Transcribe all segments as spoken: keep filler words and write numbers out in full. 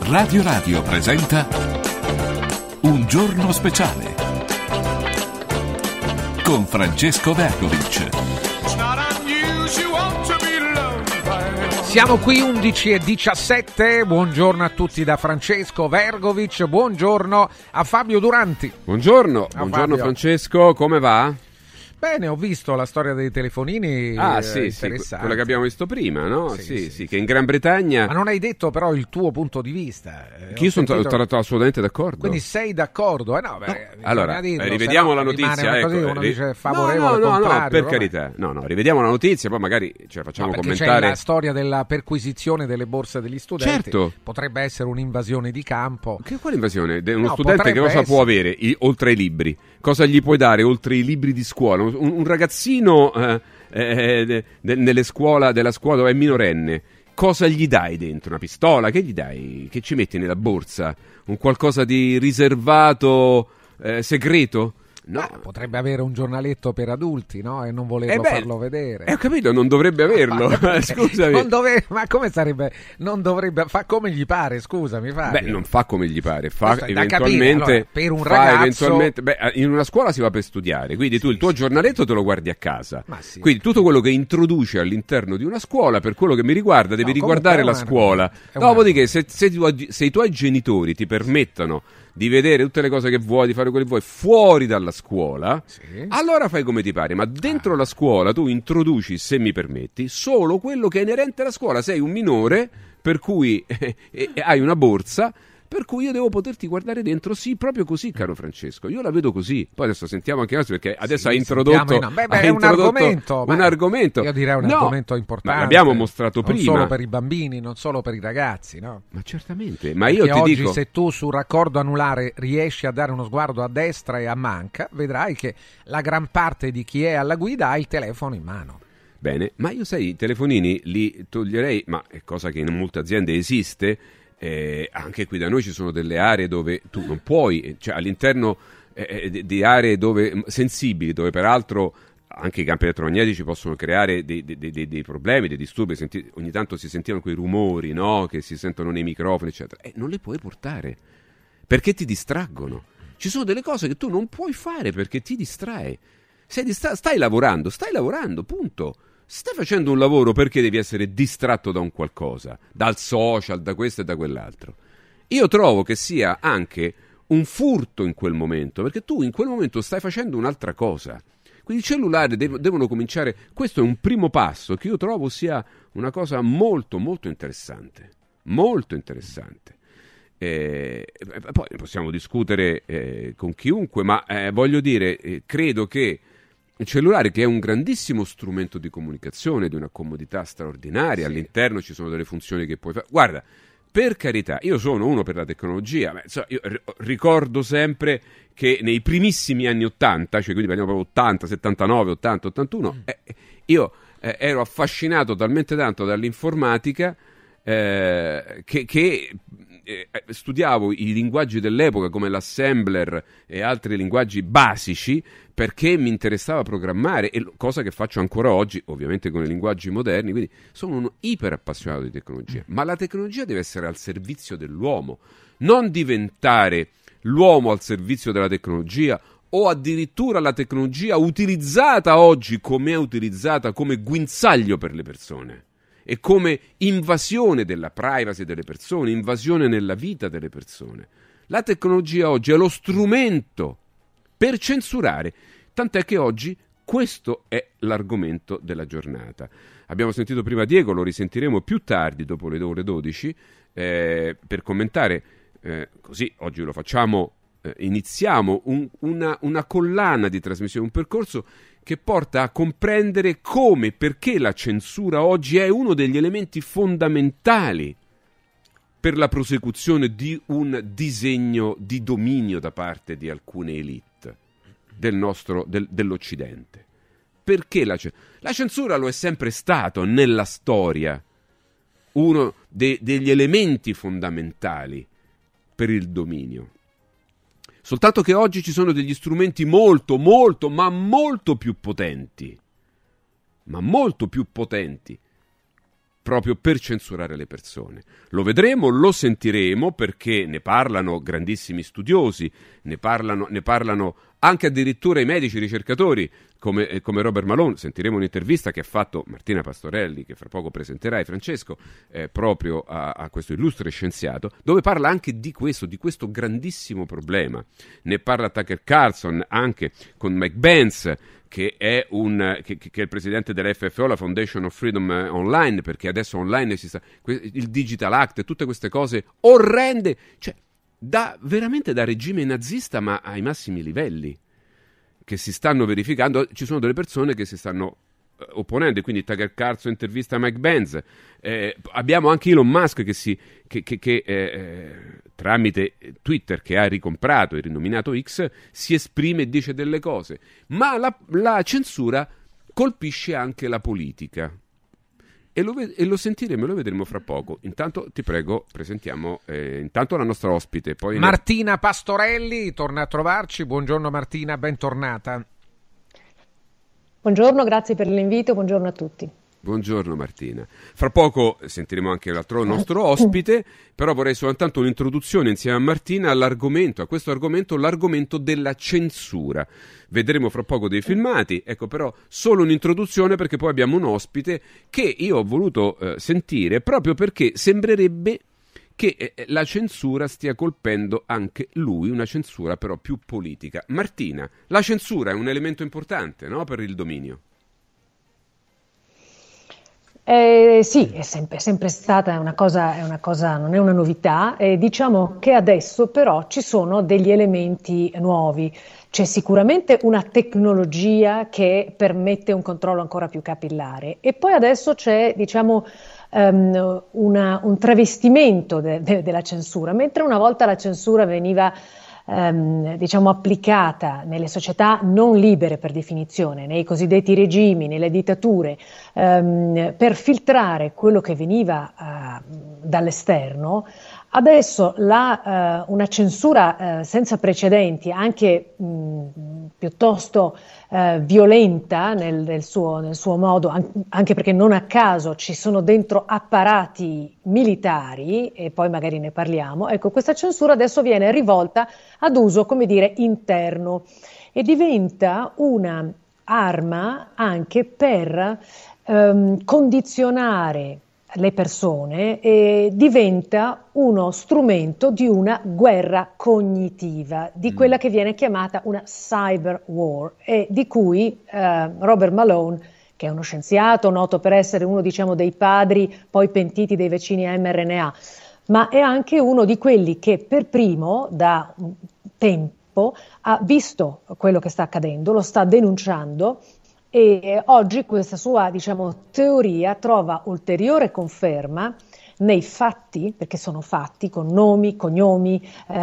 Radio Radio presenta Un giorno speciale con Francesco Vergovic. Siamo qui undici e diciassette, buongiorno a tutti da Francesco Vergovic, buongiorno a Fabio Duranti. Buongiorno, a buongiorno Fabio. Francesco, come va? Bene, ho visto la storia dei telefonini, Ah eh, sì, sì, interessante. quella che abbiamo visto prima, no? Sì, Sì, sì, sì, che in Gran Bretagna... Ma non hai detto però il tuo punto di vista. Eh, Che io sono sentito... tra- assolutamente d'accordo. Quindi sei d'accordo? Eh no, beh, No, bisogna allora, dirlo, eh, rivediamo se no la notizia. rimane Ecco, così, uno ri- dice favorevole, no, no, contrario. no, per vabbè. carità. No, no, rivediamo la notizia, poi magari ce la facciamo No, perché commentare. c'è la storia della perquisizione delle borse degli studenti. Certo. Potrebbe essere un'invasione di campo. Che quale invasione? De- uno No, studente che potrebbe cosa può essere. avere i- oltre ai libri? Cosa gli puoi dare oltre i libri di scuola? Un, un ragazzino eh, eh, de- de- nelle scuola, della scuola dove è minorenne, cosa gli dai dentro? Una pistola? Che gli dai? Che ci metti nella borsa? Un qualcosa di riservato, eh, segreto? No. Beh, potrebbe avere un giornaletto per adulti, no? E non volerlo Eh beh, farlo vedere. Eh, ho capito, non dovrebbe averlo. Ma- Scusami. Non dove- ma come sarebbe? Non dovrebbe, fa come gli pare, scusami, Fabio. Beh, non fa come gli pare, fa Questo è da eventualmente, capire, allora, per un fa ragazzo- eventualmente, beh, in una scuola si va per studiare, quindi tu il tuo giornaletto te lo guardi a casa. Ma sì. Quindi tutto quello che introduci all'interno di una scuola, per quello che mi riguarda, devi No, riguardare comunque la è un scuola. argomento, è un Dopodiché, se, se, tu- se i tuoi genitori ti permettono di vedere tutte le cose che vuoi, di fare quello che vuoi fuori dalla scuola, Sì. allora fai come ti pare, ma dentro la scuola tu introduci, se mi permetti, solo quello che è inerente alla scuola. Sei un minore, per cui eh, eh, hai una borsa, per cui io devo poterti guardare dentro. Sì, proprio così, caro Francesco, io la vedo così. Poi adesso sentiamo anche nostri, perché adesso Sì, hai introdotto, sentiamo i no- beh, beh, hai è un introdotto argomento, un beh, argomento. Io direi un No, argomento importante. ma l'abbiamo mostrato non prima. solo per i bambini, non solo per i ragazzi, no? Ma certamente, ma io Perché ti oggi dico... se tu sul raccordo anulare riesci a dare uno sguardo a destra e a manca, vedrai che la gran parte di chi è alla guida ha il telefono in mano. Bene, ma io sai, i telefonini li toglierei, ma è cosa che in molte aziende esiste, eh, anche qui da noi ci sono delle aree dove tu non puoi, cioè all'interno eh, di, di aree dove, sensibili, dove peraltro anche i campi elettromagnetici possono creare dei, dei, dei, dei problemi, dei disturbi. Senti, ogni tanto si sentivano quei rumori, no? Che si sentono nei microfoni, eccetera. E non le puoi portare, perché ti distraggono. Ci sono delle cose che tu non puoi fare perché ti distrae. Sei distra- stai lavorando, stai lavorando, punto. Stai facendo un lavoro perché devi essere distratto da un qualcosa, dal social, da questo e da quell'altro. Io trovo che sia anche un furto in quel momento, perché tu in quel momento stai facendo un'altra cosa. Quindi i cellulari dev- devono cominciare. Questo è un primo passo che io trovo sia una cosa molto molto interessante, molto interessante. Eh, poi possiamo discutere eh, con chiunque, ma eh, voglio dire, eh, credo che il cellulare, che è un grandissimo strumento di comunicazione, di una comodità straordinaria, Sì. all'interno ci sono delle funzioni che puoi fare. Guarda, per carità, io sono uno per la tecnologia, ma, insomma, io ri- ricordo sempre che nei primissimi anni ottanta, cioè quindi parliamo proprio ottanta, settantanove, ottanta, ottantuno, Mm. eh, io eh, ero affascinato talmente tanto dall'informatica eh, che, che eh, studiavo i linguaggi dell'epoca come l'assembler e altri linguaggi basici, perché mi interessava programmare, e lo- cosa che faccio ancora oggi, ovviamente con i linguaggi moderni. Quindi sono un iper appassionato di tecnologia, ma la tecnologia deve essere al servizio dell'uomo, non diventare l'uomo al servizio della tecnologia, o addirittura la tecnologia utilizzata oggi come è utilizzata, come guinzaglio per le persone e come invasione della privacy delle persone, invasione nella vita delle persone. La tecnologia oggi è lo strumento per censurare, tant'è che oggi questo è l'argomento della giornata. Abbiamo sentito prima Diego, lo risentiremo più tardi, dopo le ore dodici, eh, per commentare, eh, così oggi lo facciamo, eh, iniziamo un, una, una collana di trasmissione, un percorso che porta a comprendere come e perché la censura oggi è uno degli elementi fondamentali per la prosecuzione di un disegno di dominio da parte di alcune elite del nostro, del, dell'Occidente. Perché la, la censura lo è sempre stato nella storia, uno de, degli elementi fondamentali per il dominio. Soltanto che oggi ci sono degli strumenti molto, molto, ma molto più potenti, ma molto più potenti proprio per censurare le persone. Lo vedremo, lo sentiremo, perché ne parlano grandissimi studiosi, ne parlano, ne parlano anche addirittura i medici ricercatori come, come Robert Malone. Sentiremo un'intervista che ha fatto Martina Pastorelli, che fra poco presenterai, Francesco, eh, proprio a, a questo illustre scienziato, dove parla anche di questo, di questo grandissimo problema. Ne parla Tucker Carlson anche con Mike Benz, che è, un, che, che è il presidente dell'F F O, la Foundation of Freedom Online, perché adesso online esiste il Digital Act e tutte queste cose orrende, cioè da, veramente da regime nazista, ma ai massimi livelli, che si stanno verificando. Ci sono delle persone che si stanno eh, opponendo, quindi Tucker Carlson intervista Mike Benz, eh, abbiamo anche Elon Musk che, si, che, che, che eh, tramite Twitter, che ha ricomprato e rinominato X, si esprime e dice delle cose, ma la, la censura colpisce anche la politica. E lo, e lo sentiremo e lo vedremo fra poco. Intanto ti prego, presentiamo eh, intanto la nostra ospite. Poi Martina ne... Pastorelli torna a trovarci. Buongiorno Martina, bentornata. Buongiorno, grazie per l'invito, buongiorno a tutti. Buongiorno Martina. Fra poco sentiremo anche l'altro nostro ospite, però vorrei soltanto un'introduzione insieme a Martina all'argomento, a questo argomento, l'argomento della censura. Vedremo fra poco dei filmati, ecco, però solo un'introduzione, perché poi abbiamo un ospite che io ho voluto eh, sentire proprio perché sembrerebbe che eh, la censura stia colpendo anche lui, una censura però più politica. Martina, la censura è un elemento importante, no, per il dominio? Eh, sì, è sempre, sempre stata una cosa, è una cosa, non è una novità. Eh, diciamo che adesso però ci sono degli elementi nuovi. C'è sicuramente una tecnologia che permette un controllo ancora più capillare, e poi adesso c'è, diciamo, um, una, un travestimento de, de, della censura. Mentre una volta la censura veniva Um, diciamo applicata nelle società non libere per definizione, nei cosiddetti regimi, nelle dittature, um, per filtrare quello che veniva uh, dall'esterno, adesso la, uh, una censura uh, senza precedenti, anche mh, piuttosto uh, violenta nel, nel, suo, nel suo modo, anche perché non a caso ci sono dentro apparati militari, e poi magari ne parliamo. Ecco, questa censura adesso viene rivolta ad uso, come dire, interno, e diventa una arma anche per ehm, condizionare le persone, e diventa uno strumento di una guerra cognitiva, di quella che viene chiamata una cyber war, e di cui eh, Robert Malone, che è uno scienziato noto per essere uno, diciamo, dei padri poi pentiti dei vaccini a mRNA, ma è anche uno di quelli che per primo da tempo ha visto quello che sta accadendo, lo sta denunciando, e oggi questa sua, diciamo, teoria trova ulteriore conferma nei fatti, perché sono fatti con nomi, cognomi,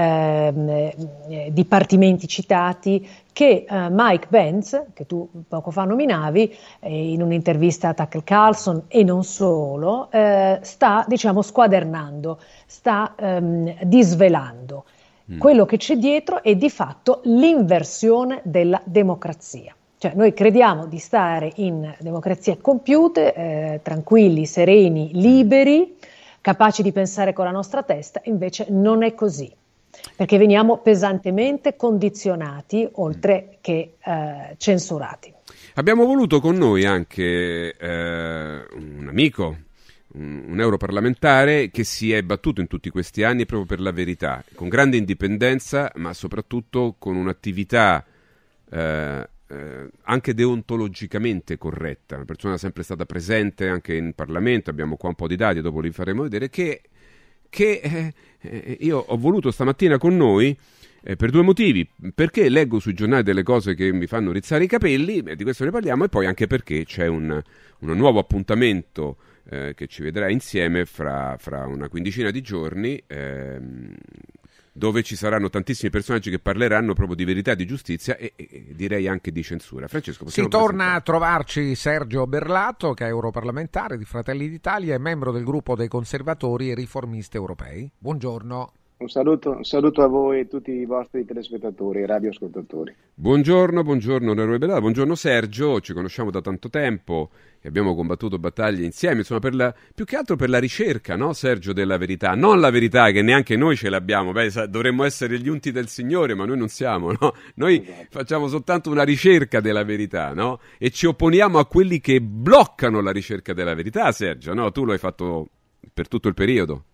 eh, eh, dipartimenti citati, che eh, Mike Benz, che tu poco fa nominavi, eh, in un'intervista a Tucker Carlson e non solo, eh, sta, diciamo, squadernando, sta ehm, disvelando. Mm. Quello che c'è dietro è di fatto l'inversione della democrazia. Cioè, noi crediamo di stare in democrazie compiute, eh, tranquilli, sereni, liberi, capaci di pensare con la nostra testa, invece non è così, perché veniamo pesantemente condizionati, oltre che eh, censurati. Abbiamo voluto con noi anche eh, un amico, un, un europarlamentare che si è battuto in tutti questi anni proprio per la verità, con grande indipendenza, ma soprattutto con un'attività eh, Eh, anche deontologicamente corretta, una persona sempre stata presente anche in Parlamento. Abbiamo qua un po' di dati, dopo li faremo vedere, che, che eh, eh, io ho voluto stamattina con noi eh, per due motivi: perché leggo sui giornali delle cose che mi fanno rizzare i capelli, eh, di questo ne parliamo, e poi anche perché c'è un, un nuovo appuntamento eh, che ci vedrà insieme fra, fra una quindicina di giorni, ehm, dove ci saranno tantissimi personaggi che parleranno proprio di verità, di giustizia e, e direi anche di censura. Francesco, si torna a trovarci Sergio Berlato, che è europarlamentare di Fratelli d'Italia e membro del gruppo dei conservatori e riformisti europei. Buongiorno. Un saluto, un saluto a voi e tutti i vostri telespettatori e radioascoltatori. Buongiorno, buongiorno onorevole Bellata, buongiorno Sergio, ci conosciamo da tanto tempo e abbiamo combattuto battaglie insieme, insomma per la, più che altro per la ricerca, no Sergio, della verità, non la verità che neanche noi ce l'abbiamo, beh, sa, dovremmo essere gli unti del Signore, ma noi non siamo, no? Noi esatto. Facciamo soltanto una ricerca della verità, no? E ci opponiamo a quelli che bloccano la ricerca della verità, Sergio, no? Tu lo hai fatto per tutto il periodo.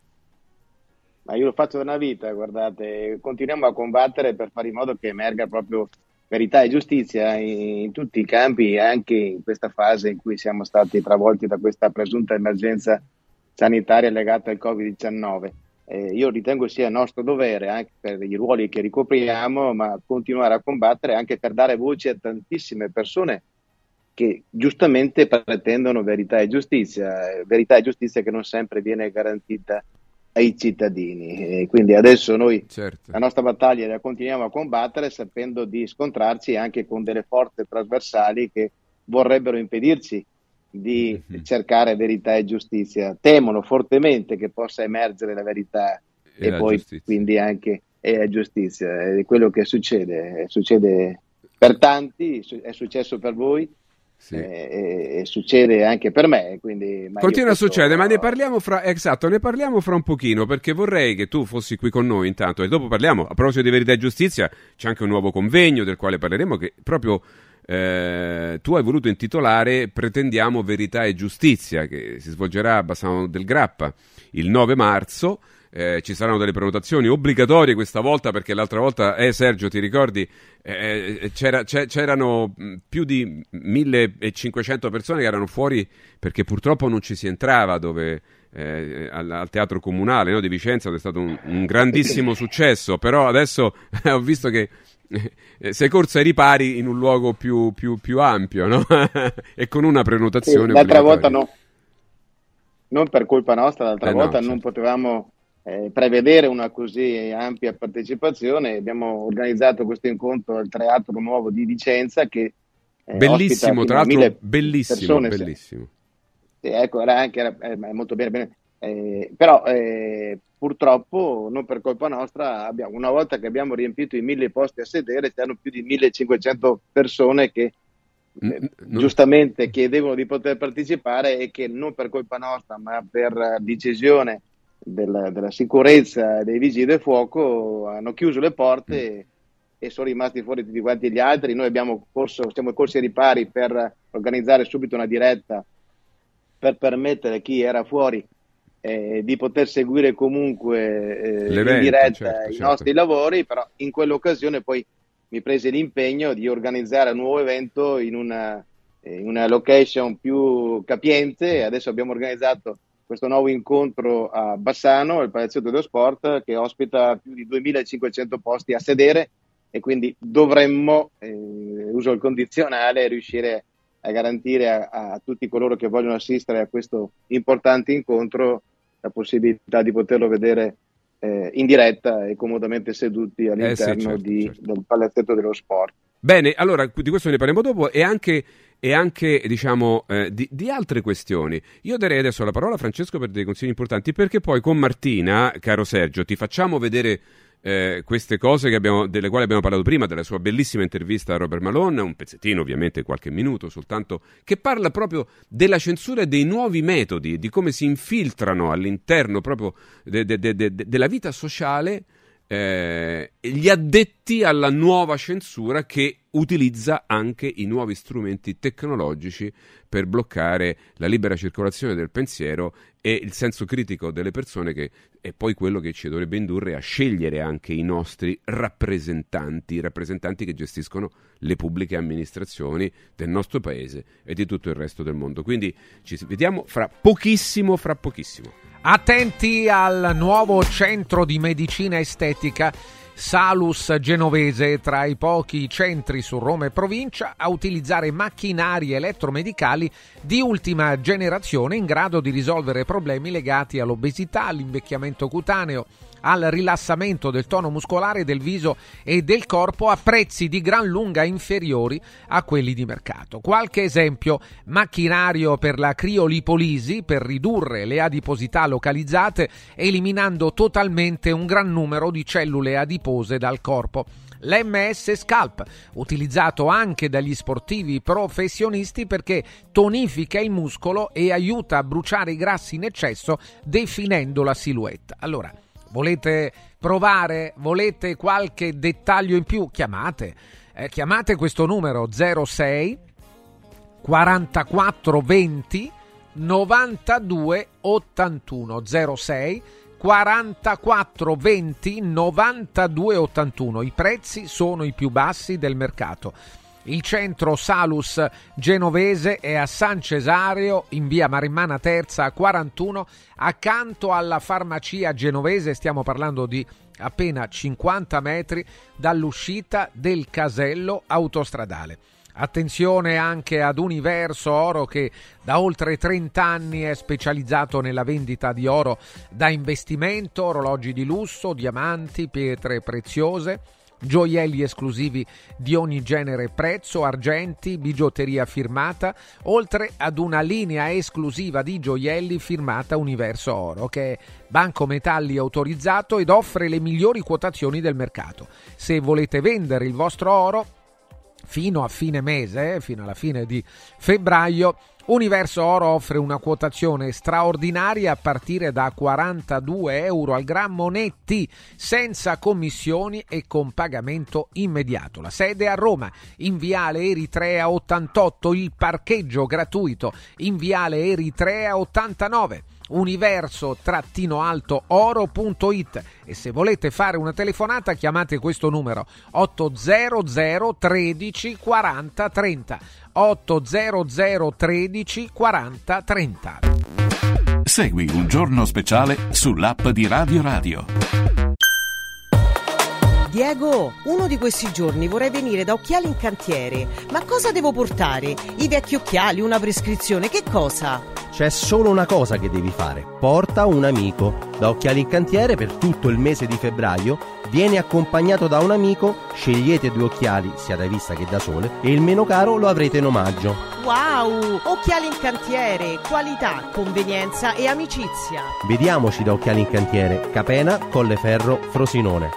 Ma io lo faccio da una vita, guardate, continuiamo a combattere per fare in modo che emerga proprio verità e giustizia in, in tutti i campi, anche in questa fase in cui siamo stati travolti da questa presunta emergenza sanitaria legata al covid diciannove. Eh, io ritengo sia nostro dovere, anche per i ruoli che ricopriamo, ma continuare a combattere anche per dare voce a tantissime persone che giustamente pretendono verità e giustizia, verità e giustizia che non sempre viene garantita ai cittadini. E quindi adesso noi certo. La nostra battaglia la continuiamo a combattere sapendo di scontrarci anche con delle forze trasversali che vorrebbero impedirci di mm-hmm. cercare verità e giustizia, temono fortemente che possa emergere la verità e, e la poi giustizia. Quindi anche e la giustizia. È quello che succede, succede per tanti, è successo per voi. Sì. E, e succede anche per me, quindi ma continua a questo... succedere, ma ne parliamo fra esatto, ne parliamo fra un pochino, perché vorrei che tu fossi qui con noi intanto e dopo parliamo. A proposito di verità e giustizia c'è anche un nuovo convegno del quale parleremo, che proprio eh, tu hai voluto intitolare Pretendiamo verità e giustizia, che si svolgerà a Bassano del Grappa il nove marzo. Eh, ci saranno delle prenotazioni obbligatorie questa volta, perché l'altra volta, eh Sergio, ti ricordi, eh, c'era, c'erano più di millecinquecento persone che erano fuori perché purtroppo non ci si entrava dove, eh, al, al Teatro Comunale, no, di Vicenza, dove è stato un, un grandissimo successo, però adesso ho visto che eh, sei corso ai ripari in un luogo più, più, più ampio, no? E con una prenotazione sì, l'altra volta no, non per colpa nostra, l'altra eh volta no, non certo. potevamo Eh, prevedere una così ampia partecipazione. Abbiamo organizzato questo incontro al Teatro Nuovo di Vicenza, che eh, bellissimo, tra l'altro bellissimo, persone, bellissimo. Sì, ecco, era anche era, eh, molto bene, bene. Eh, però eh, purtroppo non per colpa nostra, abbiamo, una volta che abbiamo riempito i mille posti a sedere, c'erano più di millecinquecento persone che eh, no. giustamente chiedevano di poter partecipare e che non per colpa nostra, ma per decisione Della, della sicurezza dei vigili del fuoco hanno chiuso le porte mm. e sono rimasti fuori tutti quanti gli altri. Noi abbiamo corso, siamo corsi ai ripari per organizzare subito una diretta per permettere a chi era fuori eh, di poter seguire comunque eh, in diretta certo, i certo. nostri lavori, però in quell'occasione poi mi prese l'impegno di organizzare un nuovo evento in una, in una location più capiente e adesso abbiamo organizzato questo nuovo incontro a Bassano, al Palazzetto dello Sport, che ospita più di duemilacinquecento posti a sedere e quindi dovremmo, eh, uso il condizionale, riuscire a garantire a, a tutti coloro che vogliono assistere a questo importante incontro la possibilità di poterlo vedere eh, in diretta e comodamente seduti all'interno eh sì, certo, di, certo. del Palazzetto dello Sport. Bene, allora di questo ne parliamo dopo e anche... e anche diciamo eh, di, di altre questioni. Io darei adesso la parola a Francesco per dei consigli importanti, perché poi con Martina, caro Sergio, ti facciamo vedere eh, queste cose che abbiamo, delle quali abbiamo parlato prima, della sua bellissima intervista a Robert Malone, un pezzettino ovviamente, qualche minuto soltanto, che parla proprio della censura e dei nuovi metodi, di come si infiltrano all'interno proprio de, de, de, de, della vita sociale Eh, gli addetti alla nuova censura che utilizza anche i nuovi strumenti tecnologici per bloccare la libera circolazione del pensiero e il senso critico delle persone, che è poi quello che ci dovrebbe indurre a scegliere anche i nostri rappresentanti, i rappresentanti che gestiscono le pubbliche amministrazioni del nostro paese e di tutto il resto del mondo. Quindi ci vediamo fra pochissimo, fra pochissimo. Attenti al nuovo centro di medicina estetica Salus Genovese, tra i pochi centri su Roma e provincia a utilizzare macchinari elettromedicali di ultima generazione in grado di risolvere problemi legati all'obesità, all'invecchiamento cutaneo, al rilassamento del tono muscolare del viso e del corpo a prezzi di gran lunga inferiori a quelli di mercato. Qualche esempio: macchinario per la criolipolisi per ridurre le adiposità localizzate eliminando totalmente un gran numero di cellule adipose dal corpo. L'M S Scalp, utilizzato anche dagli sportivi professionisti perché tonifica il muscolo e aiuta a bruciare i grassi in eccesso definendo la silhouette. Allora, volete provare? Volete qualche dettaglio in più? Chiamate, eh, chiamate questo numero zero sei quarantaquattro venti novantadue ottantuno zero sei quarantaquattro venti novantadue ottantuno. I prezzi sono i più bassi del mercato. Il centro Salus Genovese è a San Cesario, in via Marimmana Terza quarantuno, accanto alla farmacia genovese. Stiamo parlando di appena cinquanta metri dall'uscita del casello autostradale. Attenzione anche ad Universo Oro, che da oltre trenta anni è specializzato nella vendita di oro da investimento, orologi di lusso, diamanti, pietre preziose, gioielli esclusivi di ogni genere e prezzo, argenti, bigiotteria firmata, oltre ad una linea esclusiva di gioielli firmata Universo Oro, che è banco metalli autorizzato ed offre le migliori quotazioni del mercato. Se volete vendere il vostro oro fino a fine mese, fino alla fine di febbraio, Universo Oro offre una quotazione straordinaria a partire da quarantadue euro al grammo netti, senza commissioni e con pagamento immediato. La sede è a Roma, in viale Eritrea ottantotto, il parcheggio gratuito in viale Eritrea ottantanove. universo-oro punto it, e se volete fare una telefonata chiamate questo numero ottocento tredici quaranta trenta ottocento tredici quaranta trenta. Segui Un Giorno Speciale sull'app di Radio Radio. Diego, uno di questi giorni vorrei venire da Occhiali in Cantiere. Ma cosa devo portare? I vecchi occhiali, una prescrizione, che cosa? C'è solo una cosa che devi fare: porta un amico. Da Occhiali in Cantiere per tutto il mese di febbraio vieni accompagnato da un amico, scegliete due occhiali sia da vista che da sole e il meno caro lo avrete in omaggio. Wow! Occhiali in Cantiere, qualità, convenienza e amicizia. Vediamoci da Occhiali in Cantiere, Capena, Colleferro, Frosinone.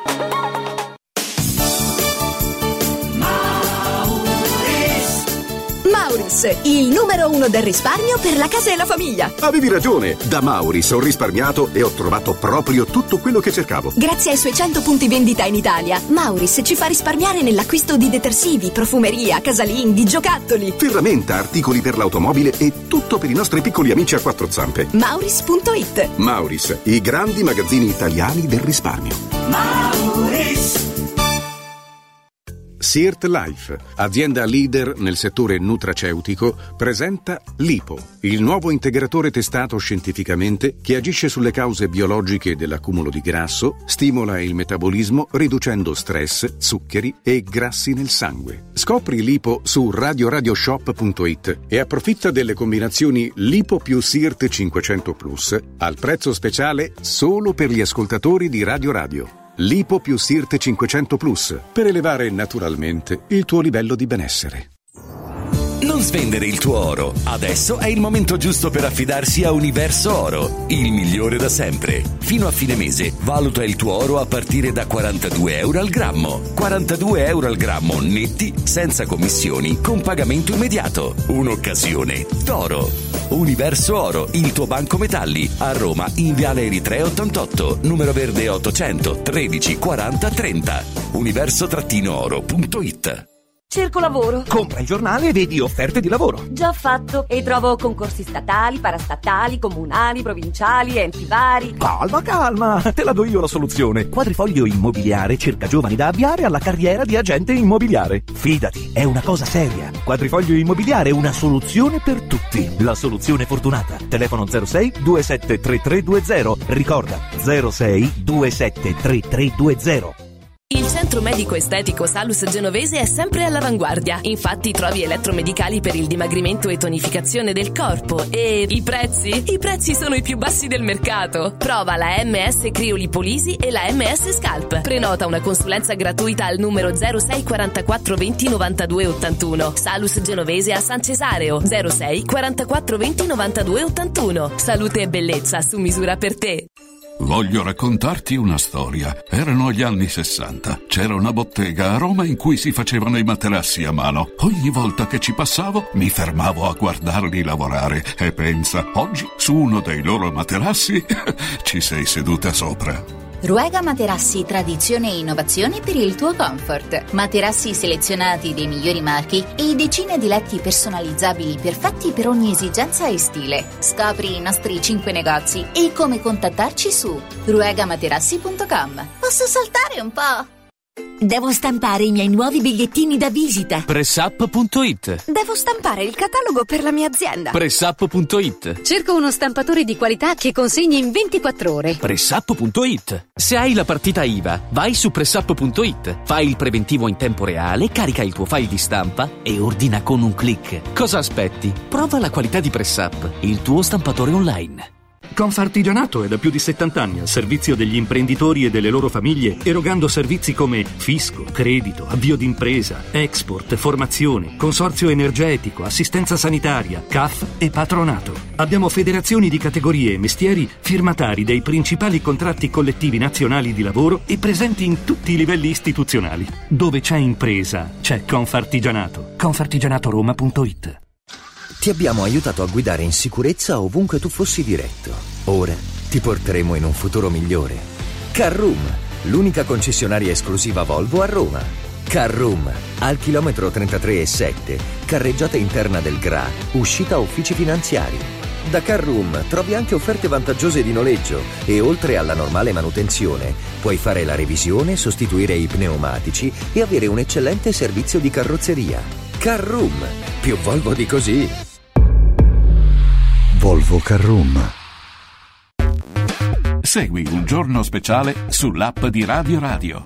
Mauris, il numero uno del risparmio per la casa e la famiglia. Avevi ragione, da Mauris ho risparmiato e ho trovato proprio tutto quello che cercavo. Grazie ai suoi cento punti vendita in Italia, Mauris ci fa risparmiare nell'acquisto di detersivi, profumeria, casalinghi, giocattoli, ferramenta, articoli per l'automobile e tutto per i nostri piccoli amici a quattro zampe. Mauris punto it. Mauris, i grandi magazzini italiani del risparmio. Mauris. Sirt Life, azienda leader nel settore nutraceutico, presenta Lipo, il nuovo integratore testato scientificamente che agisce sulle cause biologiche dell'accumulo di grasso, stimola il metabolismo riducendo stress, zuccheri e grassi nel sangue. Scopri Lipo su radio radio shop punto it e approfitta delle combinazioni Lipo più Sirt cinquecento plus al prezzo speciale solo per gli ascoltatori di Radio Radio. Lipo più Sirt cinquecento plus per elevare naturalmente il tuo livello di benessere. Non svendere il tuo oro. Adesso è il momento giusto per affidarsi a Universo Oro, il migliore da sempre. Fino a fine mese valuta il tuo oro a partire da quarantadue euro al grammo. quarantadue euro al grammo netti, senza commissioni, con pagamento immediato. Un'occasione d'oro. Universo Oro, il tuo banco metalli, a Roma in viale Eritrea ottantotto, numero verde ottocento tredici quaranta trenta. universo oro punto it. Cerco lavoro. Compra il giornale e vedi offerte di lavoro. Già fatto. E trovo concorsi statali, parastatali, comunali, provinciali, enti vari. Calma, calma. Te la do io la soluzione. Quadrifoglio Immobiliare cerca giovani da avviare alla carriera di agente immobiliare. Fidati, è una cosa seria. Quadrifoglio Immobiliare è una soluzione per tutti. La soluzione fortunata. Telefono zero sei due sette tre tre due zero. Ricorda, zero sei due sette tre tre due zero. Il centro medico estetico Salus Genovese è sempre all'avanguardia. Infatti trovi elettromedicali per il dimagrimento e tonificazione del corpo. E i prezzi? I prezzi sono i più bassi del mercato. Prova la M S Criolipolisi e la M S Scalp. Prenota una consulenza gratuita al numero zero sei quarantaquattro venti novantadue ottantuno. Salus Genovese a San Cesareo zero sei quarantaquattro venti novantadue ottantuno. Salute e bellezza su misura per te. Voglio raccontarti una storia. Erano gli anni sessanta. C'era una bottega a Roma in cui si facevano i materassi a mano. Ogni volta che ci passavo mi fermavo a guardarli lavorare e pensa, oggi su uno dei loro materassi ci sei seduta sopra. Ruega Materassi, tradizione e innovazione per il tuo comfort. Materassi selezionati dei migliori marchi e decine di letti personalizzabili perfetti per ogni esigenza e stile. Scopri i nostri cinque negozi e come contattarci su ruega materassi punto com. Posso saltare un po'? Devo stampare i miei nuovi bigliettini da visita. Pressup punto it. Devo stampare il catalogo per la mia azienda. Pressup punto it. Cerco uno stampatore di qualità che consegni in ventiquattro ore. Pressup punto it. Se hai la partita I V A, vai su Pressup punto it. Fai il preventivo in tempo reale, carica il tuo file di stampa e ordina con un click. Cosa aspetti? Prova la qualità di Pressup, il tuo stampatore online. Confartigianato è da più di settanta anni al servizio degli imprenditori e delle loro famiglie, erogando servizi come fisco, credito, avvio d'impresa, export, formazione, consorzio energetico, assistenza sanitaria, C A F e patronato. Abbiamo federazioni di categorie e mestieri firmatari dei principali contratti collettivi nazionali di lavoro e presenti in tutti i livelli istituzionali. Dove c'è impresa, c'è Confartigianato. Confartigianato Roma punto it. Ti abbiamo aiutato a guidare in sicurezza ovunque tu fossi diretto. Ora ti porteremo in un futuro migliore. Carroom, l'unica concessionaria esclusiva Volvo a Roma. Carroom, al chilometro trentatré e sette, carreggiata interna del G R A, uscita uffici finanziari. Da Carroom trovi anche offerte vantaggiose di noleggio e oltre alla normale manutenzione puoi fare la revisione, sostituire i pneumatici e avere un eccellente servizio di carrozzeria. Carroom, più Volvo di così. Volvo Carroom. Segui Un Giorno Speciale sull'app di Radio Radio.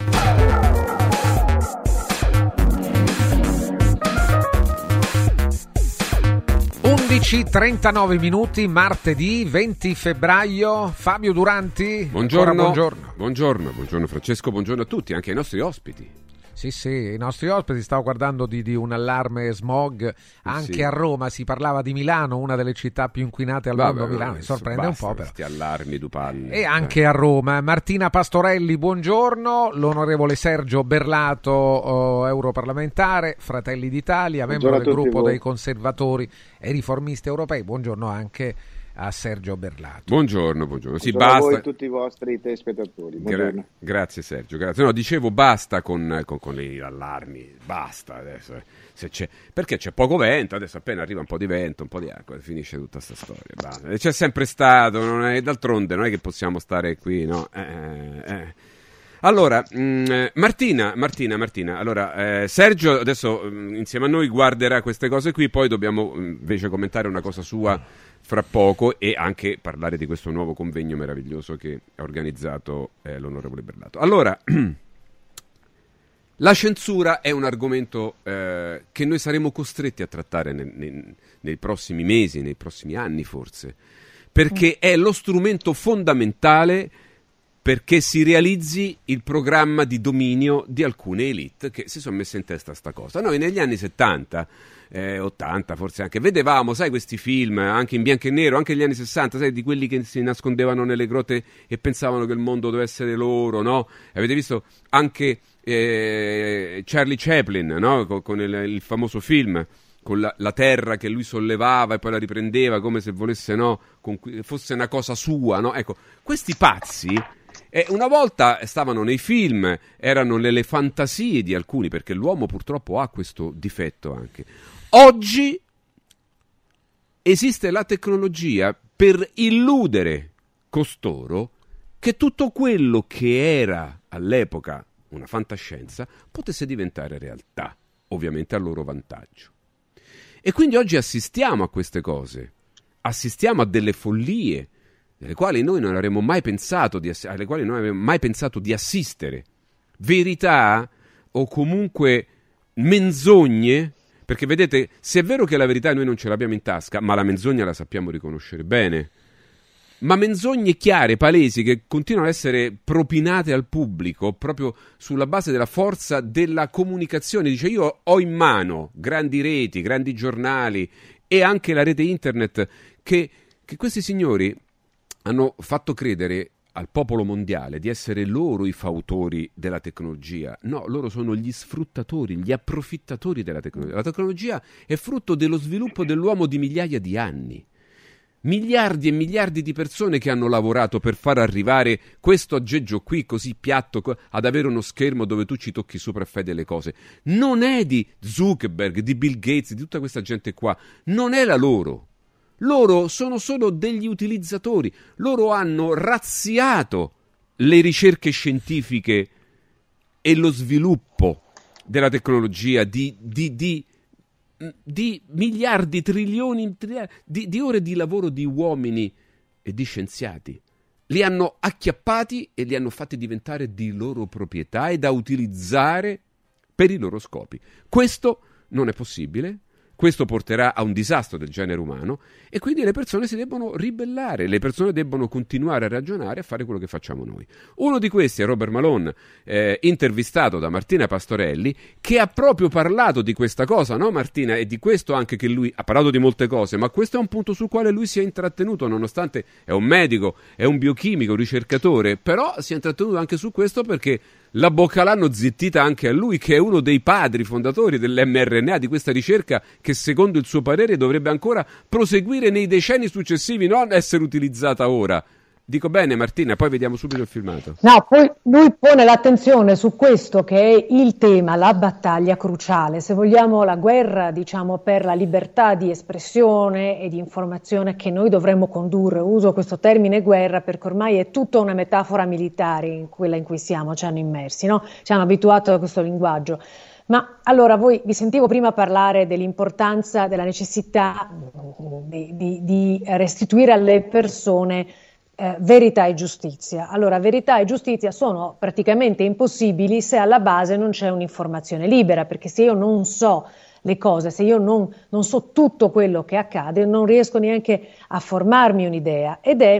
undici e trentanove minuti, martedì venti febbraio. Fabio Duranti. Buongiorno. Buongiorno. Buongiorno, buongiorno Francesco, buongiorno a tutti, anche ai nostri ospiti. Sì, sì, i nostri ospiti. Stavo guardando di, di un allarme smog anche sì. A Roma. Si parlava di Milano, una delle città più inquinate al Vabbè, mondo. Milano, mi sorprende un po', però. Questi allarmi du palle. E anche eh. a Roma. Martina Pastorelli, buongiorno. L'onorevole Sergio Berlato, oh, europarlamentare, Fratelli d'Italia, membro del gruppo voi. dei conservatori e riformisti europei. Buongiorno anche a Sergio Berlato. Buongiorno, buongiorno. Sì, buongiorno basta. a voi tutti i vostri telespettatori. Gra- grazie Sergio, grazie. No, dicevo basta con, con, con gli allarmi, basta adesso. Eh. Se c'è, perché c'è poco vento, adesso appena arriva un po' di vento, un po' di acqua, finisce tutta sta storia. Basta. E c'è sempre stato, non è, d'altronde non è che possiamo stare qui, no? Eh, eh. Allora, mh, Martina, Martina, Martina, allora, eh, Sergio adesso mh, insieme a noi guarderà queste cose qui, poi dobbiamo mh, invece commentare una cosa sua fra poco e anche parlare di questo nuovo convegno meraviglioso che ha organizzato eh, l'onorevole Berlato. Allora, la censura è un argomento eh, che noi saremo costretti a trattare nei, nei, nei prossimi mesi, nei prossimi anni forse, perché è lo strumento fondamentale perché si realizzi il programma di dominio di alcune elite che si sono messe in testa sta cosa. Noi negli anni settanta, eh, ottanta forse anche, vedevamo, sai, questi film anche in bianco e nero, anche negli anni sessanta, sai, di quelli che si nascondevano nelle grotte e pensavano che il mondo dovesse essere loro, no? Avete visto anche eh, Charlie Chaplin, no? Con, con il, il famoso film con la, la terra che lui sollevava e poi la riprendeva come se volesse, no? Con, fosse una cosa sua, no? Ecco, questi pazzi eh, una volta stavano nei film, erano nelle fantasie di alcuni, perché l'uomo purtroppo ha questo difetto anche. Oggi esiste la tecnologia per illudere costoro che tutto quello che era all'epoca una fantascienza potesse diventare realtà, ovviamente a loro vantaggio. E quindi oggi assistiamo a queste cose, assistiamo a delle follie delle quali noi non avremmo mai pensato di ass- alle quali non avremmo mai pensato di assistere, verità o comunque menzogne, perché vedete, se è vero che la verità noi non ce l'abbiamo in tasca, ma la menzogna la sappiamo riconoscere bene, ma menzogne chiare, palesi, che continuano ad essere propinate al pubblico proprio sulla base della forza della comunicazione. Dice, io ho in mano grandi reti, grandi giornali e anche la rete internet che, che questi signori hanno fatto credere al popolo mondiale di essere loro i fautori della tecnologia. No, loro sono gli sfruttatori, gli approfittatori della tecnologia. La tecnologia è frutto dello sviluppo dell'uomo di migliaia di anni. Miliardi e miliardi di persone che hanno lavorato per far arrivare questo aggeggio qui così piatto ad avere uno schermo dove tu ci tocchi sopra e fai delle cose. Non è di Zuckerberg, di Bill Gates, di tutta questa gente qua. Non è la loro. Loro sono solo degli utilizzatori. Loro hanno razziato le ricerche scientifiche e lo sviluppo della tecnologia di... di, di di miliardi, trilioni di, di ore di lavoro di uomini e di scienziati. Li hanno acchiappati e li hanno fatti diventare di loro proprietà e da utilizzare per i loro scopi. Questo non è possibile. Questo porterà a un disastro del genere umano e quindi le persone si debbono ribellare, le persone debbono continuare a ragionare e a fare quello che facciamo noi. Uno di questi è Robert Malone, eh, intervistato da Martina Pastorelli, che ha proprio parlato di questa cosa, no Martina? E di questo anche che lui ha parlato di molte cose, ma questo è un punto sul quale lui si è intrattenuto, nonostante è un medico, è un biochimico, un ricercatore, però si è intrattenuto anche su questo perché la bocca l'hanno zittita anche a lui, che è uno dei padri fondatori dell'mRNA, di questa ricerca che secondo il suo parere dovrebbe ancora proseguire nei decenni successivi, non essere utilizzata ora. Dico bene Martina, poi vediamo subito il filmato. No, poi lui pone l'attenzione su questo che è il tema, la battaglia cruciale, se vogliamo la guerra, diciamo, per la libertà di espressione e di informazione che noi dovremmo condurre. Uso questo termine guerra perché ormai è tutta una metafora militare, in quella in cui siamo, ci hanno immersi, no? Ci hanno abituato a questo linguaggio. Ma allora voi vi sentivo prima parlare dell'importanza, della necessità di, di, di restituire alle persone Eh, verità e giustizia. Allora, verità e giustizia sono praticamente impossibili se alla base non c'è un'informazione libera, perché se io non so le cose, se io non, non so tutto quello che accade, non riesco neanche a formarmi un'idea. Ed è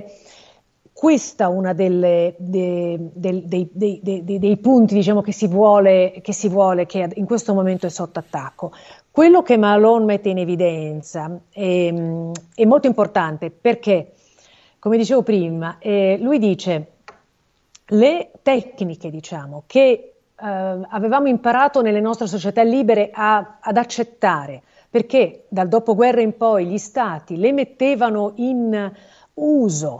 questa una delle, de, de, de, de, de, de, dei punti, diciamo, che si vuole, che si vuole, che in questo momento è sotto attacco. Quello che Malone mette in evidenza è, è molto importante perché, come dicevo prima, eh, lui dice le tecniche, diciamo, che eh, avevamo imparato nelle nostre società libere a, ad accettare, perché dal dopoguerra in poi gli stati le mettevano in uso,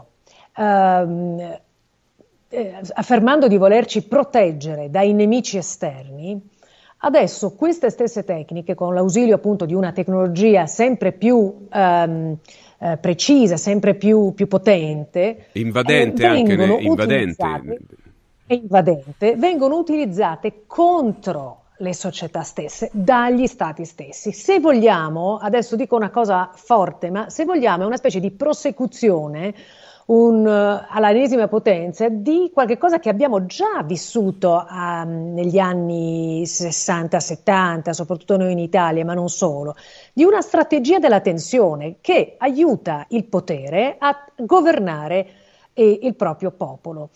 ehm, eh, affermando di volerci proteggere dai nemici esterni. Adesso queste stesse tecniche, con l'ausilio appunto di una tecnologia sempre più ehm, eh, precisa, sempre più, più potente, invadente eh, anche, ne, invadente. E invadente, vengono utilizzate contro le società stesse, dagli stati stessi. Se vogliamo, adesso dico una cosa forte, ma se vogliamo è una specie di prosecuzione Un, uh, all'ennesima potenza di qualche cosa che abbiamo già vissuto um, negli anni sessanta settanta, soprattutto noi in Italia, ma non solo, di una strategia della tensione che aiuta il potere a governare eh, il proprio popolo.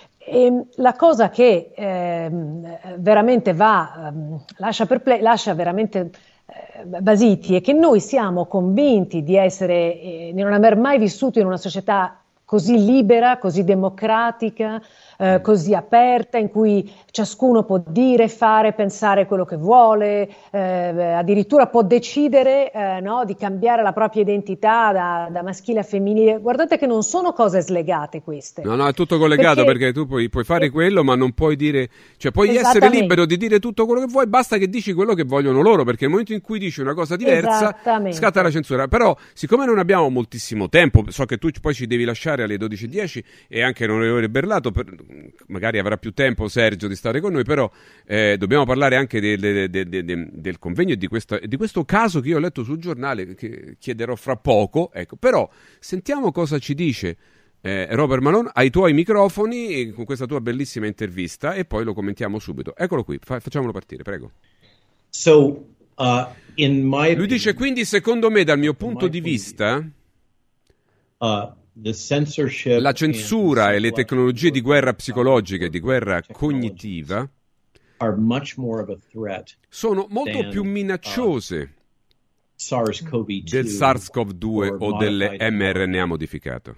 E la cosa che eh, veramente va, um, lascia, perple- lascia veramente eh, basiti è che noi siamo convinti di essere, eh, di non aver mai vissuto in una società così libera, così democratica, eh, così aperta, in cui ciascuno può dire, fare, pensare quello che vuole, eh, addirittura può decidere eh, no, di cambiare la propria identità da, da maschile a femminile. Guardate che non sono cose slegate queste. No, no, è tutto collegato, perché, perché tu puoi, puoi fare quello, ma non puoi dire, cioè puoi essere libero di dire tutto quello che vuoi, basta che dici quello che vogliono loro, perché nel momento in cui dici una cosa diversa scatta la censura. Però, siccome non abbiamo moltissimo tempo, so che tu poi ci devi lasciare alle dodici e dieci e anche l'onorevole Berlato, per, magari avrà più tempo Sergio di stare con noi, però eh, dobbiamo parlare anche de, de, de, de, de, del convegno e di, questa, di questo caso che io ho letto sul giornale, che chiederò fra poco, ecco. Però sentiamo cosa ci dice Eh, Robert Malone, ai tuoi microfoni con questa tua bellissima intervista e poi lo commentiamo subito. Eccolo qui, fa- facciamolo partire, prego. So, uh, in my Lui dice, quindi secondo me, dal mio punto di vista, uh, the censorship la censura e le tecnologie di guerra psicologica e di guerra cognitiva are much more of a threat sono molto than, più minacciose uh, SARS-CoV two del SARS-CoV due or o delle modified mRNA modificato.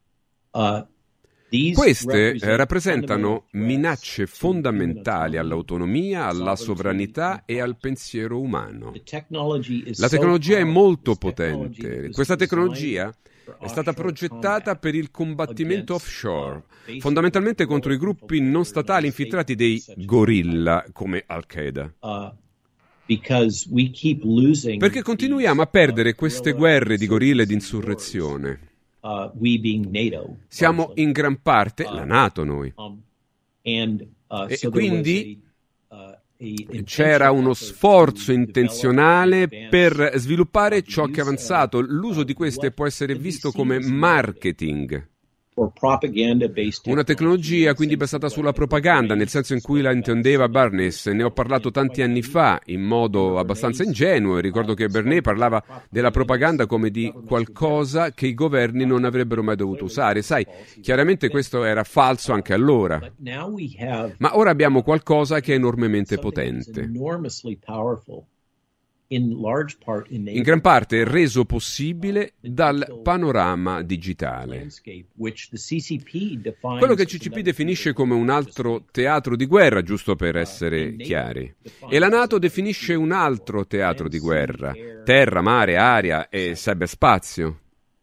Uh, these Queste represent eh, rappresentano fundamental threats minacce to fondamentali human all'autonomia, alla sovereignty, sovranità e al pensiero umano. The technology is La so tecnologia è powerful. molto This technology potente. was Questa designed tecnologia for è stata offshore progettata combat per il combattimento against, offshore, uh, basic fondamentalmente contro i gruppi non statali infiltrati dei gorilla come Al-Qaeda. Uh, because we keep losing Perché continuiamo a perdere queste guerre di gorilla e di insurrezione. uh, we being NATO. Siamo in gran parte la NATO noi. Um, and, uh, E so there was quindi a, uh, a c'era uno sforzo intenzionale per sviluppare uh, ciò che è avanzato. L'uso di queste può essere visto come marketing. or propaganda-based Una tecnologia quindi basata sulla propaganda, nel senso in cui la intendeva Barnes. Ne ho parlato tanti anni fa in modo abbastanza ingenuo e ricordo che Bernays parlava della propaganda come di qualcosa che i governi non avrebbero mai dovuto usare. Sai, chiaramente questo era falso anche allora, But now we have ma ora abbiamo qualcosa che è enormemente potente. enormously powerful in large part In enabled gran parte reso possibile dal panorama digitale. landscape which the C C P defines Quello che C C P definisce come un altro teatro di guerra, giusto per essere chiari. E la NATO definisce un altro teatro di guerra: terra, mare, aria e cyberspazio.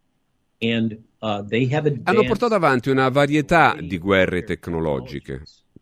and uh, they have Hanno advanced portato avanti una varietà di guerre tecnologiche,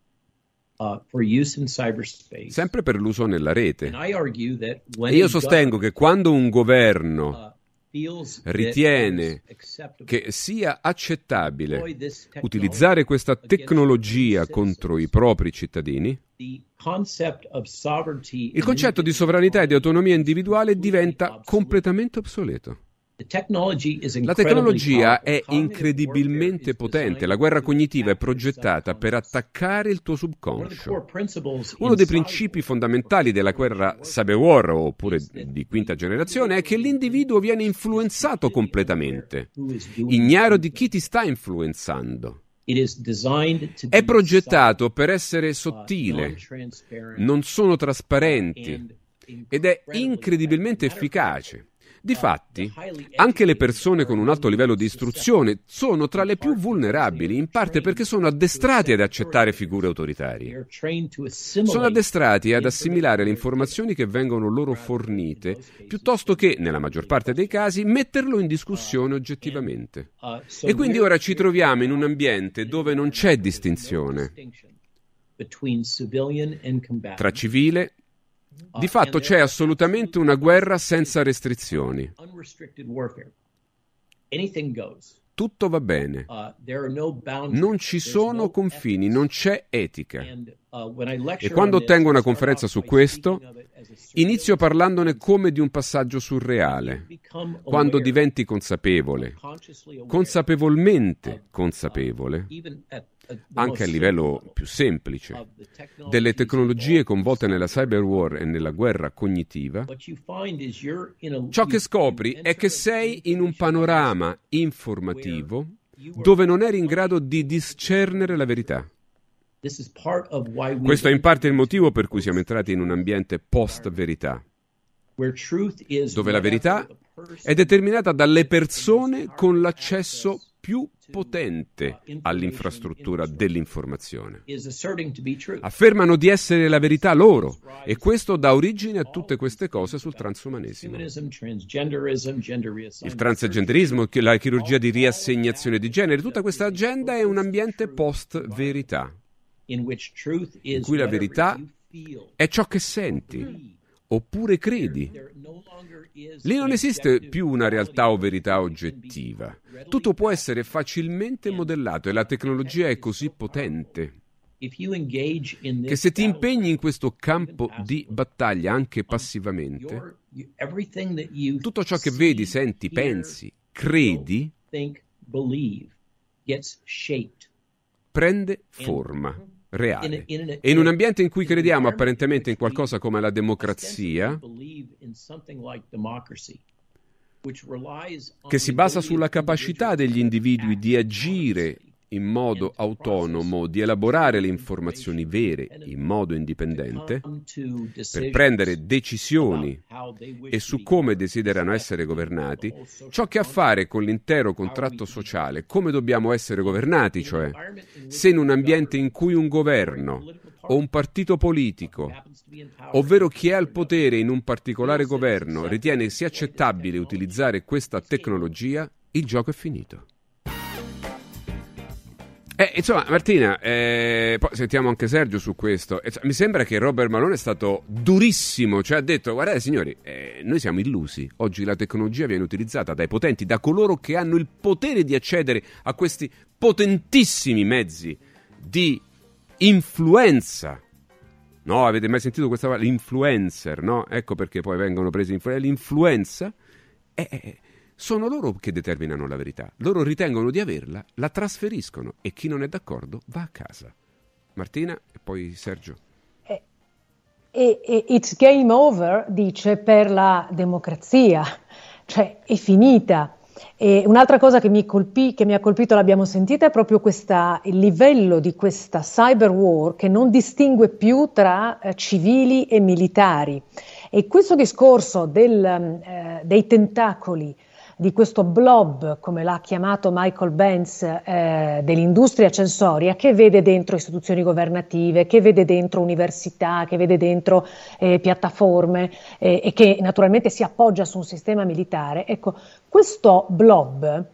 uh, for use in cyberspace. sempre per l'uso nella rete. And I argue that when E io a sostengo che quando un governo government, uh, feels that ritiene it's acceptable che sia accettabile deploy this technology utilizzare questa against its tecnologia citizens, contro i propri cittadini, the concept of sovereignty il concetto di sovranità e di autonomia individuale diventa completamente obsoleto. The technology is La incredibly tecnologia powerful. è incredibilmente potente. La guerra cognitiva è progettata per attaccare il tuo One of the subconscio. core principles Uno dei inside principi fondamentali della guerra cyber war, oppure di quinta generazione, è che l'individuo viene influenzato completamente, who is doing ignaro di chi ti sta influenzando. it is designed to È be progettato per essere subtle, uh, sottile, non-transparent, non sono trasparenti and ed è incredibilmente efficace. Difatti, anche le persone con un alto livello di istruzione sono tra le più vulnerabili, in parte perché sono addestrati ad accettare figure autoritarie. they're trained to assimilate Sono addestrati ad assimilare le informazioni che vengono loro fornite, piuttosto che, nella maggior parte dei casi, metterlo in discussione oggettivamente. uh, so E quindi we're ora ci troviamo in un ambiente dove non c'è distinzione between civilian and combatant. tra civile. Di fatto c'è assolutamente una guerra senza restrizioni. Unrestricted warfare. Anything goes. Tutto va bene. Uh, there are no boundaries. Non ci There's sono no confini, non c'è etica. And, uh, when I lecture E quando on this, tengo I una start conferenza off su by questo, speaking of it as a surreal inizio parlandone come di un passaggio surreale. become Quando aware, diventi consapevole, consciously aware, consapevolmente consapevole, even at, at the anche a most livello simple più semplice, of the technologies delle tecnologie involved. coinvolte nella cyber war e nella guerra cognitiva, What you find is you're in a- ciò che you- scopri you è che enter sei a in un panorama informativo dove non eri in grado di discernere la verità. This is part of why we Questo è in parte il motivo per cui siamo entrati in un ambiente post-verità, where truth is dove la verità whatever the person è determinata dalle persone con l'accesso più potente all'infrastruttura dell'informazione. is asserting to be true. Affermano di essere la verità loro e questo dà origine a tutte queste cose sul transumanesimo. Humanism, transgenderism, gender Il reassignment. transgenderismo, la chirurgia di riassegnazione di genere, tutta questa agenda è un ambiente post-verità, in which truth is in cui la whatever verità you feel. è ciò che senti oppure credi. There no longer is Lì non an esiste objective più una realtà o verità oggettiva. Tutto può essere facilmente modellato e la tecnologia è così potente if you engage in this che se ti battle, impegni in questo campo di battaglia anche passivamente, your- you- everything that you tutto ciò che see, vedi, senti, hear, pensi, credi, think, believe gets shaped. Prende forma reale. E in un ambiente in cui crediamo apparentemente in qualcosa come la democrazia, che si basa sulla capacità degli individui di agire in modo autonomo, di elaborare le informazioni vere in modo indipendente, per prendere decisioni e su come desiderano essere governati, ciò che ha a fare con l'intero contratto sociale, come dobbiamo essere governati, cioè se in un ambiente in cui un governo o un partito politico, ovvero chi è al potere in un particolare governo, ritiene sia accettabile utilizzare questa tecnologia, il gioco è finito. Eh, insomma, Martina, eh, poi sentiamo anche Sergio su questo. Eh, mi sembra che Robert Malone è stato durissimo, cioè ha detto: guardate signori, eh, noi siamo illusi, oggi la tecnologia viene utilizzata dai potenti, da coloro che hanno il potere di accedere a questi potentissimi mezzi di influenza. No, avete mai sentito questa parola? L'influencer, no? Ecco perché poi vengono presi influ- l'influenza. Eh, eh, sono loro che determinano la verità. Loro ritengono di averla, la trasferiscono e chi non è d'accordo va a casa. Martina e poi Sergio. E, e it's game over, dice, per la democrazia, cioè è finita. E un'altra cosa che mi, colpì, che mi ha colpito, l'abbiamo sentita, è proprio questa, il livello di questa cyber war che non distingue più tra eh, civili e militari. E questo discorso del, eh, dei tentacoli, di questo blob, come l'ha chiamato Michael Benz, eh, dell'industria censoria, che vede dentro istituzioni governative, che vede dentro università, che vede dentro eh, piattaforme eh, e che naturalmente si appoggia su un sistema militare. Ecco, questo blob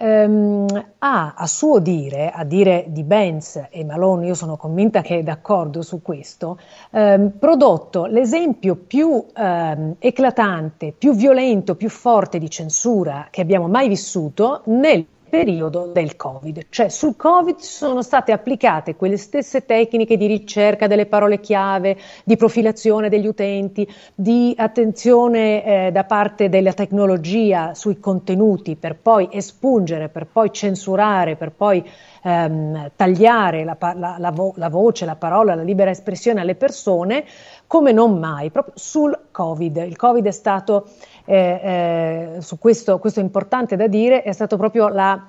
ehm, ha, a suo dire, a dire di Benz e Malone, io sono convinta che è d'accordo su questo, ehm, prodotto l'esempio più ehm, eclatante, più violento, più forte di censura che abbiamo mai vissuto nel periodo del Covid. Cioè sul Covid sono state applicate quelle stesse tecniche di ricerca delle parole chiave, di profilazione degli utenti, di attenzione eh, da parte della tecnologia sui contenuti per poi espungere, per poi censurare, per poi ehm, tagliare la, la, la, vo- la voce, la parola, la libera espressione alle persone come non mai, proprio sul Covid. Il Covid è stato Eh, eh, su questo, questo è importante da dire, è stato proprio la,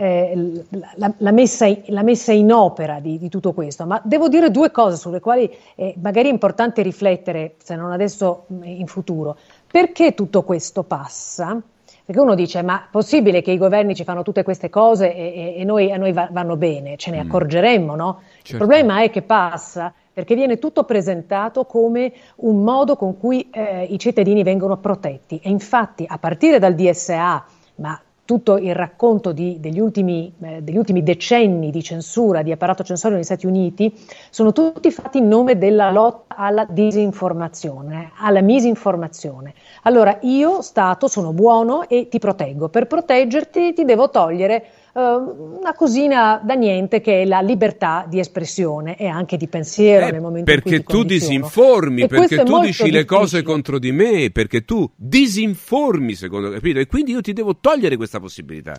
eh, la, la, messa, in, la messa in opera di, di tutto questo. Ma devo dire due cose sulle quali eh, magari è importante riflettere, se non adesso in futuro. Perché tutto questo passa? Perché uno dice: ma è possibile che i governi ci fanno tutte queste cose e, e, e noi, a noi va, vanno bene, ce ne accorgeremmo, no? Certo. Il problema è che passa perché viene tutto presentato come un modo con cui eh, i cittadini vengono protetti. E infatti, a partire dal D S A, ma tutto il racconto di, degli, ultimi, eh, degli ultimi decenni di censura, di apparato censorio negli Stati Uniti, sono tutti fatti in nome della lotta alla disinformazione, alla misinformazione. Allora, io, Stato, sono buono e ti proteggo. Per proteggerti ti devo togliere Uh, una cosina da niente che è la libertà di espressione e anche di pensiero eh, nel momento in cui ti perché tu disinformi, e perché tu dici difficile. Le cose contro di me, perché tu disinformi, secondo capito? E quindi io ti devo togliere questa possibilità.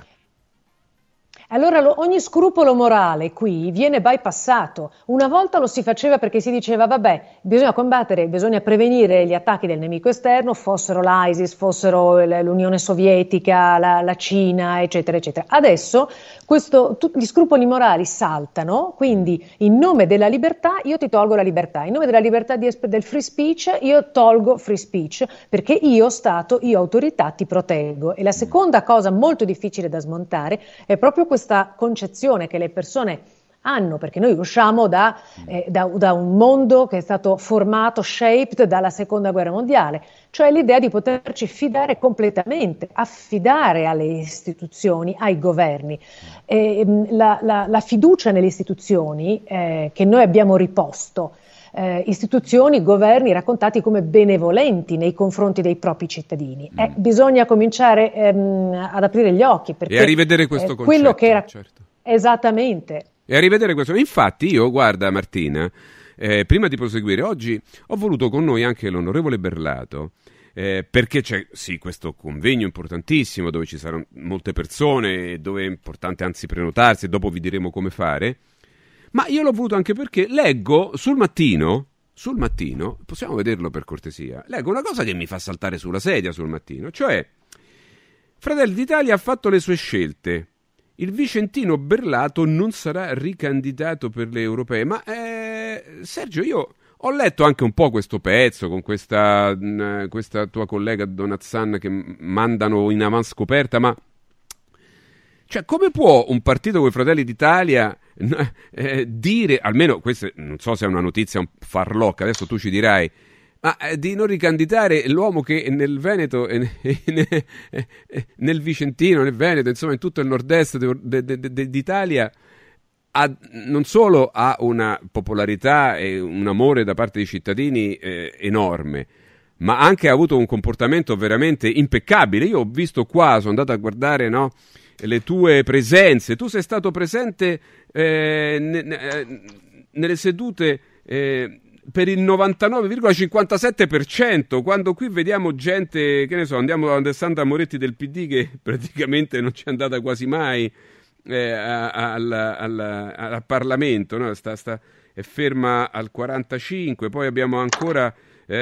Allora lo, ogni scrupolo morale qui viene bypassato. Una volta lo si faceva perché si diceva: vabbè, bisogna combattere, bisogna prevenire gli attacchi del nemico esterno, fossero l'ISIS, fossero l'Unione Sovietica, la, la Cina, eccetera, eccetera. Adesso questo, tu, gli scrupoli morali saltano, quindi in nome della libertà io ti tolgo la libertà, in nome della libertà di, del free speech io tolgo free speech, perché io Stato, io autorità ti proteggo. E la seconda cosa molto difficile da smontare è proprio questa concezione che le persone hanno, perché noi usciamo da, eh, da, da un mondo che è stato formato, shaped dalla seconda guerra mondiale, cioè l'idea di poterci fidare completamente, affidare alle istituzioni, ai governi. Eh, la, la, la fiducia nelle istituzioni eh, che noi abbiamo riposto, Eh, istituzioni, governi raccontati come benevolenti nei confronti dei propri cittadini. Mm. Eh, bisogna cominciare ehm, ad aprire gli occhi perché e a rivedere questo eh, concetto. Quello che era... Certo. Esattamente. E a rivedere questo. Infatti io, guarda Martina, eh, prima di proseguire, oggi ho voluto con noi anche l'onorevole Berlato, eh, perché c'è sì questo convegno importantissimo dove ci saranno molte persone, dove è importante anzi prenotarsi e dopo vi diremo come fare, ma io l'ho voluto anche perché leggo sul mattino, sul mattino, possiamo vederlo per cortesia, leggo una cosa che mi fa saltare sulla sedia sul mattino, cioè Fratelli d'Italia ha fatto le sue scelte. Il vicentino Berlato non sarà ricandidato per le europee. Ma eh, Sergio, io ho letto anche un po' questo pezzo con questa, mh, questa tua collega Donazzan che mandano in avanscoperta, ma cioè come può un partito come Fratelli d'Italia eh, dire, almeno questa non so se è una notizia un farlocca, adesso tu ci dirai, ma eh, di non ricandidare l'uomo che nel Veneto, eh, eh, eh, nel Vicentino, nel Veneto, insomma in tutto il nord-est de, de, de, de, d'Italia, ha, non solo ha una popolarità e un amore da parte dei cittadini eh, enorme, ma anche ha avuto un comportamento veramente impeccabile. Io ho visto qua, sono andato a guardare, no, le tue presenze. Tu sei stato presente eh, ne, ne, nelle sedute... Eh, per il novantanove virgola cinquantasette per cento, quando qui vediamo gente, che ne so, andiamo da Alessandra Moretti del P D che praticamente non c'è andata quasi mai eh, al, al, al Parlamento, no? sta, sta, è ferma al quarantacinque, poi abbiamo ancora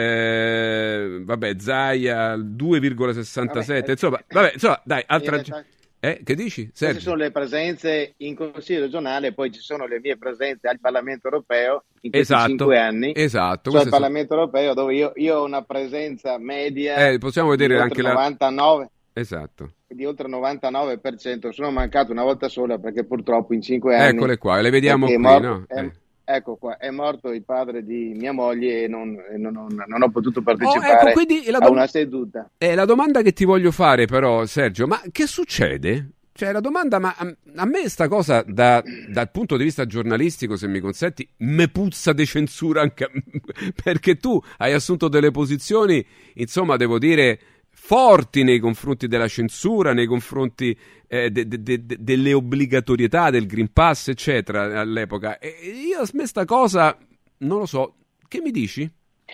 eh, vabbè Zaia al due virgola sessantasette, vabbè, insomma, vabbè, insomma dai, altra... Eh, che dici? Queste sono le presenze in Consiglio regionale, poi ci sono le mie presenze al Parlamento europeo in questi esatto, cinque anni. Esatto. Cioè al Parlamento sono... europeo dove io, io ho una presenza media eh, possiamo vedere di anche oltre novantanove, la... Esatto. Di oltre il novantanove per cento. Sono mancato una volta sola perché purtroppo in cinque anni... Eccole qua, le vediamo qui, morto, no? È, eh. Ecco qua, è morto il padre di mia moglie e non, e non, non, non ho potuto partecipare oh, ecco, quindi la dom- a una seduta. Eh, la domanda che ti voglio fare però, Sergio, ma che succede? Cioè la domanda, ma a, a me sta cosa da, dal punto di vista giornalistico, se mi consenti, me puzza di censura anche a me, perché tu hai assunto delle posizioni, insomma, devo dire, forti nei confronti della censura, nei confronti eh, de, de, de, de, delle obbligatorietà del Green Pass, eccetera, all'epoca. E io a me sta cosa, non lo so, che mi dici?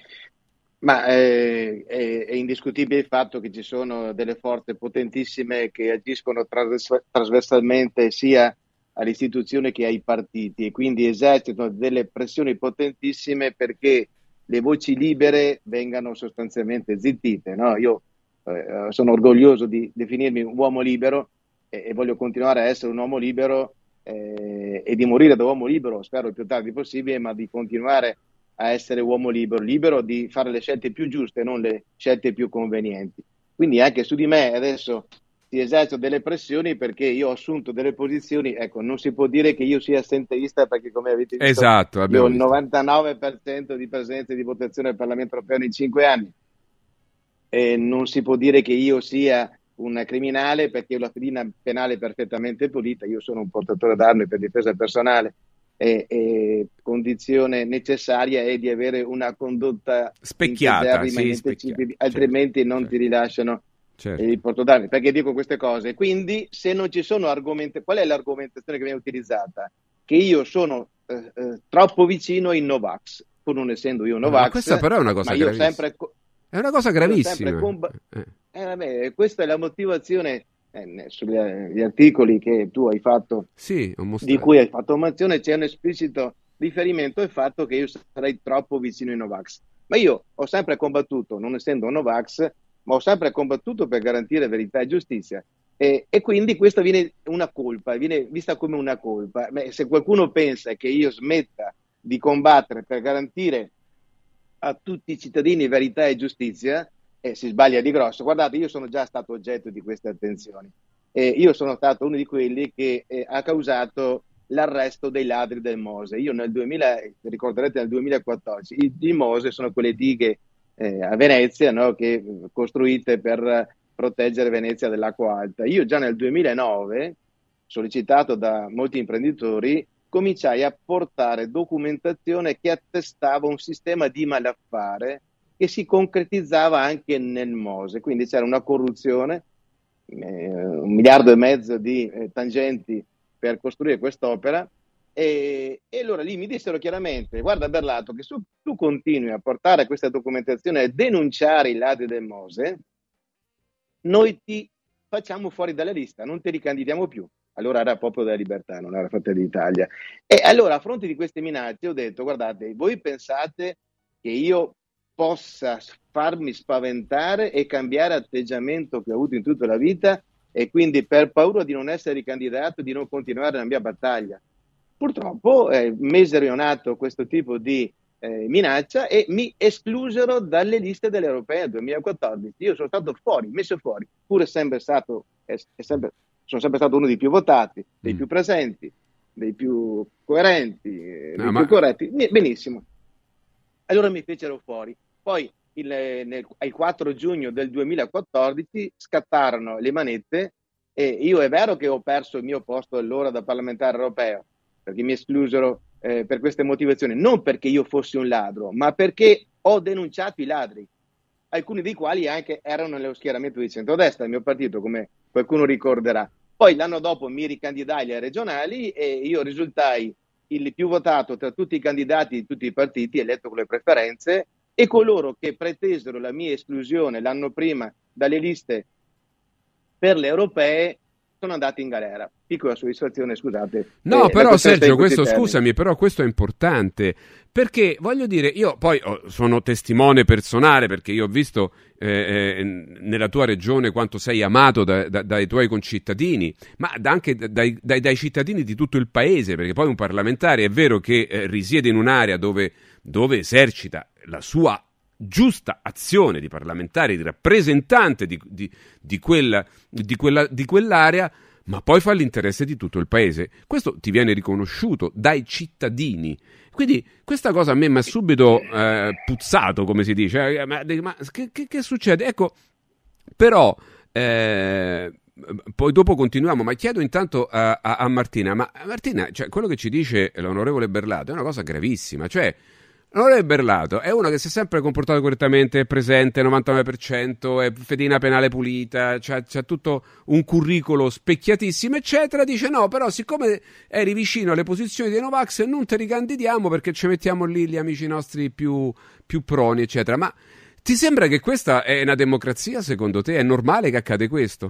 Ma eh, è, è indiscutibile il fatto che ci sono delle forze potentissime che agiscono trasvers- trasversalmente sia alle istituzioni che ai partiti e quindi esercitano delle pressioni potentissime perché le voci libere vengano sostanzialmente zittite, no? Io eh, sono orgoglioso di definirmi un uomo libero e, e voglio continuare a essere un uomo libero eh, e di morire da uomo libero, spero il più tardi possibile, ma di continuare a essere uomo libero, libero di fare le scelte più giuste e non le scelte più convenienti. Quindi anche su di me adesso si esercitano delle pressioni perché io ho assunto delle posizioni, ecco, non si può dire che io sia assenteista perché come avete visto esatto, io ho il visto. novantanove per cento di presenza e di votazione al Parlamento europeo in cinque anni e non si può dire che io sia un criminale perché la fedina penale è perfettamente pulita, io sono un portatore d'armi per difesa personale. E, e condizione necessaria è di avere una condotta specchiata, sì, specchiata, altrimenti certo, non certo. ti rilasciano certo. il portodarmi. Perché dico queste cose? Quindi se non ci sono argomenti, qual è l'argomentazione che viene utilizzata? Che io sono eh, eh, troppo vicino ai Novax, pur non essendo io Novax. Ma questa però è una cosa gravissima. Sempre, è una cosa gravissima. Comb- eh. Eh, vabbè, questa è la motivazione. Sugli articoli che tu hai fatto, sì, di cui hai fatto menzione, c'è un esplicito riferimento al fatto che io sarei troppo vicino ai Novax. Ma io ho sempre combattuto, non essendo un Novax, ma ho sempre combattuto per garantire verità e giustizia. E, e quindi questa viene una colpa, viene vista come una colpa. Beh, se qualcuno pensa che io smetta di combattere per garantire a tutti i cittadini verità e giustizia, Eh, si sbaglia di grosso. Guardate, io sono già stato oggetto di queste attenzioni. Eh, io sono stato uno di quelli che eh, ha causato l'arresto dei ladri del Mose. Io nel duemila, ricorderete nel duemilaquattordici, i, i Mose sono quelle dighe eh, a Venezia, no, che costruite per proteggere Venezia dall'acqua alta. Io già nel duemilanove, sollecitato da molti imprenditori, cominciai a portare documentazione che attestava un sistema di malaffare che si concretizzava anche nel Mose, quindi c'era una corruzione, eh, un miliardo e mezzo di eh, tangenti per costruire quest'opera E, e allora lì mi dissero chiaramente: guarda Berlato, che se tu continui a portare questa documentazione e denunciare i ladri del Mose, noi ti facciamo fuori dalla lista, non ti ricandidiamo più. Allora era Popolo della Libertà, non era Fratelli d'Italia. E allora, a fronte di queste minacce, ho detto: guardate, voi pensate che io possa farmi spaventare e cambiare atteggiamento che ho avuto in tutta la vita, e quindi per paura di non essere ricandidato, di non continuare la mia battaglia? Purtroppo eh, mi è srionato questo tipo di eh, minaccia e mi esclusero dalle liste delle europee nel duemilaquattordici. Io sono stato fuori, messo fuori, pur essendo stato, è, è sempre, sono sempre stato uno dei più votati, dei mm. più presenti, dei più coerenti, eh, no, dei ma... più corretti. Benissimo. Allora mi fecero fuori. Poi il, nel, il quattro giugno del duemilaquattordici scattarono le manette e io è vero che ho perso il mio posto allora da parlamentare europeo, perché mi esclusero eh, per queste motivazioni, non perché io fossi un ladro, ma perché ho denunciato i ladri, alcuni dei quali anche erano nello schieramento di centrodestra, il mio partito, come qualcuno ricorderà. Poi l'anno dopo mi ricandidai alle regionali e io risultai il più votato tra tutti i candidati di tutti i partiti, eletto con le preferenze, e coloro che pretesero la mia esclusione l'anno prima dalle liste per le europee sono andati in galera. Piccola soddisfazione, scusate. No, eh, però Sergio, questo scusami, però questo è importante, perché voglio dire, io poi oh, sono testimone personale, perché io ho visto eh, nella tua regione quanto sei amato da, da, dai tuoi concittadini, ma anche dai, dai, dai cittadini di tutto il paese, perché poi un parlamentare è vero che eh, risiede in un'area dove, dove esercita la sua giusta azione di parlamentare, di rappresentante di, di, di, quella, di, quella, di quell'area, ma poi fa l'interesse di tutto il paese. Questo ti viene riconosciuto dai cittadini. Quindi questa cosa a me mi ha subito eh, puzzato, come si dice. Ma, ma che, che, che succede? Ecco, però eh, poi dopo continuiamo, ma chiedo intanto a, a, a Martina, ma Martina, cioè, quello che ci dice l'onorevole Berlato è una cosa gravissima, cioè l'onorevole Berlato è uno che si è sempre comportato correttamente, è presente, novantanove per cento, è fedina penale pulita, c'ha, c'ha tutto un curriculum specchiatissimo, eccetera. Dice no, però siccome eri vicino alle posizioni dei Novax non te ricandidiamo perché ci mettiamo lì gli amici nostri più, più proni, eccetera. Ma ti sembra che questa è una democrazia, secondo te? È normale che accade questo?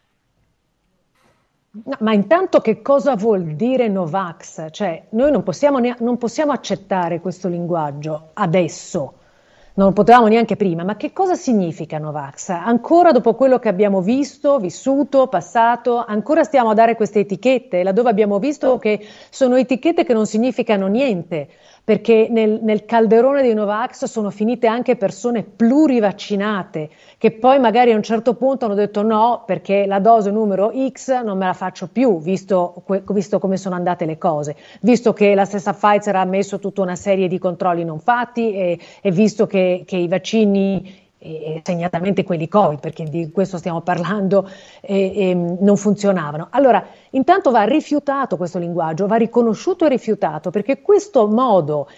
No, ma intanto che cosa vuol dire Novax? Cioè, noi non possiamo, ne- non possiamo accettare questo linguaggio adesso, non lo potevamo neanche prima, ma che cosa significa Novax? Ancora dopo quello che abbiamo visto, vissuto, passato, ancora stiamo a dare queste etichette, laddove abbiamo visto che sono etichette che non significano niente, perché nel, nel calderone dei Novax sono finite anche persone plurivaccinate, che poi magari a un certo punto hanno detto no, perché la dose numero X non me la faccio più, visto, visto come sono andate le cose, visto che la stessa Pfizer ha messo tutta una serie di controlli non fatti e, e visto che, che i vaccini, e segnatamente quelli Covid, perché di questo stiamo parlando, e, e, non funzionavano. Allora, intanto va rifiutato questo linguaggio, va riconosciuto e rifiutato, perché questo modo,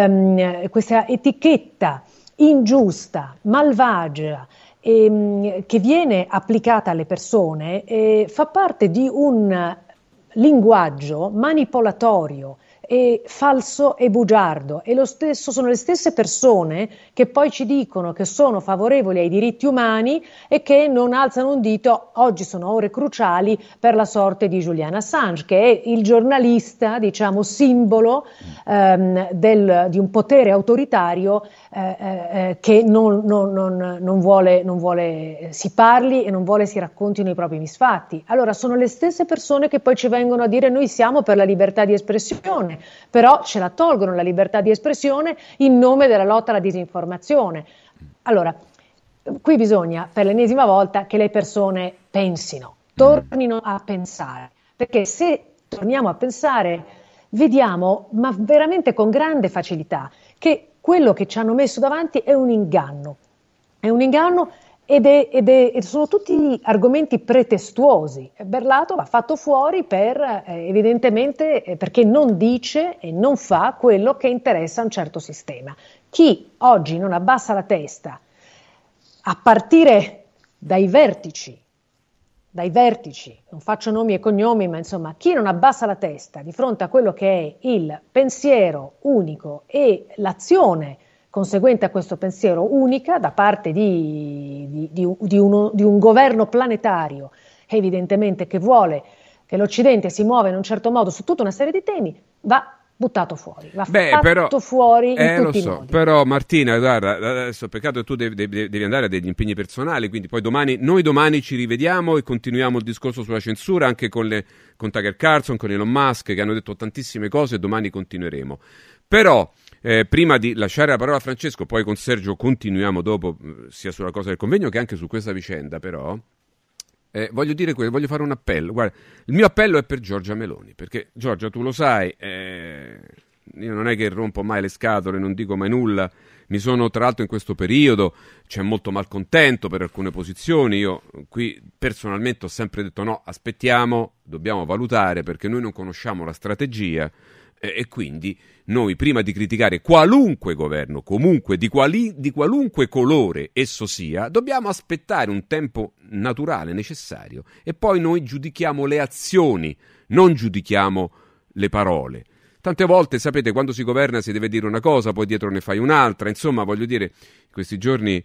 ehm, questa etichetta ingiusta, malvagia, ehm, che viene applicata alle persone, eh, fa parte di un linguaggio manipolatorio, e falso e bugiardo, e lo stesso sono le stesse persone che poi ci dicono che sono favorevoli ai diritti umani e che non alzano un dito. Oggi sono ore cruciali per la sorte di Julian Assange, che è il giornalista, diciamo, simbolo ehm, del, di un potere autoritario eh, eh, che non, non, non, non vuole, non vuole si parli e non vuole si raccontino i propri misfatti. Allora sono le stesse persone che poi ci vengono a dire noi siamo per la libertà di espressione, però ce la tolgono la libertà di espressione in nome della lotta alla disinformazione. Allora, qui bisogna per l'ennesima volta che le persone pensino, tornino a pensare, perché se torniamo a pensare vediamo, ma veramente con grande facilità, che quello che ci hanno messo davanti è un inganno, è un inganno Ed, è, ed, è, ed sono tutti argomenti pretestuosi. Berlato va fatto fuori per, eh, evidentemente eh, perché non dice e non fa quello che interessa a un certo sistema. Chi oggi non abbassa la testa, a partire dai vertici dai vertici, non faccio nomi e cognomi, ma insomma chi non abbassa la testa di fronte a quello che è il pensiero unico e l'azione conseguente a questo pensiero unica da parte di, di, di, di, uno, di un governo planetario, evidentemente che vuole che l'Occidente si muova in un certo modo su tutta una serie di temi, va buttato fuori, va Beh, fatto però, fuori in eh, tutti lo so, i modi. Però Martina, guarda, adesso peccato che tu devi, devi, devi andare a degli impegni personali, quindi poi domani, noi domani ci rivediamo e continuiamo il discorso sulla censura anche con, le, con Tucker Carlson, con Elon Musk, che hanno detto tantissime cose e domani continueremo. Però, eh, prima di lasciare la parola a Francesco, poi con Sergio continuiamo dopo, sia sulla cosa del convegno che anche su questa vicenda, però... Eh, voglio dire quello, voglio fare un appello. Guarda, il mio appello è per Giorgia Meloni, perché Giorgia, tu lo sai, eh, io non è che rompo mai le scatole, non dico mai nulla. Mi sono, tra l'altro, in questo periodo c'è molto malcontento per alcune posizioni. Io qui personalmente ho sempre detto no, aspettiamo, dobbiamo valutare, perché noi non conosciamo la strategia eh, e quindi noi, prima di criticare qualunque governo, comunque di, quali, di qualunque colore esso sia, dobbiamo aspettare un tempo naturale, necessario, e poi noi giudichiamo le azioni, non giudichiamo le parole. Tante volte, sapete, quando si governa si deve dire una cosa, poi dietro ne fai un'altra. Insomma, voglio dire, in questi giorni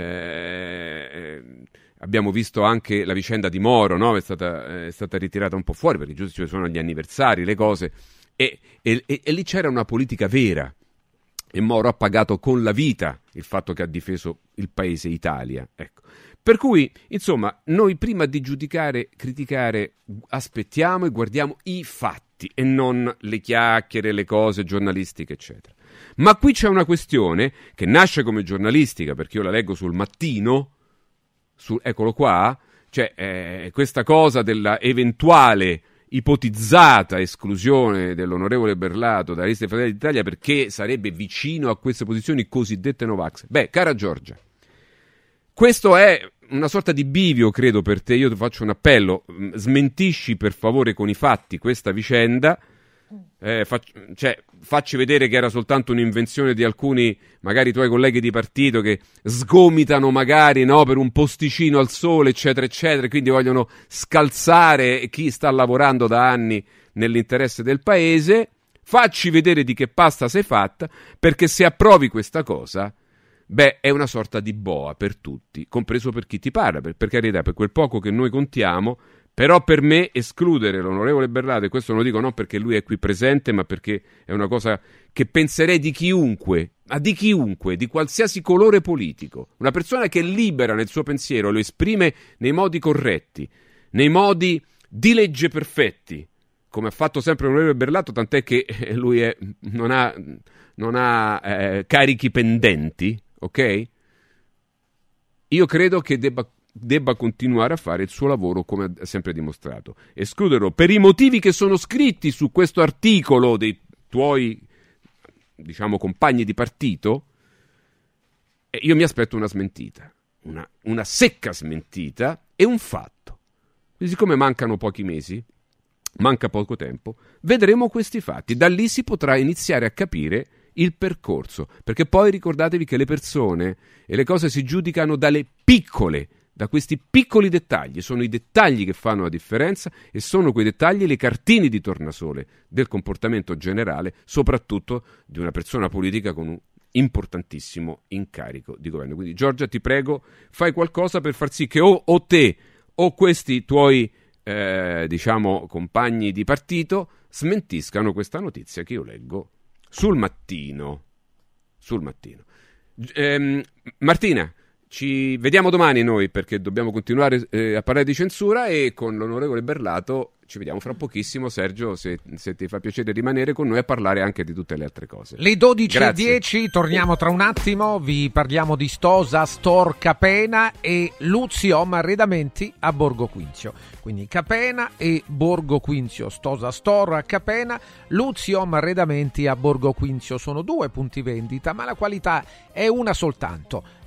eh, abbiamo visto anche la vicenda di Moro, no? È stata, è stata ritirata un po' fuori, perché giusto ci sono gli anniversari, le cose... E, e, e lì c'era una politica vera e Moro ha pagato con la vita il fatto che ha difeso il paese Italia, ecco. Per cui, insomma, noi prima di giudicare, criticare, aspettiamo e guardiamo i fatti e non le chiacchiere, le cose giornalistiche, eccetera. Ma qui c'è una questione che nasce come giornalistica, perché io la leggo sul Mattino, su, eccolo qua, cioè eh, questa cosa della eventuale ipotizzata esclusione dell'onorevole Berlato dalla lista dei Fratelli d'Italia perché sarebbe vicino a queste posizioni cosiddette Novax. Beh, cara Giorgia, questo è una sorta di bivio, credo, per te. Io ti faccio un appello: smentisci per favore con i fatti questa vicenda, eh, fac- cioè facci vedere che era soltanto un'invenzione di alcuni magari tuoi colleghi di partito che sgomitano magari, no, per un posticino al sole, eccetera eccetera, quindi vogliono scalzare chi sta lavorando da anni nell'interesse del paese. Facci vedere di che pasta sei fatta, perché se approvi questa cosa, beh, è una sorta di boa per tutti, compreso per chi ti parla, per, per carità, per quel poco che noi contiamo. Però per me escludere l'onorevole Berlato, e questo lo dico non perché lui è qui presente, ma perché è una cosa che penserei di chiunque, ma di chiunque, di qualsiasi colore politico, una persona che è libera nel suo pensiero, lo esprime nei modi corretti, nei modi di legge perfetti, come ha fatto sempre l'onorevole Berlato, tant'è che lui è, non ha, non ha eh, carichi pendenti, ok? Io credo che debba debba continuare a fare il suo lavoro come ha sempre dimostrato. Escluderlo per i motivi che sono scritti su questo articolo dei tuoi, diciamo, compagni di partito, e io mi aspetto una smentita, una, una secca smentita e un fatto. E siccome mancano pochi mesi, manca poco tempo, vedremo questi fatti. Da lì si potrà iniziare a capire il percorso, perché poi ricordatevi che le persone e le cose si giudicano dalle piccole da questi piccoli dettagli. Sono i dettagli che fanno la differenza e sono quei dettagli le cartine di tornasole del comportamento generale, soprattutto di una persona politica con un importantissimo incarico di governo. Quindi Giorgia, ti prego, fai qualcosa per far sì che o, o te o questi tuoi eh, diciamo compagni di partito smentiscano questa notizia che io leggo sul Mattino. Sul Mattino. Ehm, Martina, ci vediamo domani noi, perché dobbiamo continuare eh, a parlare di censura, e con l'onorevole Berlato ci vediamo fra pochissimo. Sergio, se, se ti fa piacere rimanere con noi a parlare anche di tutte le altre cose. Le dodici e dieci, torniamo tra un attimo, vi parliamo di Stosa Store Capena e Luziom Arredamenti a Borgo Quinzio. Quindi Capena e Borgo Quinzio, Stosa Store a Capena, Luziom Arredamenti a Borgo Quinzio. Sono due punti vendita, ma la qualità è una soltanto.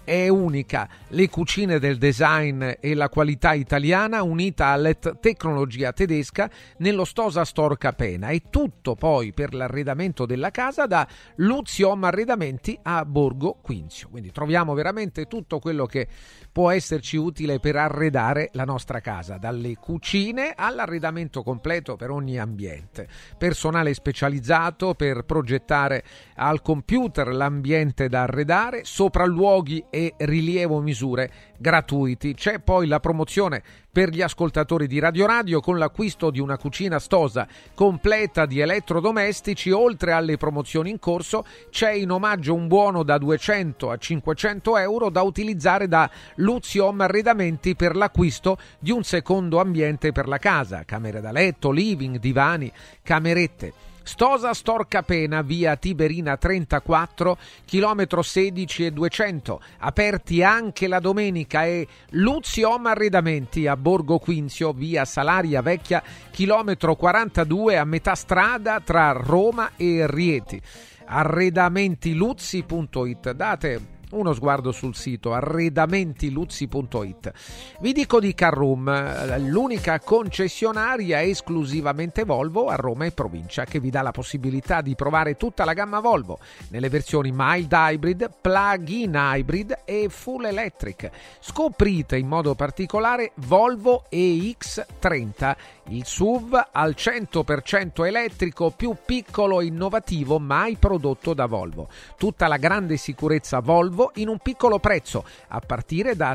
è unica, le cucine del design e la qualità italiana unita alla tecnologia tedesca nello Stosa Store Capena, e tutto poi per l'arredamento della casa da Luzzi Home Arredamenti a Borgo Quinzio. Quindi troviamo veramente tutto quello che può esserci utile per arredare la nostra casa, dalle cucine all'arredamento completo per ogni ambiente, personale specializzato per progettare al computer l'ambiente da arredare, sopralluoghi e rilievo misure gratuiti. C'è poi la promozione per gli ascoltatori di Radio Radio con l'acquisto di una cucina Stosa completa di elettrodomestici. Oltre alle promozioni in corso, c'è in omaggio un buono da duecento a cinquecento euro da utilizzare da Luzzi Home Arredamenti per l'acquisto di un secondo ambiente per la casa, camere da letto, living, divani, camerette. Stosa Store Capena, via Tiberina trentaquattro, chilometro sedici e duecento, aperti anche la domenica, e Luzzi Home Arredamenti a Borgo Quinzio, via Salaria Vecchia, chilometro quarantadue, a metà strada tra Roma e Rieti. arredamentiluzzi punto it, date uno sguardo sul sito arredamentiluzzi punto it. Vi dico di Carroom, l'unica concessionaria esclusivamente Volvo a Roma e provincia, che vi dà la possibilità di provare tutta la gamma Volvo nelle versioni mild hybrid, plug-in hybrid e full electric. Scoprite in modo particolare Volvo E X trenta, il S U V al cento per cento elettrico più piccolo e innovativo mai prodotto da Volvo. Tutta la grande sicurezza Volvo in un piccolo prezzo a partire da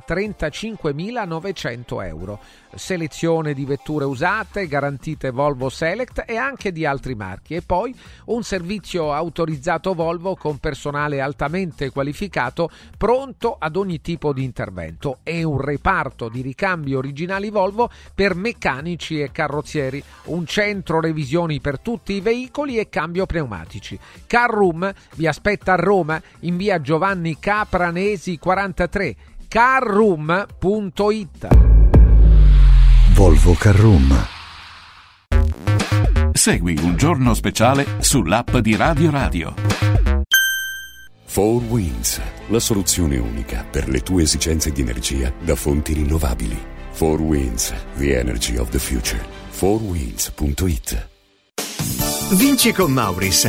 trentacinquemilanovecento euro. Selezione di vetture usate, garantite Volvo Select e anche di altri marchi, e poi un servizio autorizzato Volvo con personale altamente qualificato pronto ad ogni tipo di intervento, e un reparto di ricambi originali Volvo per meccanici e carrozzieri, un centro revisioni per tutti i veicoli e cambio pneumatici. Carroom vi aspetta a Roma in via Giovanni Capranesi quarantatré, carroom punto it. Volvo Carroom. Segui Un Giorno Speciale sull'app di Radio Radio. four Winds, la soluzione unica per le tue esigenze di energia da fonti rinnovabili. four Winds, the energy of the future. four winds punto it. Vinci con Mauris.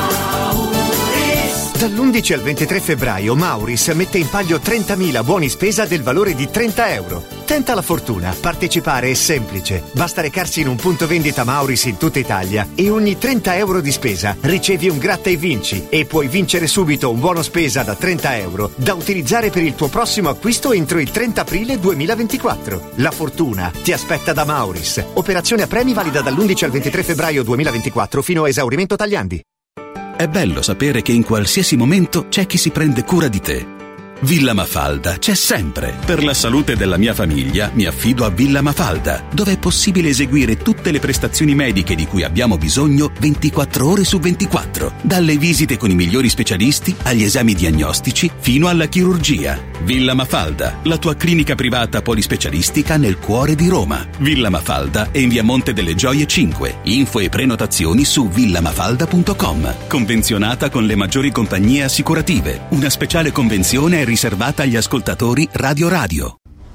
Dall'undici al ventitré febbraio Mauris mette in palio trentamila buoni spesa del valore di trenta euro. Tenta la fortuna, partecipare è semplice. Basta recarsi in un punto vendita Mauris in tutta Italia e ogni trenta euro di spesa ricevi un gratta e vinci, e puoi vincere subito un buono spesa da trenta euro da utilizzare per il tuo prossimo acquisto entro il trenta aprile duemilaventiquattro. La fortuna ti aspetta da Mauris. Operazione a premi valida dall'undici al ventitré febbraio duemilaventiquattro fino a esaurimento tagliandi. È bello sapere che in qualsiasi momento c'è chi si prende cura di te. Villa Mafalda c'è sempre. Per la salute della mia famiglia mi affido a Villa Mafalda, dove è possibile eseguire tutte le prestazioni mediche di cui abbiamo bisogno ventiquattro ore su ventiquattro, dalle visite con i migliori specialisti agli esami diagnostici fino alla chirurgia. Villa Mafalda, la tua clinica privata polispecialistica nel cuore di Roma. Villa Mafalda è in via Monte delle Gioie cinque. Info e prenotazioni su villamafalda punto com. Convenzionata con le maggiori compagnie assicurative. Una speciale convenzione è riservata agli ascoltatori Radio Radio.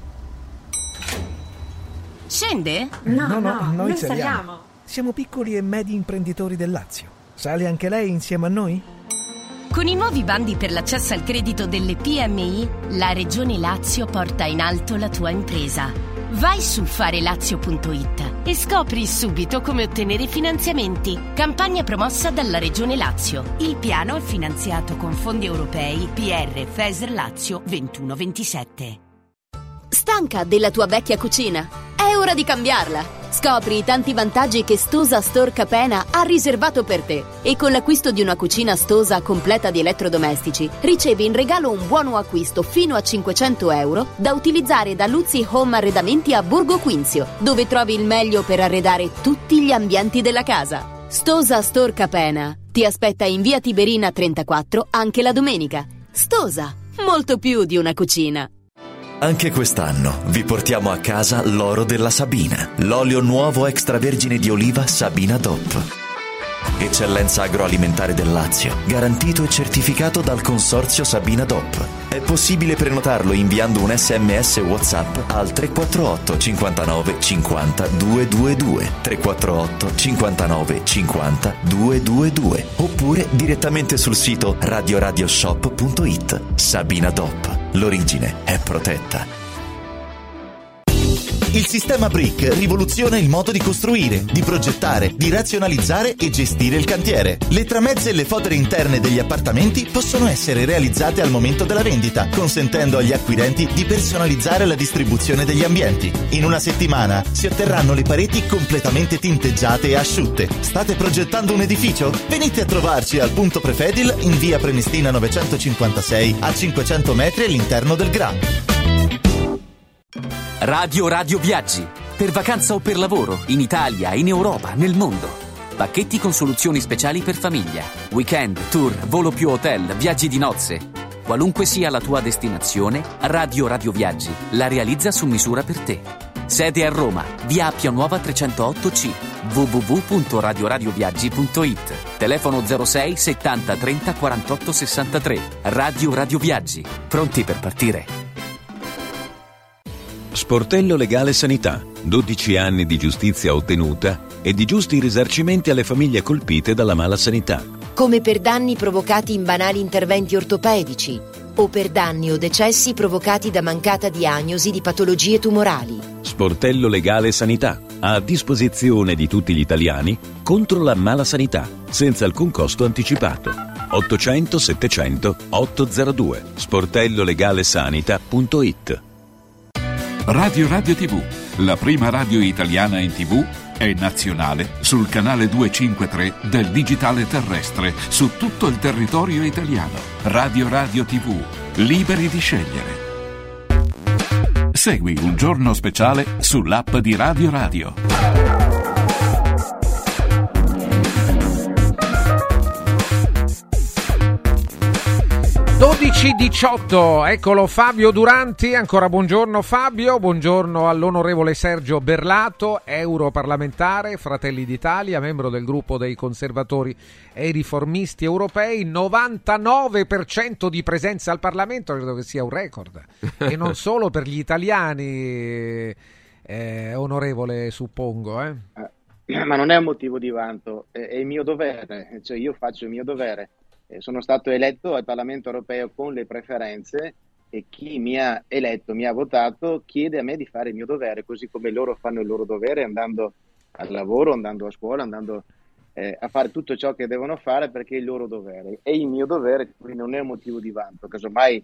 Scende? No, no, no, noi, noi saliamo. saliamo. Siamo piccoli e medi imprenditori del Lazio. Sale anche lei insieme a noi? Con i nuovi bandi per l'accesso al credito delle P M I, la Regione Lazio porta in alto la tua impresa. Vai su farelazio punto it e scopri subito come ottenere finanziamenti. Campagna promossa dalla Regione Lazio. Il piano è finanziato con fondi europei P R FESR Lazio ventuno ventisette. Stanca della tua vecchia cucina? È ora di cambiarla! Scopri i tanti vantaggi che Stosa Store Capena ha riservato per te, e con l'acquisto di una cucina Stosa completa di elettrodomestici ricevi in regalo un buono acquisto fino a cinquecento euro da utilizzare da Luzzi Home Arredamenti a Borgo Quinzio, dove trovi il meglio per arredare tutti gli ambienti della casa. Stosa Store Capena ti aspetta in via Tiberina trentaquattro anche la domenica. Stosa, molto più di una cucina. Anche quest'anno vi portiamo a casa l'oro della Sabina, l'olio nuovo extravergine di oliva Sabina D O P. Eccellenza agroalimentare del Lazio, garantito e certificato dal consorzio Sabina D O P. È possibile prenotarlo inviando un sms WhatsApp al tre quattro otto cinquantanove cinquanta duecentoventidue, tre quattro otto cinquantanove cinquanta duecentoventidue, oppure direttamente sul sito radio radio shop punto it. Sabina D O P, l'origine è protetta. Il sistema Brick rivoluziona il modo di costruire, di progettare, di razionalizzare e gestire il cantiere. Le tramezze e le fodere interne degli appartamenti possono essere realizzate al momento della vendita, consentendo agli acquirenti di personalizzare la distribuzione degli ambienti. In una settimana si otterranno le pareti completamente tinteggiate e asciutte. State progettando un edificio? Venite a trovarci al punto Prefedil in via Prenestina novecentocinquantasei, a cinquecento metri all'interno del G R A. Radio Radio Viaggi. Per vacanza o per lavoro, in Italia, in Europa, nel mondo. Pacchetti con soluzioni speciali per famiglia. Weekend, tour, volo più hotel, viaggi di nozze. Qualunque sia la tua destinazione, Radio Radio Viaggi la realizza su misura per te. Sede a Roma, via Appia Nuova trecentootto C, w w w punto radio radio viaggi punto it. Telefono zero sei settanta trenta quarantotto sessantatré. Radio Radio Viaggi. Pronti per partire? Sportello Legale Sanità, dodici anni di giustizia ottenuta e di giusti risarcimenti alle famiglie colpite dalla mala sanità. Come per danni provocati in banali interventi ortopedici o per danni o decessi provocati da mancata diagnosi di patologie tumorali. Sportello Legale Sanità, a disposizione di tutti gli italiani contro la mala sanità, senza alcun costo anticipato. ottocento settecento ottocentodue, sportello legale sanita punto it. Radio Radio tivù, la prima radio italiana in tivù e nazionale sul canale duecentocinquantatré del digitale terrestre su tutto il territorio italiano. Radio Radio tivù, liberi di scegliere. Segui Un Giorno Speciale sull'app di Radio Radio. dodici diciotto, eccolo Fabio Duranti, ancora buongiorno Fabio, buongiorno all'onorevole Sergio Berlato, europarlamentare, Fratelli d'Italia, membro del gruppo dei conservatori e riformisti europei, novantanove per cento di presenza al Parlamento, credo che sia un record, e non solo per gli italiani, eh, onorevole, suppongo. Eh. Ma non è un motivo di vanto, è, è il mio dovere, cioè io faccio il mio dovere. Sono stato eletto al Parlamento europeo con le preferenze e chi mi ha eletto, mi ha votato, chiede a me di fare il mio dovere, così come loro fanno il loro dovere andando al lavoro, andando a scuola, andando eh, a fare tutto ciò che devono fare perché è il loro dovere. È il mio dovere, quindi non è un motivo di vanto, casomai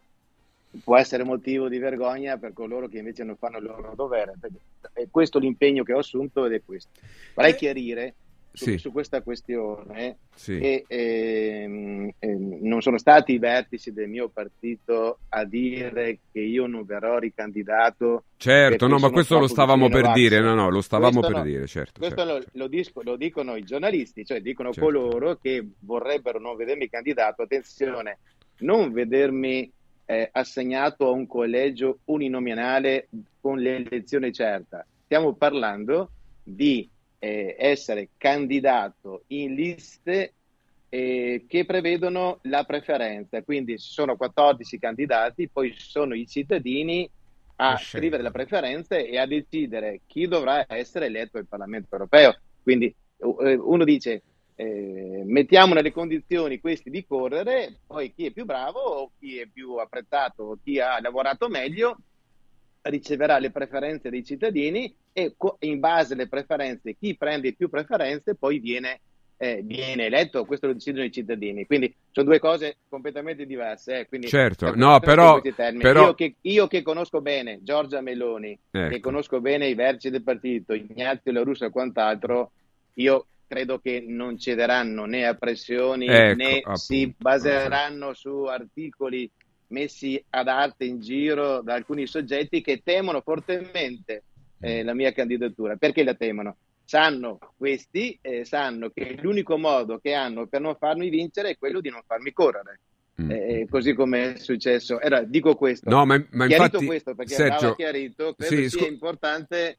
può essere motivo di vergogna per coloro che invece non fanno il loro dovere. È questo l'impegno che ho assunto ed è questo. Vorrei chiarire Su, sì. su questa questione sì. e ehm, ehm, non sono stati i vertici del mio partito a dire che io non verrò ricandidato. Certo, no, ma questo lo stavamo per dire, no, no, lo stavamo questo per no, dire, certo. Questo certo, lo, certo. Lo, disco, lo dicono i giornalisti, cioè dicono certo. coloro che vorrebbero non vedermi candidato, attenzione, non vedermi eh, assegnato a un collegio uninominale con l'elezione certa. Stiamo parlando di Eh, essere candidato in liste eh, che prevedono la preferenza, quindi ci sono quattordici candidati, poi sono i cittadini a scrivere la preferenza e a decidere chi dovrà essere eletto al Parlamento europeo. Quindi eh, uno dice eh, mettiamo nelle condizioni questi di correre, poi chi è più bravo o chi è più apprezzato o chi ha lavorato meglio riceverà le preferenze dei cittadini e co- in base alle preferenze chi prende più preferenze poi viene, eh, viene eletto. Questo lo decidono i cittadini, quindi sono due cose completamente diverse, eh. Quindi, certo, no, però, però... Io, che, io che conosco bene Giorgia Meloni, ecco. che conosco bene i vertici del partito, Ignazio La Russa e quant'altro, io credo che non cederanno né a pressioni ecco, né appunto. si baseranno su articoli messi ad arte in giro da alcuni soggetti che temono fortemente eh, la mia candidatura. Perché la temono? Sanno questi, eh, sanno che l'unico modo che hanno per non farmi vincere è quello di non farmi correre. Mm. Eh, così come è successo. Allora, dico questo, no, ma, ma chiarito infatti, questo perché Sergio, andava chiarito, credo sì, sia scu- importante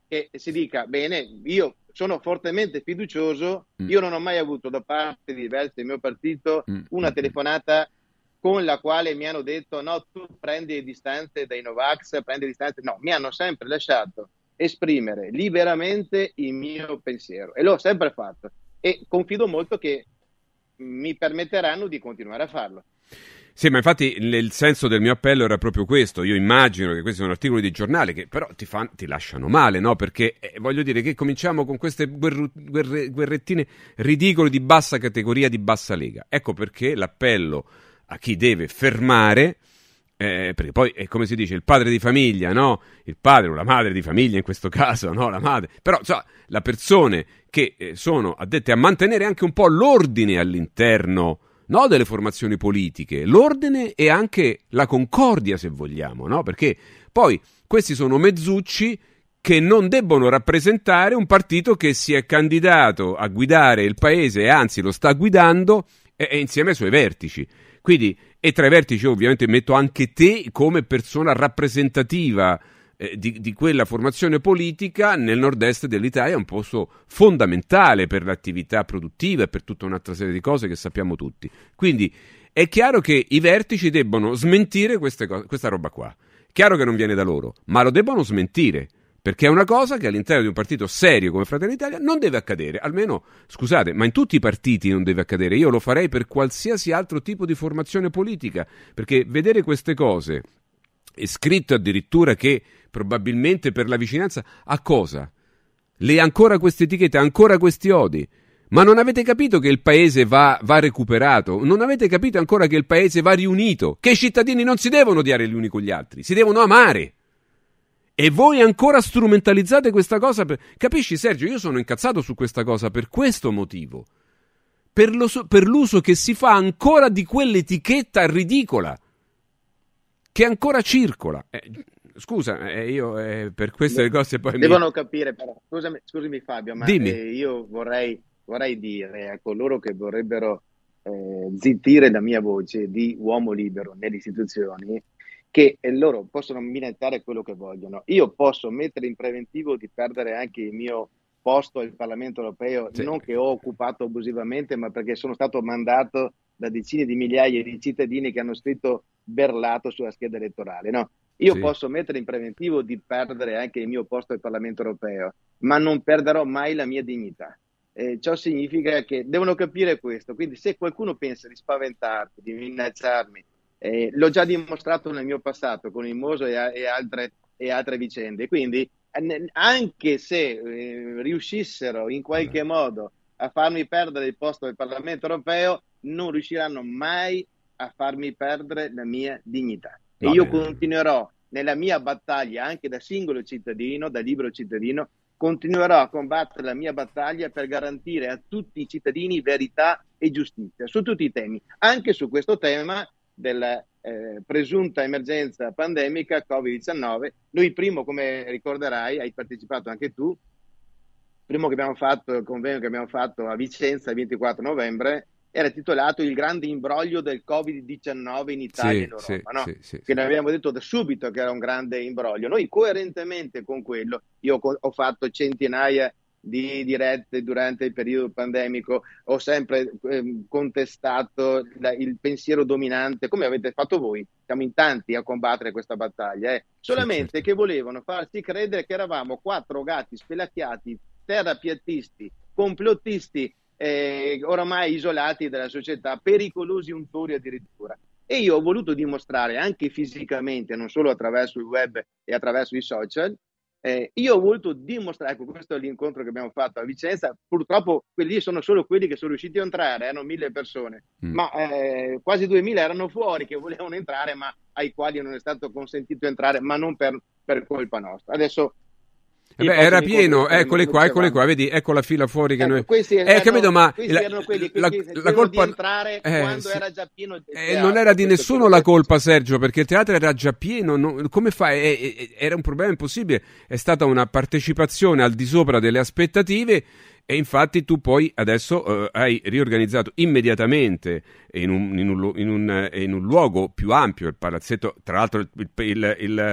che si dica, bene, io sono fortemente fiducioso, mm. io non ho mai avuto da parte di diversi del mio partito mm. una telefonata con la quale mi hanno detto no, tu prendi distanze dai Novax, prendi distanze, no, mi hanno sempre lasciato esprimere liberamente il mio pensiero e l'ho sempre fatto e confido molto che mi permetteranno di continuare a farlo. Sì, ma infatti il senso del mio appello era proprio questo. Io immagino che questi sono articoli di giornale che però ti, fan, ti lasciano male, no? Perché eh, voglio dire che cominciamo con queste guerru, guerre, guerrettine ridicole di bassa categoria, di bassa lega. Ecco perché l'appello a chi deve fermare, eh, perché poi è come si dice, il padre di famiglia, no? Il padre o la madre di famiglia in questo caso, no? La madre. Però, cioè, le persone che eh, sono addette a mantenere anche un po' l'ordine all'interno, no, delle formazioni politiche, l'ordine e anche la concordia, se vogliamo, no? Perché poi questi sono mezzucci che non debbono rappresentare un partito che si è candidato a guidare il paese e anzi lo sta guidando e, e insieme ai suoi vertici. Quindi, e tra i vertici ovviamente metto anche te come persona rappresentativa eh, di, di quella formazione politica nel nord-est dell'Italia, un posto fondamentale per l'attività produttiva e per tutta un'altra serie di cose che sappiamo tutti. Quindi è chiaro che i vertici debbono smentire queste cose, questa roba qua. Chiaro che non viene da loro, ma lo debbono smentire. Perché è una cosa che all'interno di un partito serio come Fratelli d'Italia non deve accadere, almeno, scusate, ma in tutti i partiti non deve accadere. Io lo farei per qualsiasi altro tipo di formazione politica, perché vedere queste cose, è scritto addirittura che probabilmente per la vicinanza, a cosa? Le ancora queste etichette, ancora questi odi? Ma non avete capito che il paese va, va recuperato? Non avete capito ancora che il paese va riunito? Che i cittadini non si devono odiare gli uni con gli altri, si devono amare! E voi ancora strumentalizzate questa cosa? Per... Capisci, Sergio? Io sono incazzato su questa cosa per questo motivo. Per, lo so... per l'uso che si fa ancora di quell'etichetta ridicola che ancora circola. Eh, scusa, eh, io eh, per queste De- cose poi... Devono mi... capire però. Scusami, scusami Fabio, ma Dimmi. Eh, io vorrei, vorrei dire a coloro che vorrebbero eh, zittire la mia voce di uomo libero nelle istituzioni che loro possono minacciare quello che vogliono. Io posso mettere in preventivo di perdere anche il mio posto al Parlamento europeo, sì. Non che ho occupato abusivamente, ma perché sono stato mandato da decine di migliaia di cittadini che hanno scritto berlato sulla scheda elettorale. No? Io sì. Posso mettere in preventivo di perdere anche il mio posto al Parlamento europeo, ma non perderò mai la mia dignità. Eh, ciò significa che devono capire questo. Quindi se qualcuno pensa di spaventarmi, di minacciarmi, Eh, l'ho già dimostrato nel mio passato con il Moso e, a, e, altre, e altre vicende, quindi eh, anche se eh, riuscissero in qualche modo a farmi perdere il posto del Parlamento europeo, non riusciranno mai a farmi perdere la mia dignità. E io continuerò nella mia battaglia anche da singolo cittadino, da libero cittadino, continuerò a combattere la mia battaglia per garantire a tutti i cittadini verità e giustizia su tutti i temi, anche su questo tema della eh, presunta emergenza pandemica covid diciannove. Noi primo, come ricorderai, hai partecipato anche tu, primo che abbiamo fatto, il convegno che abbiamo fatto a Vicenza il ventiquattro novembre, era titolato Il grande imbroglio del covid diciannove in Italia e sì, in Europa, sì, no? sì, sì, che ne abbiamo detto da subito che era un grande imbroglio. Noi coerentemente con quello, io ho, ho fatto centinaia di dirette durante il periodo pandemico, ho sempre eh, contestato la, il pensiero dominante, come avete fatto voi. Siamo in tanti a combattere questa battaglia, eh. solamente sì, certo. Che volevano farci credere che eravamo quattro gatti spelacchiati, terrapiattisti, complottisti, eh, oramai isolati dalla società, pericolosi untori addirittura. E io ho voluto dimostrare anche fisicamente, non solo attraverso il web e attraverso i social, Eh, io ho voluto dimostrare, ecco, questo è l'incontro che abbiamo fatto a Vicenza. Purtroppo quelli sono solo quelli che sono riusciti a entrare, erano mille persone, mm. ma eh, quasi duemila erano fuori che volevano entrare, ma ai quali non è stato consentito entrare, ma non per, per colpa nostra. Adesso Eh beh, era pieno, eccole qua, eccole qua, vedi, ecco la fila fuori che ecco, noi... Questi eh, erano, capito, ma questi la, erano quelli che la, la colpa... di entrare eh, quando sì. era già pieno. Eh, non era di nessuno la colpa, Sergio, perché il teatro era già pieno, non, come fai? Eh, eh, era un problema impossibile, è stata una partecipazione al di sopra delle aspettative. E infatti tu poi adesso eh, hai riorganizzato immediatamente in un, in, un, in, un, in un luogo più ampio, il palazzetto, tra l'altro il, il, il,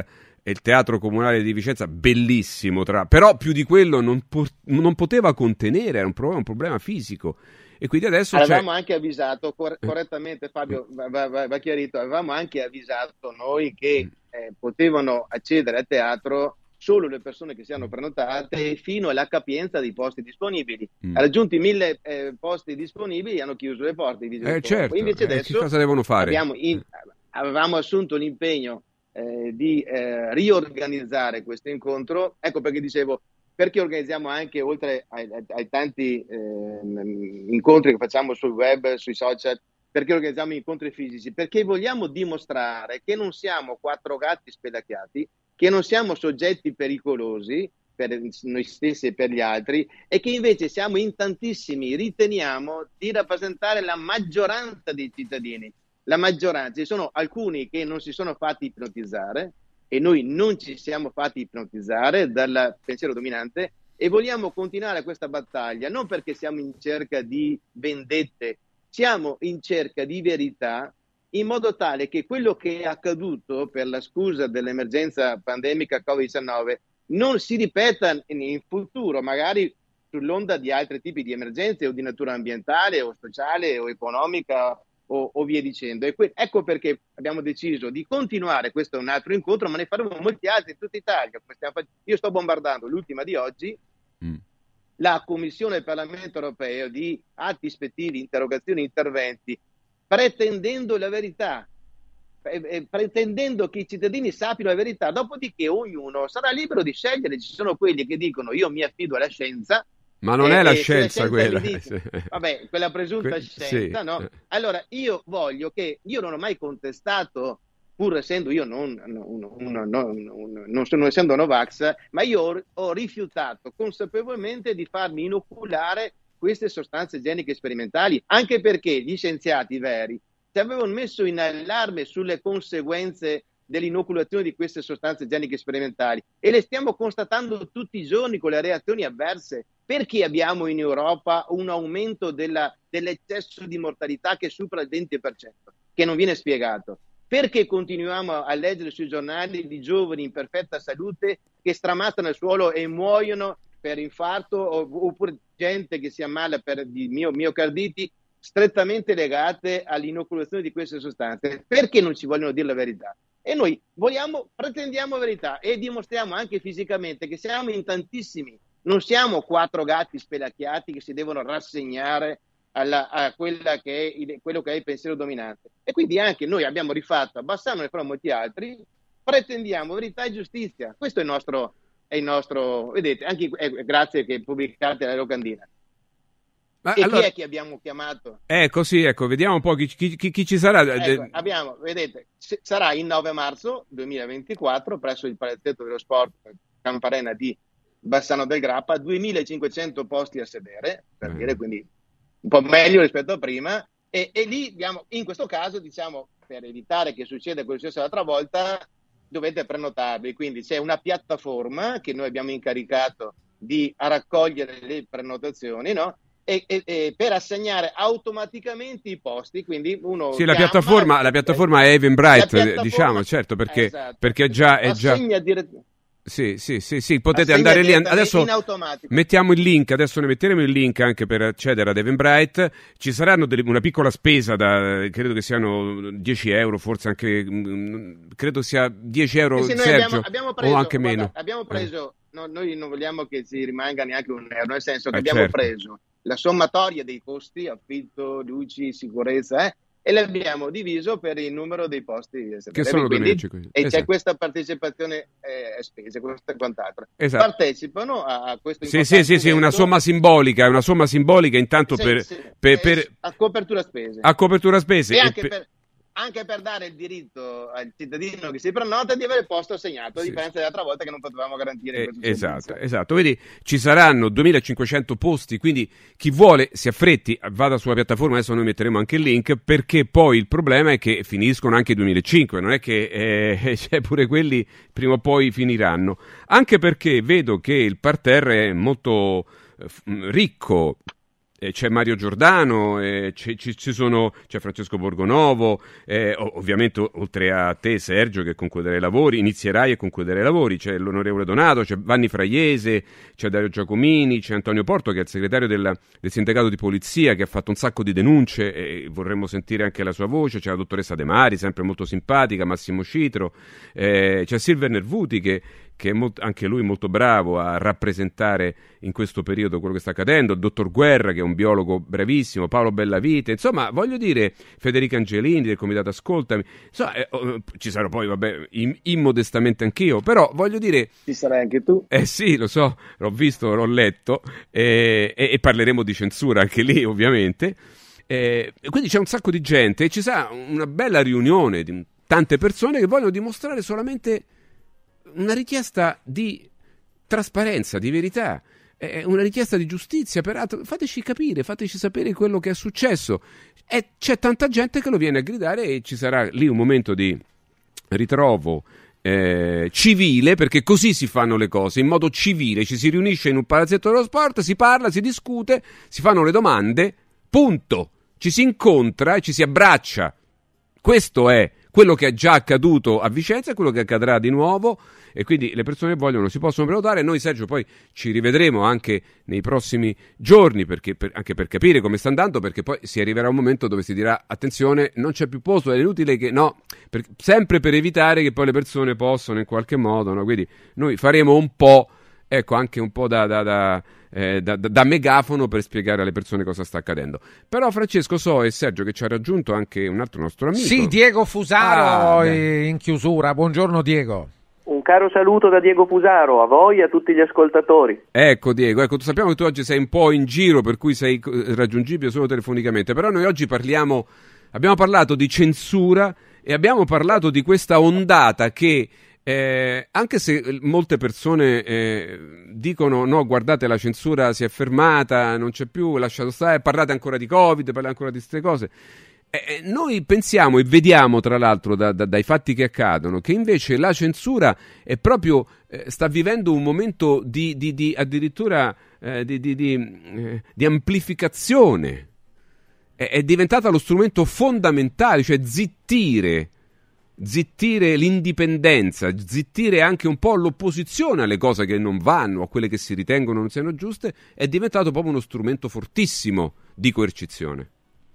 e il Teatro Comunale di Vicenza, bellissimo, tra... però più di quello non, po- non poteva contenere, era un problema, un problema fisico. E quindi adesso avevamo c'è... anche avvisato cor- correttamente, Fabio, va, va, va chiarito, avevamo anche avvisato noi che eh, potevano accedere al teatro solo le persone che siano prenotate fino alla capienza dei posti disponibili. Mm. Raggiunti mille eh, posti disponibili, hanno chiuso le porte. Eh, certo. Invece eh, adesso che cosa devono fare? Abbiamo in, avevamo assunto l'impegno eh, di eh, riorganizzare questo incontro. Ecco perché dicevo, perché organizziamo anche, oltre ai, ai tanti eh, incontri che facciamo sul web, sui social, perché organizziamo incontri fisici? Perché vogliamo dimostrare che non siamo quattro gatti spelacchiati, che non siamo soggetti pericolosi per noi stessi e per gli altri, e che invece siamo in tantissimi, riteniamo di rappresentare la maggioranza dei cittadini. La maggioranza, ci sono alcuni che non si sono fatti ipnotizzare, e noi non ci siamo fatti ipnotizzare dal pensiero dominante, e vogliamo continuare questa battaglia, non perché siamo in cerca di vendette, siamo in cerca di verità, in modo tale che quello che è accaduto per la scusa dell'emergenza pandemica covid diciannove non si ripeta in futuro, magari sull'onda di altri tipi di emergenze o di natura ambientale o sociale o economica o, o via dicendo. E que- ecco perché abbiamo deciso di continuare. Questo è un altro incontro, ma ne faremo molti altri in tutta Italia. Come stiamo fac- Io sto bombardando l'ultima di oggi, mm. la Commissione del Parlamento Europeo di atti ispettivi, interrogazioni, interventi, pretendendo la verità, eh, pretendendo che i cittadini sappiano la verità, dopodiché ognuno sarà libero di scegliere. Ci sono quelli che dicono io mi affido alla scienza, ma non eh, è la eh, scienza, la quella, dice, vabbè, quella presunta que- scienza, sì. no? Allora io voglio che, io non ho mai contestato, pur essendo io non, non, non, non, non sono essendo Novax, ma io ho, ho rifiutato consapevolmente di farmi inoculare queste sostanze igieniche sperimentali, anche perché gli scienziati veri ci avevano messo in allarme sulle conseguenze dell'inoculazione di queste sostanze igieniche sperimentali, e le stiamo constatando tutti i giorni con le reazioni avverse. Perché abbiamo in Europa un aumento della, dell'eccesso di mortalità che supera il venti per cento, che non viene spiegato? Perché continuiamo a leggere sui giornali di giovani in perfetta salute che stramazzano il suolo e muoiono per infarto, oppure gente che si ammala per di mio, miocarditi, strettamente legate all'inoculazione di queste sostanze? Perché non ci vogliono dire la verità? E noi vogliamo, pretendiamo verità e dimostriamo anche fisicamente che siamo in tantissimi, non siamo quattro gatti spelacchiati che si devono rassegnare alla, a quella che è il, quello che è il pensiero dominante. E quindi anche noi abbiamo rifatto, abbassando fra molti altri, pretendiamo verità e giustizia. Questo è il nostro, è il nostro vedete, anche eh, grazie che pubblicate la locandina. Ma e allora, chi è che abbiamo chiamato? Ecco, sì, ecco, vediamo un po' chi, chi, chi, chi ci sarà. Ecco, abbiamo, vedete, sarà il nove marzo duemilaventiquattro presso il Palazzetto dello Sport Camparena di Bassano del Grappa, duemilacinquecento posti a sedere, per mm. dire, quindi un po' meglio rispetto a prima, e, e lì abbiamo, in questo caso, diciamo, per evitare che succeda quello che successo l'altra volta, dovete prenotarvi, quindi c'è una piattaforma che noi abbiamo incaricato di raccogliere le prenotazioni, no? E, e, e per assegnare automaticamente i posti, quindi uno sì, la piattaforma, la piattaforma è Eventbrite, diciamo, certo, perché, esatto, perché già è già dire... sì, sì, sì, sì, potete andare lì adesso. Mettiamo il link, adesso ne metteremo il link anche per accedere ad Eventbrite. Ci saranno delle, una piccola spesa da, credo che siano dieci euro, forse anche mh, credo sia dieci euro, sì, sì, Sergio, abbiamo, abbiamo preso, o anche guarda, meno. Abbiamo preso, eh. no, noi non vogliamo che ci rimanga neanche un euro, nel senso che eh, abbiamo certo. preso la sommatoria dei costi, affitto, luci, sicurezza, eh, e l'abbiamo diviso per il numero dei posti che sono quindi, quindi. E esatto. c'è questa partecipazione eh, a spese, questo e quant'altro. Esatto. Partecipano a, a questo sì, sì, sì, sì, una somma simbolica, è una somma simbolica intanto sì, per, sì, per, eh, per a copertura spese. A copertura spese. E, e anche per... per... anche per dare il diritto al cittadino che si prenota di avere il posto assegnato, a sì. differenza dell'altra volta che non potevamo garantire eh, questo esatto, servizio. esatto. Vedi, ci saranno duemilacinquecento posti, quindi chi vuole si affretti, vada sulla piattaforma, adesso noi metteremo anche il link, perché poi il problema è che finiscono anche i duemilacinque, non è che eh, cioè pure quelli prima o poi finiranno, anche perché vedo che il parterre è molto eh, ricco. eh, c'è Mario Giordano, eh, c'è, ci, ci sono, c'è Francesco Borgonovo, eh, ovviamente oltre a te Sergio che concluderà i lavori, inizierai e concluderai i lavori, c'è l'onorevole Donato, c'è Vanni Fraiese, c'è Dario Giacomini, c'è Antonio Porto che è il segretario del, del sindacato di polizia che ha fatto un sacco di denunce e vorremmo sentire anche la sua voce, c'è la dottoressa De Mari, sempre molto simpatica, Massimo Citro, eh, c'è Silver Nervuti che che è molto, anche lui molto bravo a rappresentare in questo periodo quello che sta accadendo, il dottor Guerra che è un biologo bravissimo, Paolo Bellavite, insomma voglio dire Federica Angelini del Comitato Ascoltami, insomma, eh, oh, ci sarò poi vabbè in, immodestamente anch'io, però voglio dire ci sarai anche tu, eh sì lo so, l'ho visto, l'ho letto eh, e, e parleremo di censura anche lì ovviamente, eh, quindi c'è un sacco di gente e ci sarà una bella riunione di tante persone che vogliono dimostrare solamente una richiesta di trasparenza, di verità, è una richiesta di giustizia, peraltro fateci capire, fateci sapere quello che è successo. E c'è tanta gente che lo viene a gridare e ci sarà lì un momento di ritrovo eh, civile, perché così si fanno le cose, in modo civile, ci si riunisce in un palazzetto dello sport, si parla, si discute, si fanno le domande, punto, ci si incontra e ci si abbraccia. Questo è quello che è già accaduto a Vicenza e quello che accadrà di nuovo, e quindi le persone che vogliono si possono prenotare. Noi Sergio poi ci rivedremo anche nei prossimi giorni, perché per, anche per capire come sta andando, perché poi si arriverà un momento dove si dirà attenzione, non c'è più posto, è inutile che no, per, sempre per evitare che poi le persone possano in qualche modo, no? Quindi noi faremo un po', ecco, anche un po' da, da, da Eh, da, da, da megafono per spiegare alle persone cosa sta accadendo. Però Francesco so e Sergio che ci ha raggiunto anche un altro nostro amico. Sì, Diego Fusaro ah, in chiusura. Buongiorno Diego. Un caro saluto da Diego Fusaro a voi e a tutti gli ascoltatori. Ecco Diego, ecco, sappiamo che tu oggi sei un po' in giro, per cui sei raggiungibile solo telefonicamente, però noi oggi parliamo, abbiamo parlato di censura e abbiamo parlato di questa ondata che Eh, anche se molte persone eh, dicono no, guardate, la censura si è fermata, non c'è più, lasciato stare, parlate ancora di Covid, parlate ancora di queste cose, eh, noi pensiamo e vediamo tra l'altro da, da, dai fatti che accadono che invece la censura è proprio eh, sta vivendo un momento di, di, di addirittura eh, di, di, di, eh, di amplificazione, è, è diventata lo strumento fondamentale, cioè zittire zittire l'indipendenza, zittire anche un po' l'opposizione alle cose che non vanno, a quelle che si ritengono non siano giuste, è diventato proprio uno strumento fortissimo di coercizione.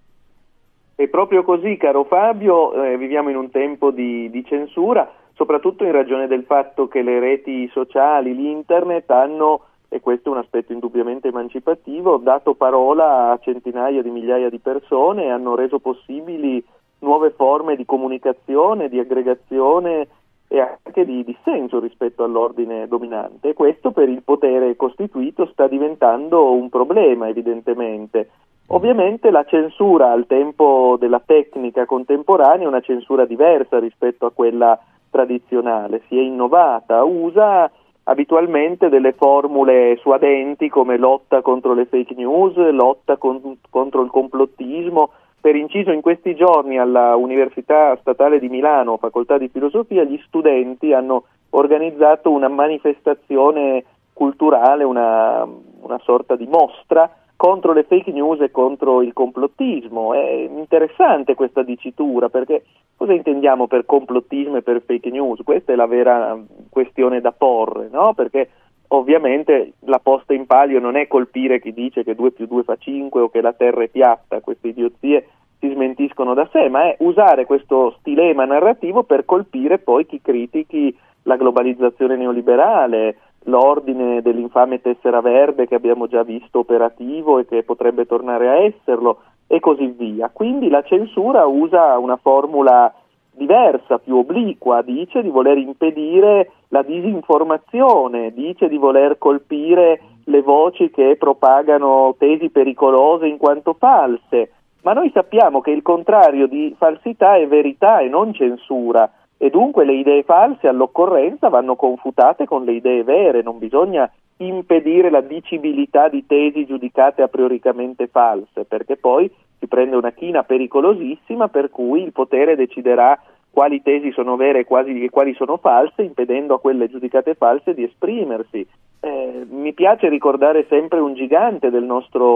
È proprio così, caro Fabio, eh, viviamo in un tempo di, di censura, soprattutto in ragione del fatto che le reti sociali, l'internet hanno, e questo è un aspetto indubbiamente emancipativo, dato parola a centinaia di migliaia di persone e hanno reso possibili nuove forme di comunicazione, di aggregazione e anche di dissenso rispetto all'ordine dominante. E questo per il potere costituito sta diventando un problema, evidentemente. Ovviamente la censura al tempo della tecnica contemporanea è una censura diversa rispetto a quella tradizionale, si è innovata, usa abitualmente delle formule suadenti come lotta contro le fake news, lotta con, contro il complottismo. Per inciso, in questi giorni alla Università Statale di Milano, Facoltà di Filosofia, gli studenti hanno organizzato una manifestazione culturale, una, una sorta di mostra contro le fake news e contro il complottismo. È interessante questa dicitura, perché cosa intendiamo per complottismo e per fake news? Questa è la vera questione da porre, no? Perché ovviamente la posta in palio non è colpire chi dice che due più due fa cinque o che la terra è piatta, queste idiozie si smentiscono da sé, ma è usare questo stilema narrativo per colpire poi chi critichi la globalizzazione neoliberale, l'ordine dell'infame tessera verde che abbiamo già visto operativo e che potrebbe tornare a esserlo, e così via. Quindi la censura usa una formula diversa, più obliqua, dice di voler impedire la disinformazione, dice di voler colpire le voci che propagano tesi pericolose in quanto false, ma noi sappiamo che il contrario di falsità è verità e non censura, e dunque le idee false all'occorrenza vanno confutate con le idee vere, non bisogna impedire la dicibilità di tesi giudicate a prioricamente false, perché poi si prende una china pericolosissima per cui il potere deciderà quali tesi sono vere e quali, e quali sono false, impedendo a quelle giudicate false di esprimersi. Eh, mi piace ricordare sempre un gigante del nostro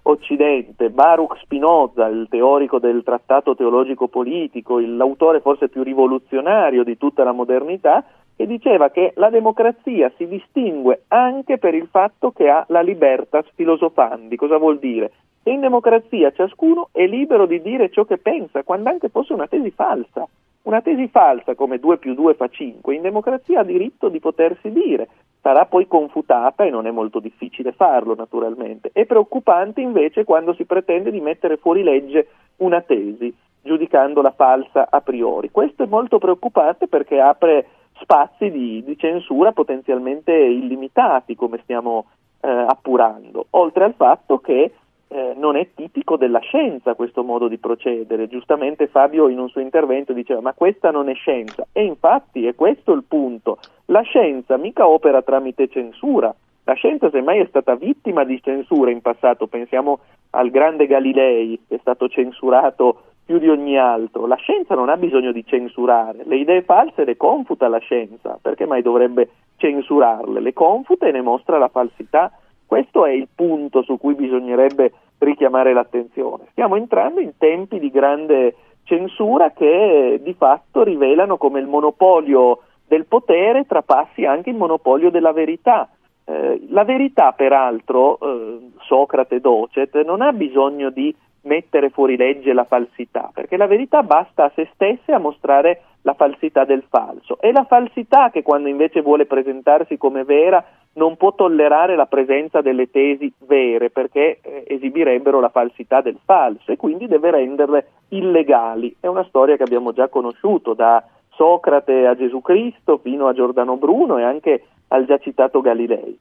Occidente, Baruch Spinoza, il teorico del trattato teologico politico, l'autore forse più rivoluzionario di tutta la modernità, che diceva che la democrazia si distingue anche per il fatto che ha la libertas filosofandi. Cosa vuol dire? Che in democrazia ciascuno è libero di dire ciò che pensa, quando anche fosse una tesi falsa. Una tesi falsa, come due più due fa cinque, in democrazia ha diritto di potersi dire. Sarà poi confutata e non è molto difficile farlo, naturalmente. È preoccupante invece quando si pretende di mettere fuori legge una tesi, giudicandola falsa a priori. Questo è molto preoccupante perché apre spazi di, di censura potenzialmente illimitati, come stiamo eh, appurando, oltre al fatto che eh, non è tipico della scienza questo modo di procedere. Giustamente Fabio in un suo intervento diceva ma questa non è scienza, e infatti è questo il punto. La scienza mica opera tramite censura, la scienza semmai è stata vittima di censura in passato, pensiamo al grande Galilei che è stato censurato più di ogni altro. La scienza non ha bisogno di censurare, le idee false le confuta la scienza, perché mai dovrebbe censurarle? Le confuta e ne mostra la falsità. Questo è il punto su cui bisognerebbe richiamare l'attenzione. Stiamo entrando in tempi di grande censura che di fatto rivelano come il monopolio del potere trapassi anche il monopolio della verità. Eh, la verità, peraltro, eh, Socrate docet, non ha bisogno di mettere fuori legge la falsità, perché la verità basta a se stessa a mostrare la falsità del falso. È la falsità che, quando invece vuole presentarsi come vera, non può tollerare la presenza delle tesi vere, perché eh, esibirebbero la falsità del falso, e quindi deve renderle illegali. È una storia che abbiamo già conosciuto, da Socrate a Gesù Cristo fino a Giordano Bruno e anche al già citato Galilei.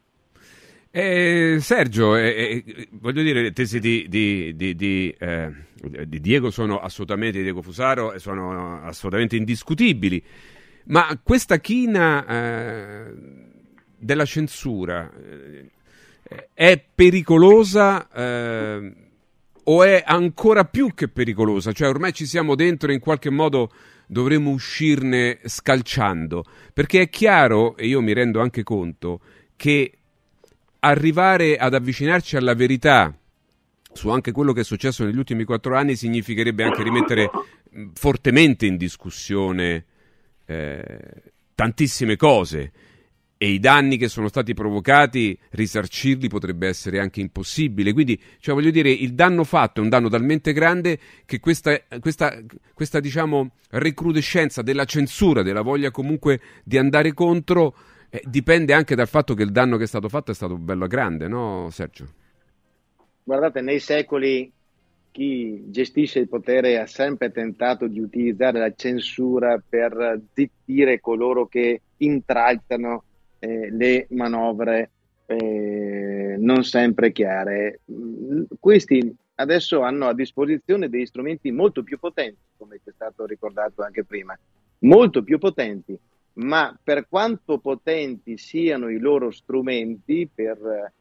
Eh, Sergio, eh, eh, voglio dire, le tesi di, di, di, di, eh, di Diego sono assolutamente, di Diego Fusaro, sono assolutamente indiscutibili, ma questa china eh, della censura eh, è pericolosa eh, o è ancora più che pericolosa? Cioè ormai ci siamo dentro e in qualche modo dovremo uscirne scalciando, perché è chiaro, e io mi rendo anche conto, che arrivare ad avvicinarci alla verità su anche quello che è successo negli ultimi quattro anni significherebbe anche rimettere fortemente in discussione eh, tantissime cose, e i danni che sono stati provocati, risarcirli potrebbe essere anche impossibile. Quindi, cioè, voglio dire, il danno fatto è un danno talmente grande che questa, questa, questa diciamo, recrudescenza della censura, della voglia comunque di andare contro, Eh, dipende anche dal fatto che il danno che è stato fatto è stato bello grande, no Sergio? Guardate, nei secoli chi gestisce il potere ha sempre tentato di utilizzare la censura per zittire coloro che intralciano eh, le manovre eh, non sempre chiare. Questi adesso hanno a disposizione degli strumenti molto più potenti, come è stato ricordato anche prima, molto più potenti. Ma per quanto potenti siano i loro strumenti per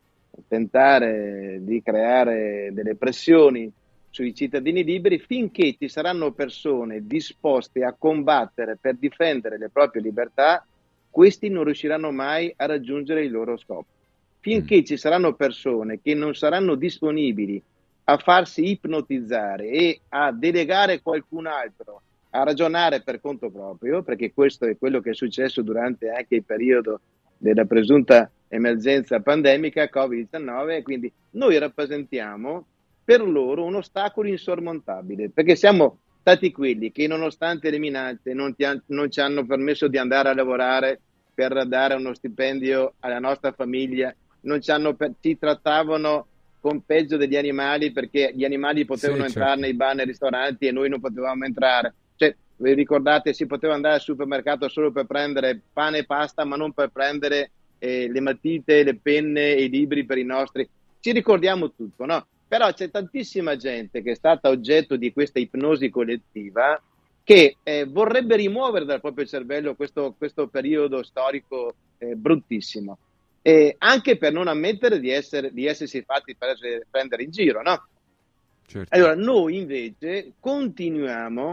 tentare di creare delle pressioni sui cittadini liberi, finché ci saranno persone disposte a combattere per difendere le proprie libertà, questi non riusciranno mai a raggiungere il loro scopo. Finché ci saranno persone che non saranno disponibili a farsi ipnotizzare e a delegare qualcun altro a ragionare per conto proprio, perché questo è quello che è successo durante anche il periodo della presunta emergenza pandemica covid diciannove, e quindi noi rappresentiamo per loro un ostacolo insormontabile, perché siamo stati quelli che, nonostante le minacce, non, ti han, non ci hanno permesso di andare a lavorare per dare uno stipendio alla nostra famiglia, non ci, hanno, ci trattavano con peggio degli animali, perché gli animali potevano sì, entrare certo. nei bar, nei ristoranti, e noi non potevamo entrare. Cioè, vi ricordate, si poteva andare al supermercato solo per prendere pane e pasta, ma non per prendere eh, le matite, le penne e i libri per i nostri. Ci ricordiamo tutto, no? Però c'è tantissima gente che è stata oggetto di questa ipnosi collettiva, che eh, vorrebbe rimuovere dal proprio cervello questo, questo periodo storico eh, bruttissimo, eh, anche per non ammettere di, essere, di essersi fatti prendere in giro, no? Certo. Allora noi invece continuiamo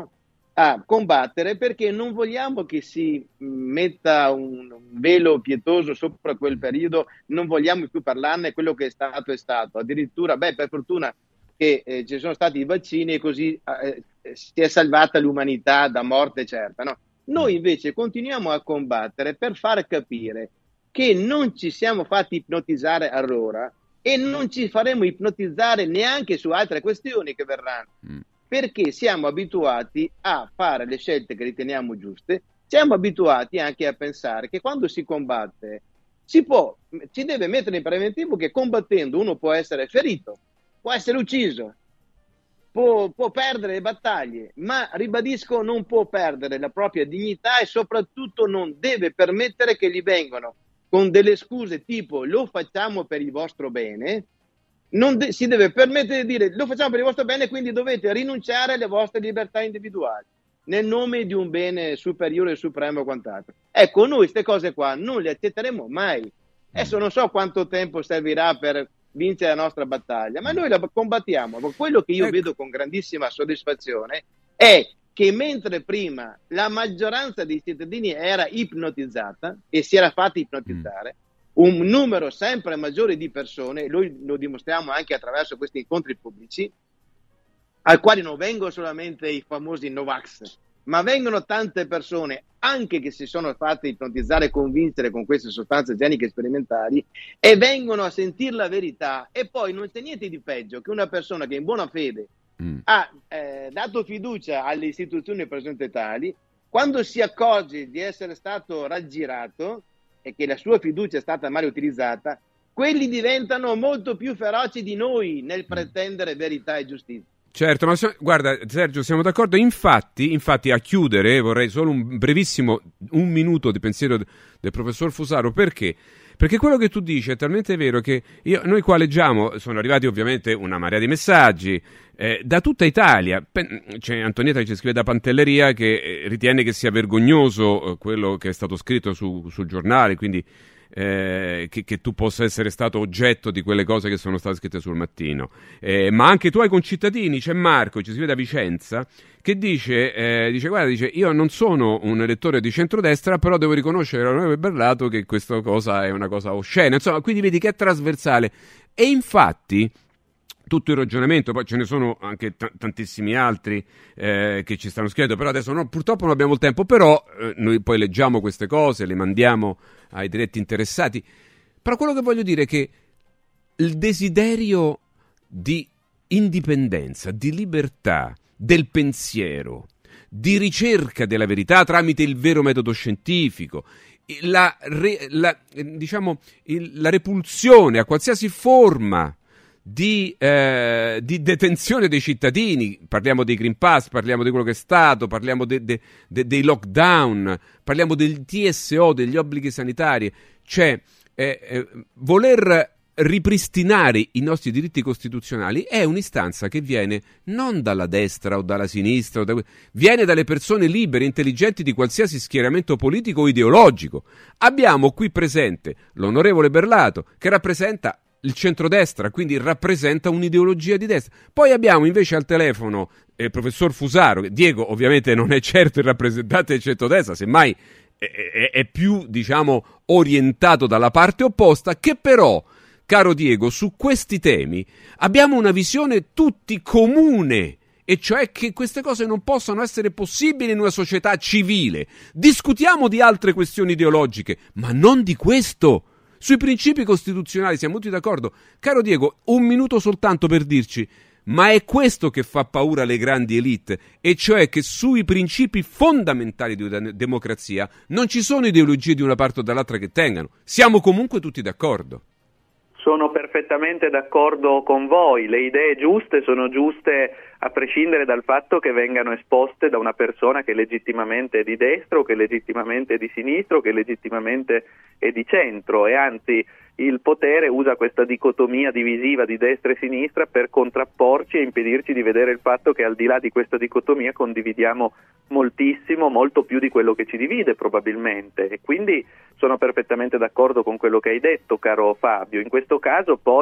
a combattere, perché non vogliamo che si metta un velo pietoso sopra quel periodo, non vogliamo più parlarne, quello che è stato è stato. Addirittura, beh, per fortuna che eh, ci sono stati i vaccini e così eh, si è salvata l'umanità da morte certa, no? Noi invece continuiamo a combattere per far capire che non ci siamo fatti ipnotizzare allora e non ci faremo ipnotizzare neanche su altre questioni che verranno. Mm. Perché siamo abituati a fare le scelte che riteniamo giuste, siamo abituati anche a pensare che quando si combatte si può, si deve mettere in preventivo che combattendo uno può essere ferito, può essere ucciso, può, può perdere le battaglie, ma ribadisco, non può perdere la propria dignità e soprattutto non deve permettere che gli vengano con delle scuse tipo lo facciamo per il vostro bene. Non de- si deve permettere di dire lo facciamo per il vostro bene, quindi dovete rinunciare alle vostre libertà individuali nel nome di un bene superiore, supremo e quant'altro. Ecco, noi queste cose qua non le accetteremo mai. Adesso non so quanto tempo servirà per vincere la nostra battaglia, ma noi la combattiamo. Ma quello che io ecco. vedo con grandissima soddisfazione è che mentre prima la maggioranza dei cittadini era ipnotizzata e si era fatta ipnotizzare, mm. un numero sempre maggiore di persone, noi lo dimostriamo anche attraverso questi incontri pubblici, al quali non vengono solamente i famosi Novax, ma vengono tante persone anche che si sono fatte ipnotizzare e convincere con queste sostanze geniche sperimentali e vengono a sentire la verità, e poi non c'è niente di peggio che una persona che in buona fede mm. ha eh, dato fiducia alle istituzioni presentali, quando si accorge di essere stato raggirato e che la sua fiducia è stata male utilizzata, quelli diventano molto più feroci di noi nel pretendere verità e giustizia. Certo, ma so, guarda Sergio, siamo d'accordo. Infatti, infatti a chiudere vorrei solo un brevissimo, un minuto di pensiero del professor Fusaro. Perché? Perché quello che tu dici è talmente vero che io, noi qua leggiamo, sono arrivati ovviamente una marea di messaggi eh, da tutta Italia. C'è Antonietta che ci scrive da Pantelleria che eh, ritiene che sia vergognoso eh, quello che è stato scritto su, sul giornale, quindi eh, che, che tu possa essere stato oggetto di quelle cose che sono state scritte sul Mattino. Eh, ma anche i tuoi concittadini, c'è Marco, ci scrive da Vicenza, che dice, eh, dice guarda, dice, io non sono un elettore di centrodestra, però devo riconoscere all'onorevole Berlato che questa cosa è una cosa oscena, insomma, quindi vedi che è trasversale. E infatti tutto il ragionamento, poi ce ne sono anche t- tantissimi altri eh, che ci stanno scrivendo, però adesso no, purtroppo non abbiamo il tempo, però eh, noi poi leggiamo queste cose, le mandiamo ai diretti interessati. Però quello che voglio dire è che il desiderio di indipendenza, di libertà, del pensiero, di ricerca della verità tramite il vero metodo scientifico, la, re, la, diciamo, il, la repulsione a qualsiasi forma Di, eh, di detenzione dei cittadini, parliamo dei Green Pass, parliamo di quello che è stato, parliamo de, de, de, dei lockdown, parliamo del T S O, degli obblighi sanitari, cioè eh, eh, voler ripristinare i nostri diritti costituzionali è un'istanza che viene non dalla destra o dalla sinistra, o da, viene dalle persone libere, intelligenti di qualsiasi schieramento politico o ideologico. Abbiamo qui presente l'onorevole Berlato che rappresenta il centrodestra, quindi rappresenta un'ideologia di destra. Poi abbiamo invece al telefono eh, il professor Fusaro, che Diego ovviamente non è certo il rappresentante del centrodestra, semmai è, è, è più, diciamo, orientato dalla parte opposta, che però, caro Diego, su questi temi abbiamo una visione tutti comune, e cioè che queste cose non possono essere possibili in una società civile. Discutiamo di altre questioni ideologiche, ma non di questo. Sui principi costituzionali siamo tutti d'accordo. Caro Diego, un minuto soltanto per dirci, ma è questo che fa paura alle grandi elite, e cioè che sui principi fondamentali di una democrazia non ci sono ideologie di una parte o dall'altra che tengano. Siamo comunque tutti d'accordo. Sono perfettamente d'accordo con voi, le idee giuste sono giuste a prescindere dal fatto che vengano esposte da una persona che legittimamente è di destra o che legittimamente è di sinistra o che legittimamente è di centro, e anzi il potere usa questa dicotomia divisiva di destra e sinistra per contrapporci e impedirci di vedere il fatto che al di là di questa dicotomia condividiamo moltissimo, molto più di quello che ci divide probabilmente, e quindi sono perfettamente d'accordo con quello che hai detto, caro Fabio. In questo caso poi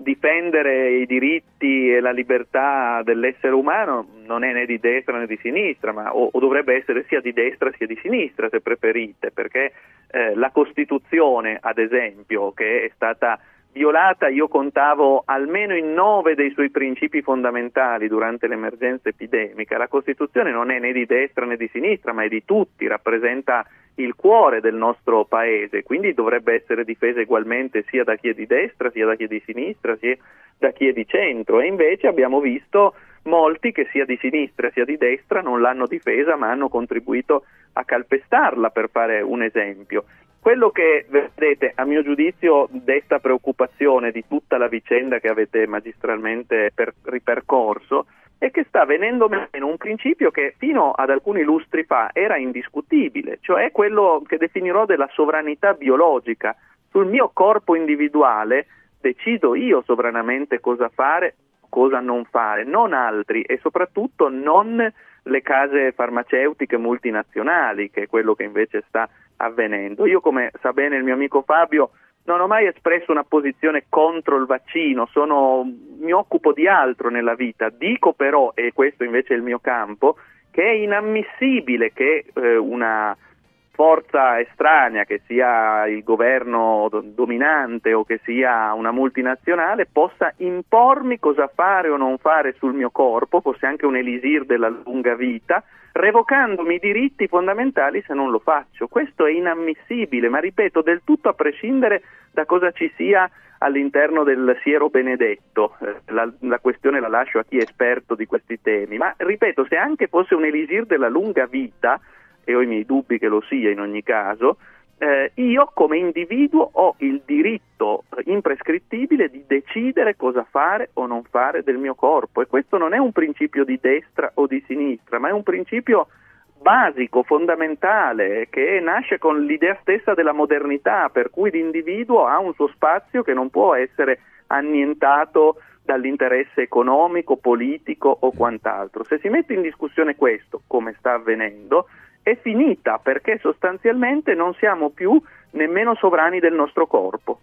difendere i diritti e la libertà dell'essere umano non è né di destra né di sinistra, ma o, o dovrebbe essere sia di destra sia di sinistra, se preferite, perché eh, la Costituzione, ad esempio, che è stata violata, io contavo almeno in nove dei suoi principi fondamentali durante l'emergenza epidemica. La Costituzione non è né di destra né di sinistra, ma è di tutti, rappresenta il cuore del nostro paese, quindi dovrebbe essere difesa ugualmente sia da chi è di destra, sia da chi è di sinistra, sia da chi è di centro, e invece abbiamo visto molti che sia di sinistra sia di destra non l'hanno difesa, ma hanno contribuito a calpestarla, per fare un esempio. Quello che, vedete, a mio giudizio desta preoccupazione di tutta la vicenda che avete magistralmente per, ripercorso è che sta venendo meno un principio che fino ad alcuni lustri fa era indiscutibile, cioè quello che definirò della sovranità biologica. Sul mio corpo individuale decido io sovranamente cosa fare, cosa non fare, non altri, e soprattutto non le case farmaceutiche multinazionali, che è quello che invece sta avvenendo. Io, come sa bene il mio amico Fabio, non ho mai espresso una posizione contro il vaccino, sono, mi occupo di altro nella vita. Dico però, e questo invece è il mio campo, che è inammissibile che eh, una forza estranea, che sia il governo do- dominante o che sia una multinazionale, possa impormi cosa fare o non fare sul mio corpo, fosse anche un elisir della lunga vita, revocandomi i diritti fondamentali se non lo faccio. Questo è inammissibile, ma ripeto, del tutto a prescindere da cosa ci sia all'interno del siero benedetto. La, la questione la lascio a chi è esperto di questi temi, ma ripeto, se anche fosse un elisir della lunga vita, e ho i miei dubbi che lo sia in ogni caso, eh, io come individuo ho il diritto imprescrittibile di decidere cosa fare o non fare del mio corpo, e questo non è un principio di destra o di sinistra, ma è un principio basico, fondamentale, che nasce con l'idea stessa della modernità, per cui l'individuo ha un suo spazio che non può essere annientato dall'interesse economico, politico o quant'altro. Se si mette in discussione questo, come sta avvenendo, è finita, perché sostanzialmente non siamo più nemmeno sovrani del nostro corpo.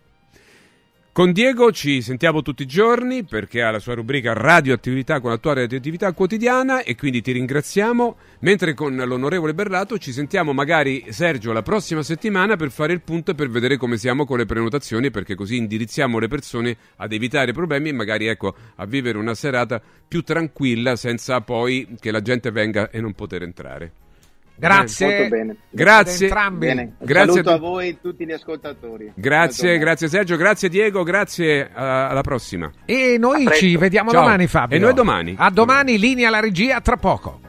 Con Diego ci sentiamo tutti i giorni perché ha la sua rubrica Radioattività con la tua radioattività quotidiana, e quindi ti ringraziamo, mentre con l'onorevole Berlato ci sentiamo magari, Sergio, la prossima settimana per fare il punto e per vedere come siamo con le prenotazioni, perché così indirizziamo le persone ad evitare problemi e magari, ecco, a vivere una serata più tranquilla senza poi che la gente venga e non poter entrare. Grazie, molto bene. Grazie entrambi. Bene. Grazie Saluto a, a voi e tutti gli ascoltatori. Grazie, grazie Sergio, grazie Diego, grazie, a, alla prossima. E noi ci vediamo Ciao. domani, Fabio. E noi domani. A domani, linea alla regia tra poco.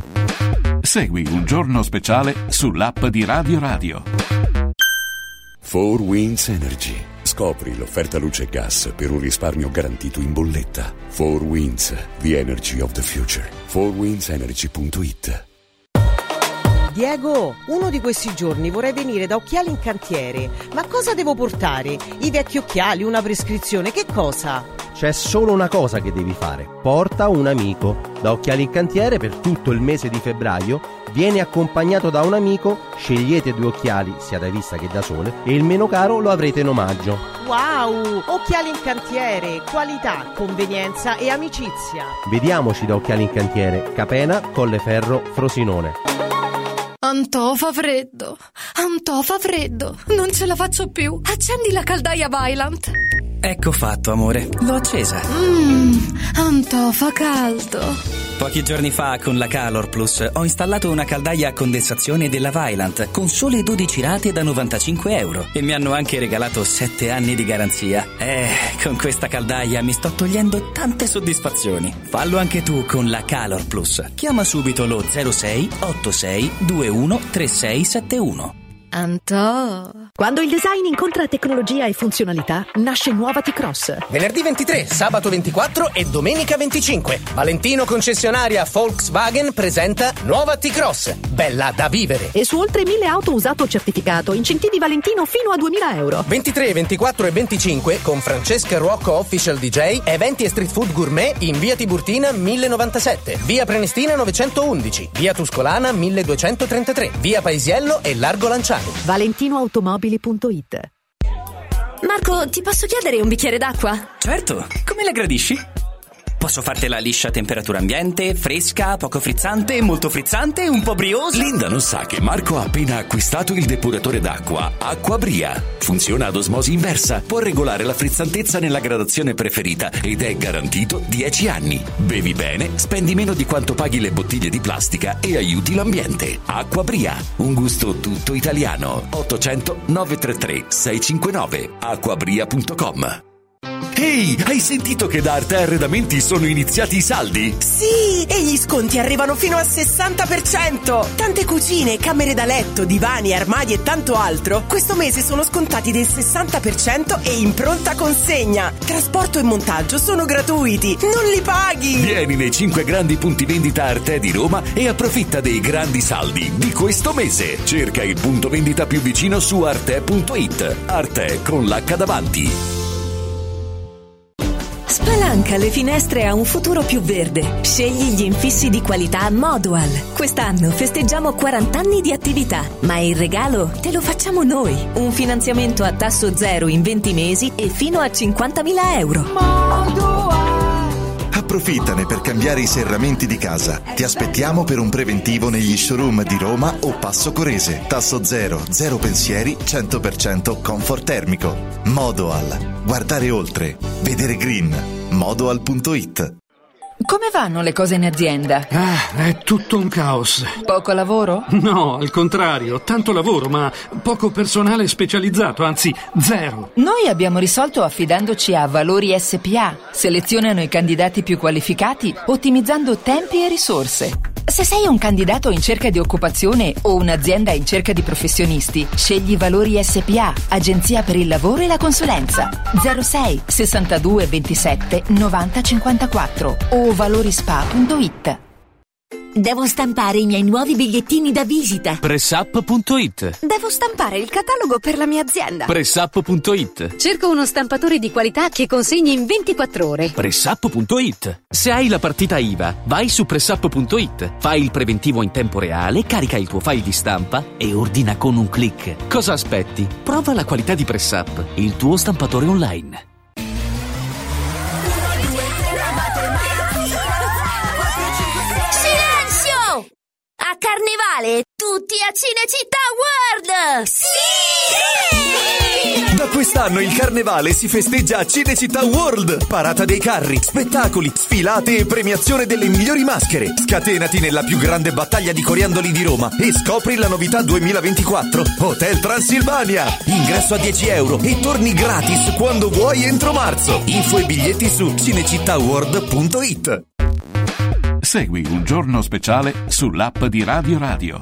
Segui Un Giorno Speciale sull'app di Radio Radio. four Winds Energy. Scopri l'offerta luce e gas per un risparmio garantito in bolletta. four Winds, the energy of the future. four winds energy punto it. Diego, uno di questi giorni vorrei venire da Occhiali in Cantiere. Ma cosa devo portare? I vecchi occhiali, una prescrizione, che cosa? C'è solo una cosa che devi fare. Porta un amico. Da Occhiali in Cantiere per tutto il mese di febbraio vieni accompagnato da un amico, scegliete due occhiali, sia da vista che da sole, e il meno caro lo avrete in omaggio. Wow! Occhiali in Cantiere, qualità, convenienza e amicizia. Vediamoci da Occhiali in Cantiere, Capena, Colleferro, Frosinone. Antò, fa freddo. Antò, fa freddo. Non ce la faccio più. Accendi la caldaia Vaillant. Ecco fatto, amore. L'ho accesa. Mmm, Antò, fa caldo. Pochi giorni fa con la Calor Plus ho installato una caldaia a condensazione della Vaillant con sole dodici rate da novantacinque euro e mi hanno anche regalato sette anni di garanzia. Eh, con questa caldaia mi sto togliendo tante soddisfazioni. Fallo anche tu con la Calor Plus. Chiama subito lo zero sei otto sei due uno tre sei sette uno. Antò. Quando il design incontra tecnologia e funzionalità, nasce nuova T-Cross. Venerdì ventitré, sabato ventiquattro e domenica venticinque. Valentino concessionaria Volkswagen presenta nuova T-Cross. Bella da vivere. E su oltre mille auto usato certificato, incentivi Valentino fino a duemila euro. ventitré, ventiquattro e venticinque con Francesca Rocco Official D J, eventi e street food gourmet in via Tiburtina mille novantasette, via Prenestina novecentoundici, via Tuscolana milleduecentotrentatré, via Paisiello e Largo Lanciano. valentinoautomobili punto it. Marco, ti posso chiedere un bicchiere d'acqua? Certo, come la gradisci? Posso fartela liscia a temperatura ambiente, fresca, poco frizzante, molto frizzante, un po' briosa? Linda non sa che Marco ha appena acquistato il depuratore d'acqua Acquabria. Funziona ad osmosi inversa, può regolare la frizzantezza nella gradazione preferita ed è garantito dieci anni. Bevi bene, spendi meno di quanto paghi le bottiglie di plastica e aiuti l'ambiente. Acquabria, un gusto tutto italiano. ottocento nove tre tre sei cinque nove acquabria punto com. Ehi, hai sentito che da Arte Arredamenti sono iniziati i saldi? Sì, e gli sconti arrivano fino al sessanta per cento. Tante cucine, camere da letto, divani, armadi e tanto altro questo mese sono scontati del sessanta per cento e in pronta consegna. Trasporto e montaggio sono gratuiti, non li paghi. Vieni nei cinque grandi punti vendita Arte di Roma e approfitta dei grandi saldi di questo mese. Cerca il punto vendita più vicino su arte punto it. Arte con l'H davanti. Spalanca le finestre a un futuro più verde. Scegli gli infissi di qualità Modual. Quest'anno festeggiamo quaranta anni di attività, ma il regalo te lo facciamo noi. Un finanziamento a tasso zero in venti mesi e fino a cinquantamila euro. Approfittane per cambiare i serramenti di casa. Ti aspettiamo per un preventivo negli showroom di Roma o Passo Corese. Tasso zero, zero pensieri, cento per cento comfort termico. Modoal. Guardare oltre. Vedere green. modoal punto it. Come vanno le cose in azienda? Ah, è tutto un caos. Poco lavoro? No, al contrario, tanto lavoro, ma poco personale specializzato, anzi zero. Noi abbiamo risolto affidandoci a Valori S P A. Selezionano i candidati più qualificati, ottimizzando tempi e risorse. Se sei un candidato in cerca di occupazione o un'azienda in cerca di professionisti, scegli Valori S P A, agenzia per il lavoro e la consulenza. zero sei sessantadue ventisette novanta cinquantaquattro o valorispa punto it. Devo stampare i miei nuovi bigliettini da visita. pressup punto it. Devo stampare il catalogo per la mia azienda. pressup punto it. Cerco uno stampatore di qualità che consegni in ventiquattro ore. pressup punto it. Se hai la partita I V A, vai su pressup punto it. Fai il preventivo in tempo reale, carica il tuo file di stampa e ordina con un click. Cosa aspetti? Prova la qualità di Pressup, il tuo stampatore online. A Carnevale, tutti a Cinecittà World! Sì! Da quest'anno il Carnevale si festeggia a Cinecittà World. Parata dei carri, spettacoli, sfilate e premiazione delle migliori maschere. Scatenati nella più grande battaglia di coriandoli di Roma e scopri la novità duemilaventiquattro. Hotel Transilvania. Ingresso a dieci euro e torni gratis quando vuoi entro marzo. Info e biglietti su cinecittà world punto it. Segui Un Giorno Speciale sull'app di Radio Radio.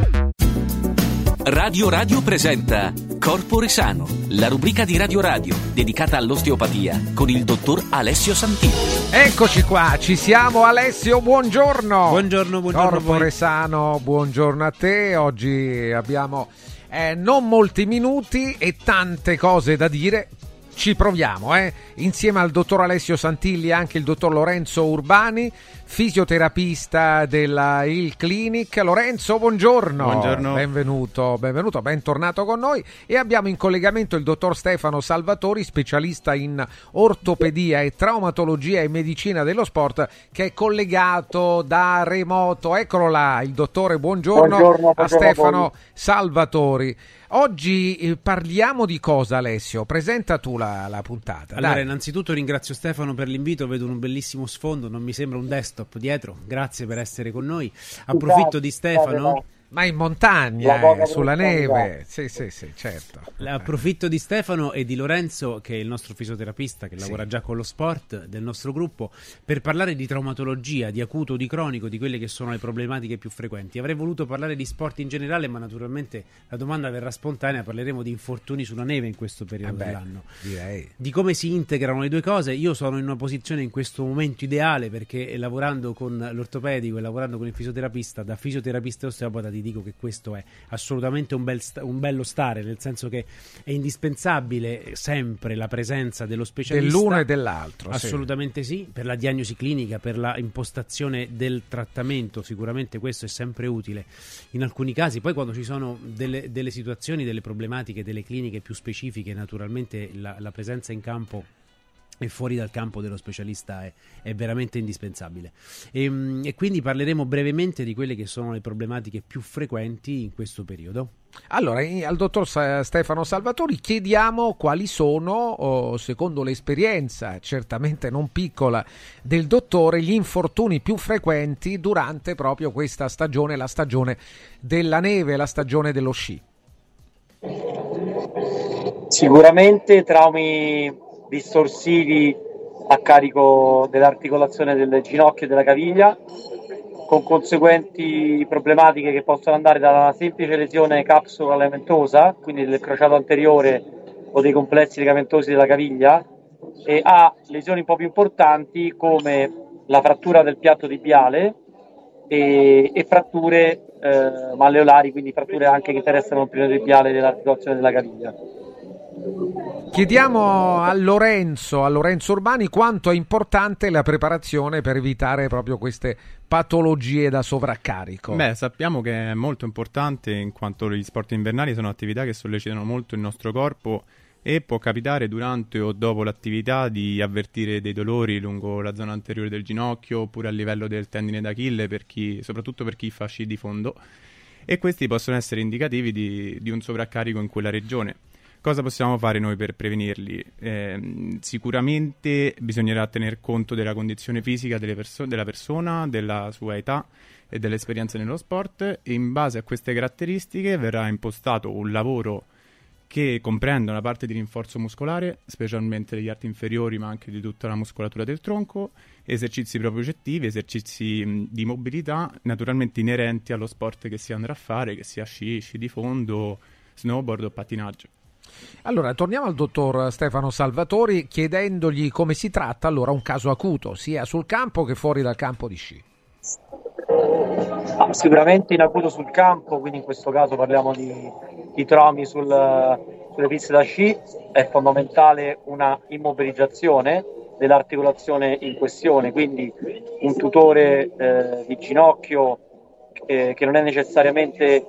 Radio Radio presenta Corpore Sano, la rubrica di Radio Radio dedicata all'osteopatia con il dottor Alessio Santini. Eccoci qua, ci siamo Alessio, buongiorno. Buongiorno, buongiorno. Corpore Sano, buongiorno a te. Oggi abbiamo eh, non molti minuti e tante cose da dire. Ci proviamo, eh? Insieme al dottor Alessio Santilli anche il dottor Lorenzo Urbani, fisioterapista della Hill Clinic. Lorenzo, buongiorno. Buongiorno. Benvenuto, benvenuto, bentornato con noi. E abbiamo in collegamento il dottor Stefano Salvatori, specialista in ortopedia e traumatologia e medicina dello sport, che è collegato da remoto. Eccolo là, il dottore, buongiorno, buongiorno a Stefano Salvatori. Oggi eh, parliamo di cosa, Alessio? Presenta tu la, la puntata. Allora, dai. Innanzitutto ringrazio Stefano per l'invito, vedo un bellissimo sfondo, non mi sembra un desktop dietro, grazie per essere con noi. Approfitto di Stefano... Ma in montagna, eh, sulla neve, sì, sì, sì, certo. Approfitto di Stefano e di Lorenzo, che è il nostro fisioterapista, che sì. lavora già con lo sport del nostro gruppo, per parlare di traumatologia, di acuto o di cronico, di quelle che sono le problematiche più frequenti. Avrei voluto parlare di sport in generale, ma naturalmente la domanda verrà spontanea, parleremo di infortuni sulla neve in questo periodo eh beh, dell'anno. Direi. Di come si integrano le due cose. Io sono in una posizione in questo momento ideale, perché lavorando con l'ortopedico e lavorando con il fisioterapista, da fisioterapista e osteopata ti dico che questo è assolutamente un, bel sta- un bello stare, nel senso che è indispensabile sempre la presenza dello specialista, dell'uno e dell'altro. Assolutamente sì. sì, per la diagnosi clinica, per la impostazione del trattamento, sicuramente questo è sempre utile in alcuni casi. Poi quando ci sono delle, delle situazioni, delle problematiche, delle cliniche più specifiche, naturalmente la, la presenza in campo e fuori dal campo dello specialista è, è veramente indispensabile. E, e quindi parleremo brevemente di quelle che sono le problematiche più frequenti in questo periodo. Allora, al dottor Stefano Salvatori chiediamo quali sono, oh, secondo l'esperienza certamente non piccola del dottore, gli infortuni più frequenti durante proprio questa stagione, la stagione della neve, la stagione dello sci. Sicuramente traumi distorsivi a carico dell'articolazione del ginocchio e della caviglia, con conseguenti problematiche che possono andare dalla semplice lesione capsulo-legamentosa, quindi del crociato anteriore o dei complessi legamentosi della caviglia, e a lesioni un po' più importanti come la frattura del piatto tibiale e, e fratture eh, malleolari, quindi fratture anche che interessano il periodo tibiale dell'articolazione della caviglia. Chiediamo a Lorenzo, a Lorenzo Urbani quanto è importante la preparazione per evitare proprio queste patologie da sovraccarico. Beh, sappiamo che è molto importante, in quanto gli sport invernali sono attività che sollecitano molto il nostro corpo e può capitare durante o dopo l'attività di avvertire dei dolori lungo la zona anteriore del ginocchio oppure a livello del tendine d'Achille, per chi, soprattutto per chi fa sci di fondo, e questi possono essere indicativi di, di un sovraccarico in quella regione. Cosa possiamo fare noi per prevenirli? Eh, sicuramente bisognerà tener conto della condizione fisica delle perso- della persona, della sua età e dell'esperienza nello sport, e in base a queste caratteristiche verrà impostato un lavoro che comprenda una parte di rinforzo muscolare, specialmente degli arti inferiori ma anche di tutta la muscolatura del tronco, esercizi propriocettivi, esercizi mh, di mobilità naturalmente inerenti allo sport che si andrà a fare, che sia sci, sci di fondo, snowboard o pattinaggio. Allora, torniamo al dottor Stefano Salvatori chiedendogli come si tratta allora un caso acuto, sia sul campo che fuori dal campo di sci. Ah, sicuramente in acuto sul campo, quindi in questo caso parliamo di, di traumi sul, sulle piste da sci. È fondamentale una immobilizzazione dell'articolazione in questione, quindi un tutore eh, di ginocchio eh, che non è necessariamente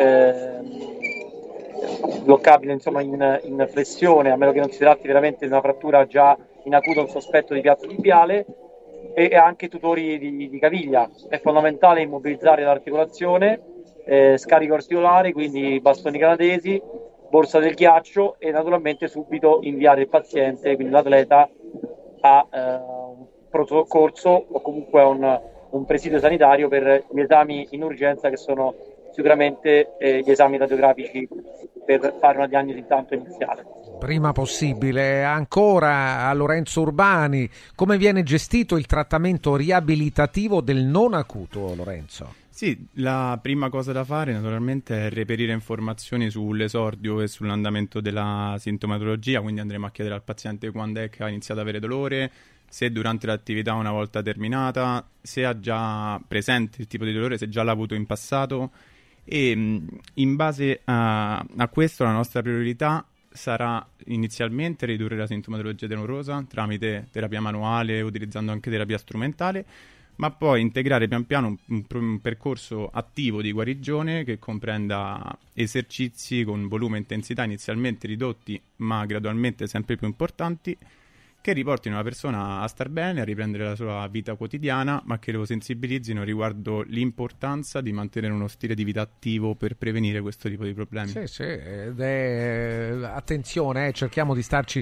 eh, bloccabile, insomma, in, in flessione, a meno che non si tratti veramente di una frattura già in acuto, un sospetto di piatto tibiale, e, e anche tutori di, di caviglia. È fondamentale immobilizzare l'articolazione, eh, scarico articolare, quindi bastoni canadesi, borsa del ghiaccio, e naturalmente subito inviare il paziente, quindi l'atleta, a eh, un pronto soccorso o comunque a un, un presidio sanitario per gli esami in urgenza, che sono sicuramente eh, gli esami radiografici, per fare una diagnosi intanto iniziale. Prima possibile. Ancora a Lorenzo Urbani, come viene gestito il trattamento riabilitativo del non acuto, Lorenzo? Sì, la prima cosa da fare naturalmente è reperire informazioni sull'esordio e sull'andamento della sintomatologia, quindi andremo a chiedere al paziente quando è che ha iniziato ad avere dolore, se durante l'attività una volta terminata, se ha già presente il tipo di dolore, se già l'ha avuto in passato, e in base a, a questo la nostra priorità sarà inizialmente ridurre la sintomatologia dolorosa tramite terapia manuale, utilizzando anche terapia strumentale, ma poi integrare pian piano un, un, un percorso attivo di guarigione che comprenda esercizi con volume e intensità inizialmente ridotti ma gradualmente sempre più importanti, che riportino la persona a star bene, a riprendere la sua vita quotidiana, ma che lo sensibilizzino riguardo l'importanza di mantenere uno stile di vita attivo per prevenire questo tipo di problemi. Sì, sì, ed è... attenzione, eh, cerchiamo di starci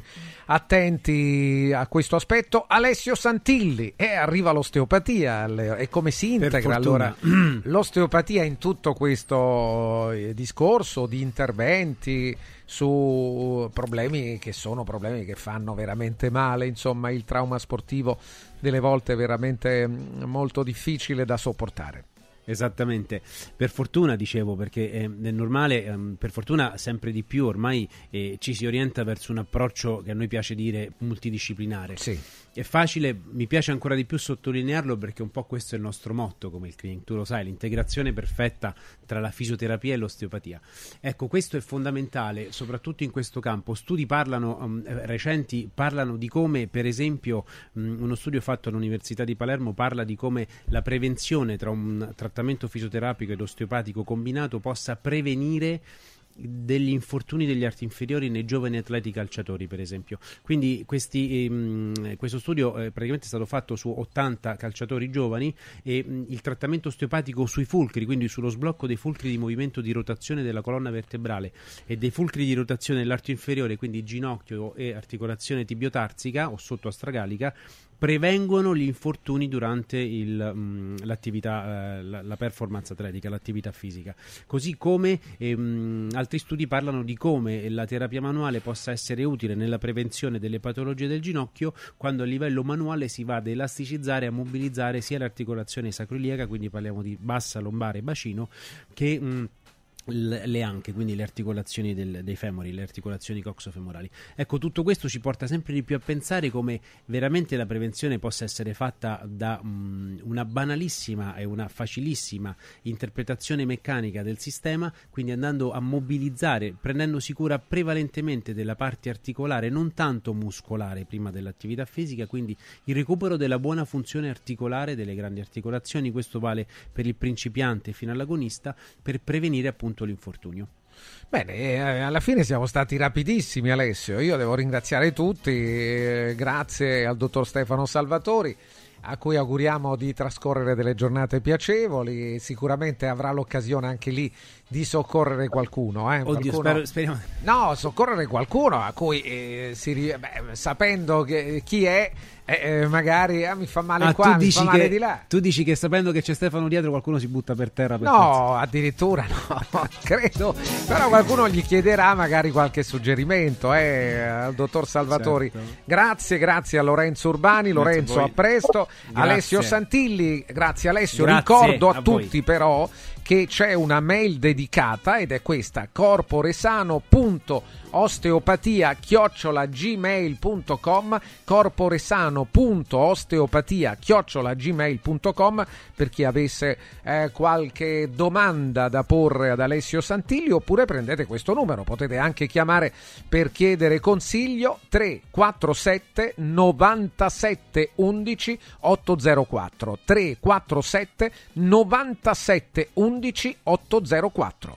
attenti a questo aspetto. Alessio Santilli, e eh, arriva l'osteopatia, e come si integra allora l'osteopatia in tutto questo discorso di interventi su problemi che sono problemi che fanno veramente male, insomma il trauma sportivo delle volte è veramente molto difficile da sopportare. Esattamente, per fortuna dicevo, perché è, è normale, ehm, per fortuna sempre di più ormai eh, ci si orienta verso un approccio che a noi piace dire multidisciplinare. Sì. è facile, mi piace ancora di più sottolinearlo perché un po' questo è il nostro motto come il clinic, tu lo sai, l'integrazione perfetta tra la fisioterapia e l'osteopatia. Ecco, questo è fondamentale soprattutto in questo campo. Studi parlano um, recenti parlano di come, per esempio, um, uno studio fatto all'Università di Palermo parla di come la prevenzione tra un trattamento fisioterapico ed osteopatico combinato possa prevenire degli infortuni degli arti inferiori nei giovani atleti calciatori, per esempio. Quindi questi, ehm, questo studio eh, praticamente è stato fatto su ottanta calciatori giovani e mh, il trattamento osteopatico sui fulcri, quindi sullo sblocco dei fulcri di movimento di rotazione della colonna vertebrale e dei fulcri di rotazione dell'arto inferiore, quindi ginocchio e articolazione tibiotarsica o sottoastragalica, prevengono gli infortuni durante il, mh, l'attività, eh, la, la performance atletica, l'attività fisica. Così come ehm, altri studi parlano di come la terapia manuale possa essere utile nella prevenzione delle patologie del ginocchio, quando a livello manuale si va ad elasticizzare e a mobilizzare sia l'articolazione sacroiliaca, quindi parliamo di bassa, lombare e bacino, che mh, le anche, quindi le articolazioni del, dei femori, le articolazioni coxofemorali. Ecco, tutto questo ci porta sempre di più a pensare come veramente la prevenzione possa essere fatta da um, una banalissima e una facilissima interpretazione meccanica del sistema, quindi andando a mobilizzare, prendendosi cura prevalentemente della parte articolare, non tanto muscolare prima dell'attività fisica, quindi il recupero della buona funzione articolare delle grandi articolazioni. Questo vale per il principiante fino all'agonista, per prevenire appunto l'infortunio. Bene, eh, alla fine siamo stati rapidissimi, Alessio. Io devo ringraziare tutti, eh, grazie al dottor Stefano Salvatori, a cui auguriamo di trascorrere delle giornate piacevoli. Sicuramente avrà l'occasione anche lì di soccorrere qualcuno, eh? Oddio, qualcuno... spero, speriamo. No, soccorrere qualcuno a cui eh, si ri... Beh, sapendo che chi è, eh, magari ah, mi fa male ah, qua, tu mi fa male che, di là. Tu dici che sapendo che c'è Stefano dietro qualcuno si butta per terra? Per no, forza. Addirittura no, credo. Però qualcuno gli chiederà magari qualche suggerimento, eh, al dottor Salvatori. Certo. Grazie, grazie a Lorenzo Urbani. Grazie Lorenzo, a, a presto. Grazie. Alessio Santilli, grazie Alessio. Grazie Ricordo a, a tutti voi. però che c'è una mail dedicata ed è questa: corporesano punto osteopatia chiocciola gmail punto com, corporesano punto osteopatia chiocciola gmail punto com, per chi avesse eh, qualche domanda da porre ad Alessio Santilli, oppure prendete questo numero, potete anche chiamare per chiedere consiglio: tre quattro sette novantasette undici ottocentocquattro, tre quattro sette novantasette undici ottocentocquattro.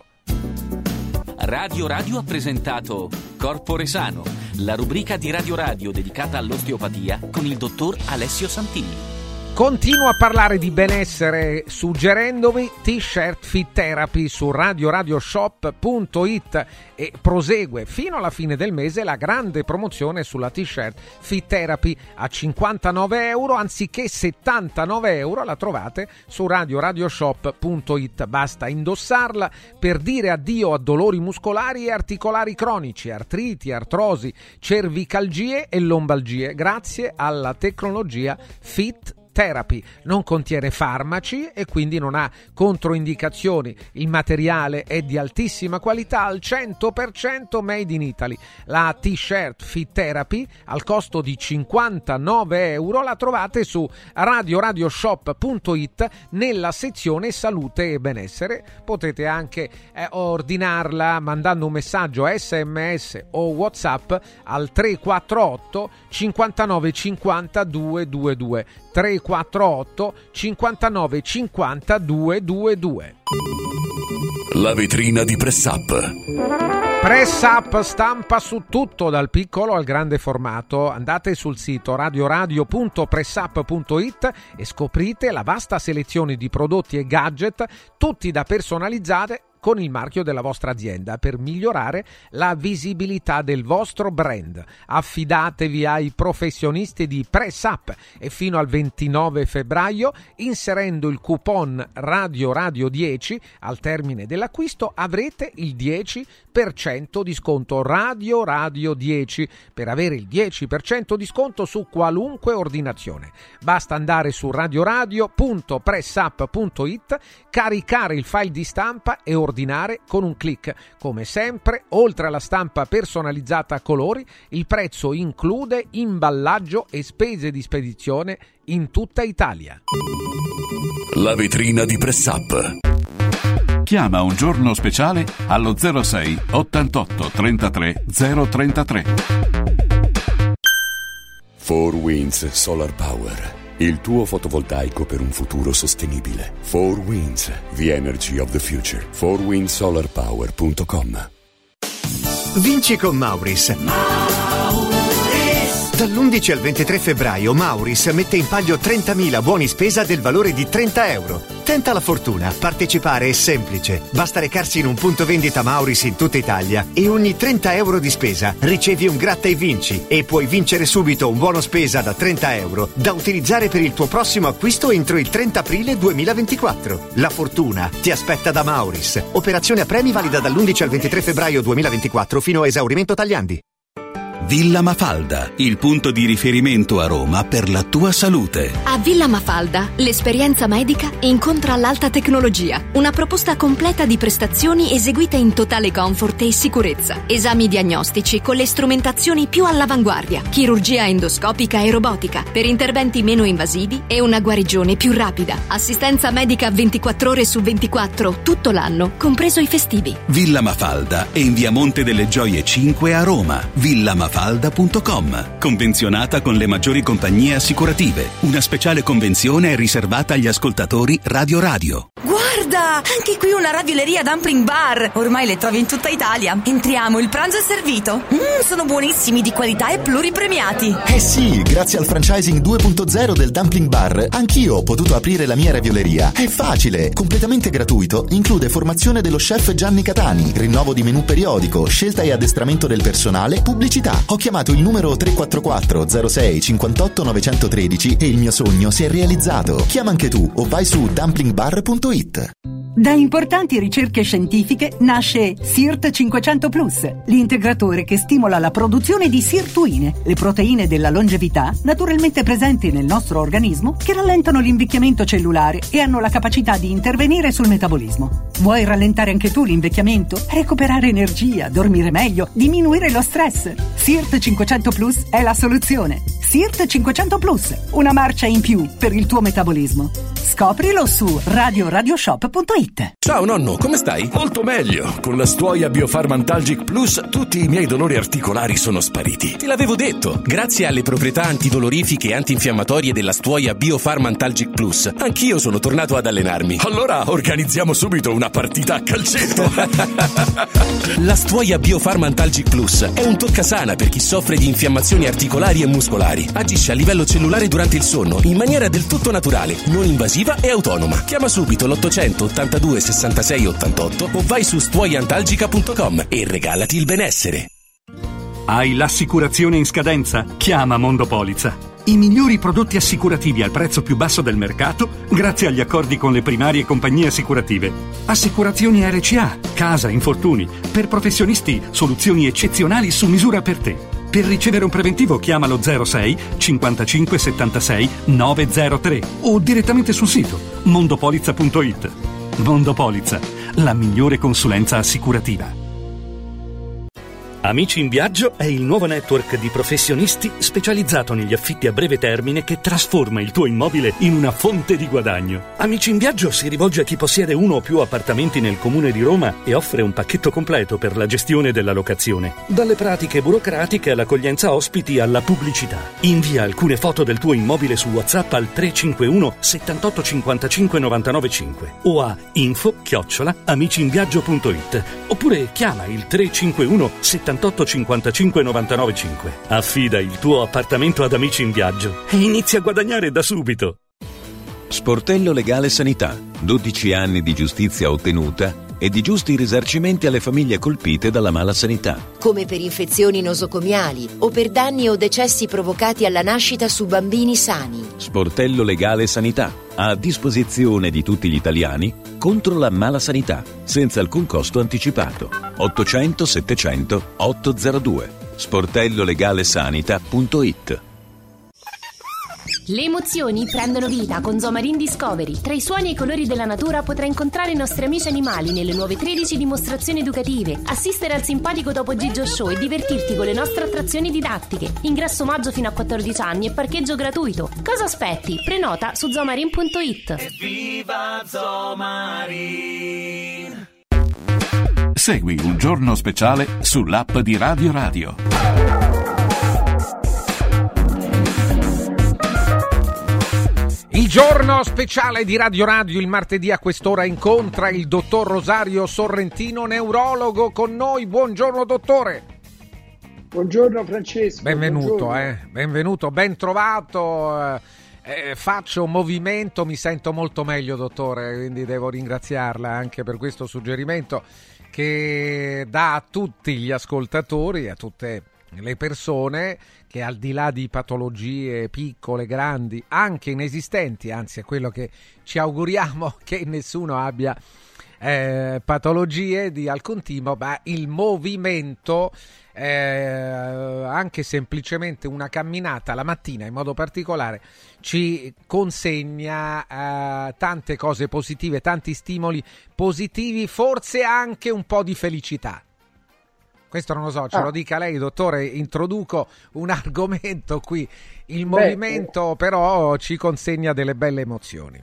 Radio Radio ha presentato Corpore Sano, la rubrica di Radio Radio dedicata all'osteopatia con il dottor Alessio Santilli. Continuo a parlare di benessere suggerendovi T-shirt Fit Therapy su radio radio shop punto it, e prosegue fino alla fine del mese la grande promozione sulla T-shirt Fit Therapy a cinquantanove euro anziché settantanove euro. La trovate su radio radio shop punto it. Basta indossarla per dire addio a dolori muscolari e articolari cronici, artriti, artrosi, cervicalgie e lombalgie, grazie alla tecnologia Fit Therapy. Non contiene farmaci e quindi non ha controindicazioni. Il materiale è di altissima qualità, al cento per cento made in Italy. La T-shirt Fit Therapy al costo di cinquantanove euro la trovate su radio radio shop punto it nella sezione salute e benessere. Potete anche eh, ordinarla mandando un messaggio S M S o WhatsApp al tre quattro otto cinquantanove cinquanta duecentoventidue, tre quattro otto cinquantanove cinquanta duecentoventidue. La vetrina di Press Up. Press Up stampa su tutto, dal piccolo al grande formato. Andate sul sito radio radio punto pressup punto it e scoprite la vasta selezione di prodotti e gadget, tutti da personalizzare con il marchio della vostra azienda per migliorare la visibilità del vostro brand. Affidatevi ai professionisti di Press Up e fino al ventinove febbraio, inserendo il coupon Radio Radio dieci al termine dell'acquisto, avrete il dieci per cento di sconto. Radio Radio dieci per avere il dieci per cento di sconto su qualunque ordinazione. Basta andare su radio radio punto pressup punto it, caricare il file di stampa e ordinare ordinare con un click. Come sempre, oltre alla stampa personalizzata a colori, il prezzo include imballaggio e spese di spedizione in tutta Italia. La vetrina di Press Up. Chiama un giorno speciale allo zero sei ottantotto trentatré zero trentatré. four Winds Solar Power. Il tuo fotovoltaico per un futuro sostenibile. four Winds, the energy of the future. four winds solar power punto com. Vinci con Mauris. Dall'undici al ventitré febbraio Mauris mette in palio trentamila buoni spesa del valore di trenta euro. Tenta la fortuna, partecipare è semplice. Basta recarsi in un punto vendita Mauris in tutta Italia e ogni trenta euro di spesa ricevi un gratta e vinci e puoi vincere subito un buono spesa da trenta euro da utilizzare per il tuo prossimo acquisto entro il trenta aprile duemilaventiquattro. La fortuna ti aspetta da Mauris. Operazione a premi valida dall'undici al ventitré febbraio duemilaventiquattro fino a esaurimento Tagliandi. Villa Mafalda, il punto di riferimento a Roma per la tua salute. A Villa Mafalda, l'esperienza medica incontra l'alta tecnologia. Una proposta completa di prestazioni eseguite in totale comfort e sicurezza. Esami diagnostici con le strumentazioni più all'avanguardia. Chirurgia endoscopica e robotica per interventi meno invasivi e una guarigione più rapida. Assistenza medica ventiquattro ore su ventiquattro, tutto l'anno, compreso i festivi. Villa Mafalda è in via Monte delle Gioie cinque a Roma. Villa Mafalda punto com. Convenzionata con le maggiori compagnie assicurative. Una speciale convenzione è riservata agli ascoltatori Radio Radio. Guarda, anche qui una ravioleria dumpling bar. Ormai le trovi in tutta Italia. Entriamo, il pranzo è servito. Mmm, sono buonissimi, di qualità e pluripremiati. Eh sì, grazie al franchising due punto zero del dumpling bar, anch'io ho potuto aprire la mia ravioleria. È facile, completamente gratuito, include formazione dello chef Gianni Catani, rinnovo di menù periodico, scelta e addestramento del personale, pubblicità. Ho chiamato il numero tre quattro quattro zero sei cinquantotto novecentotredici e il mio sogno si è realizzato. Chiama anche tu o vai su dumpling bar punto it. Da importanti ricerche scientifiche nasce SIRT cinquecento plus, l'integratore che stimola la produzione di sirtuine, le proteine della longevità naturalmente presenti nel nostro organismo che rallentano l'invecchiamento cellulare e hanno la capacità di intervenire sul metabolismo. Vuoi rallentare anche tu l'invecchiamento? Recuperare energia, dormire meglio, diminuire lo stress? SIRT cinquecento plus è la soluzione. SIRT cinquecento plus, una marcia in più per il tuo metabolismo. Scoprilo su radio radioshop punto it. Ciao nonno, come stai? Molto meglio. Con la Stuoia Biofarmantalgic Plus tutti i miei dolori articolari sono spariti. Te l'avevo detto. Grazie alle proprietà antidolorifiche e antinfiammatorie della Stuoia Biofarmantalgic Plus, anch'io sono tornato ad allenarmi. Allora organizziamo subito una partita a calcetto. La Stuoia Biofarmantalgic Plus è un toccasana per chi soffre di infiammazioni articolari e muscolari. Agisce a livello cellulare durante il sonno in maniera del tutto naturale, non invasiva e autonoma. Chiama subito l'ottocento ottantadue sessantasei ottantotto o vai su stuoiantalgica punto com e regalati il benessere. Hai l'assicurazione in scadenza? Chiama Mondopolizza. I migliori prodotti assicurativi al prezzo più basso del mercato grazie agli accordi con le primarie compagnie assicurative. Assicurazioni R C A, casa, infortuni. Per professionisti, soluzioni eccezionali su misura per te. Per ricevere un preventivo chiamalo zero sei cinquantacinque settantasei novecentotre o direttamente sul sito mondopolizza punto it. Mondopolizza, la migliore consulenza assicurativa. Amici in Viaggio è il nuovo network di professionisti specializzato negli affitti a breve termine che trasforma il tuo immobile in una fonte di guadagno. Amici in Viaggio si rivolge a chi possiede uno o più appartamenti nel comune di Roma e offre un pacchetto completo per la gestione della locazione. Dalle pratiche burocratiche all'accoglienza ospiti alla pubblicità. Invia alcune foto del tuo immobile su WhatsApp al tre cinque uno settantotto cinquantacinque novantanove cinque o a info chiocciola amicinviaggio punto it oppure chiama il tre cinque uno settantotto cinquantacinque novantanove cinque. Affida il tuo appartamento ad Amici in Viaggio e inizia a guadagnare da subito. Sportello Legale Sanità. dodici anni di giustizia ottenuta e di giusti risarcimenti alle famiglie colpite dalla mala sanità. Come per infezioni nosocomiali o per danni o decessi provocati alla nascita su bambini sani. Sportello Legale Sanità. A disposizione di tutti gli italiani contro la mala sanità, senza alcun costo anticipato. ottocento settecento ottocentodue. sportello legale sanità punto it. Le emozioni prendono vita con Zomarin Discovery. Tra i suoni e i colori della natura potrai incontrare i nostri amici animali nelle nuove tredici dimostrazioni educative, assistere al simpatico Topo Gigio Show e divertirti con le nostre attrazioni didattiche. Ingresso omaggio fino a quattordici anni e parcheggio gratuito. Cosa aspetti? Prenota su zomarin punto it. Viva Zomarin! Segui Un Giorno Speciale sull'app di Radio Radio. Il giorno speciale di Radio Radio, il martedì a quest'ora incontra il dottor Rosario Sorrentino, neurologo, con noi. Buongiorno dottore. Buongiorno Francesco. Benvenuto, buongiorno. Eh. Benvenuto, ben trovato. Eh, faccio un movimento, mi sento molto meglio dottore, quindi devo ringraziarla anche per questo suggerimento che dà a tutti gli ascoltatori, a tutte le persone che al di là di patologie piccole, grandi, anche inesistenti, anzi è quello che ci auguriamo, che nessuno abbia eh, patologie di alcun tipo, ma il movimento, eh, anche semplicemente una camminata la mattina in modo particolare, ci consegna eh, tante cose positive, tanti stimoli positivi, forse anche un po' di felicità. Questo non lo so, ce ah. lo dica lei dottore, introduco un argomento qui, il Beh, movimento eh, però ci consegna delle belle emozioni.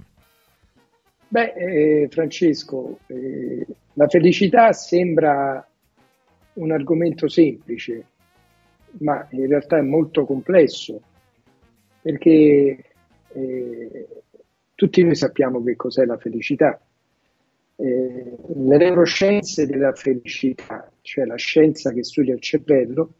Beh eh, Francesco, eh, la felicità sembra un argomento semplice, ma in realtà è molto complesso, perché eh, tutti noi sappiamo che cos'è la felicità. Eh, le neuroscienze della felicità, cioè la scienza che studia il cervello,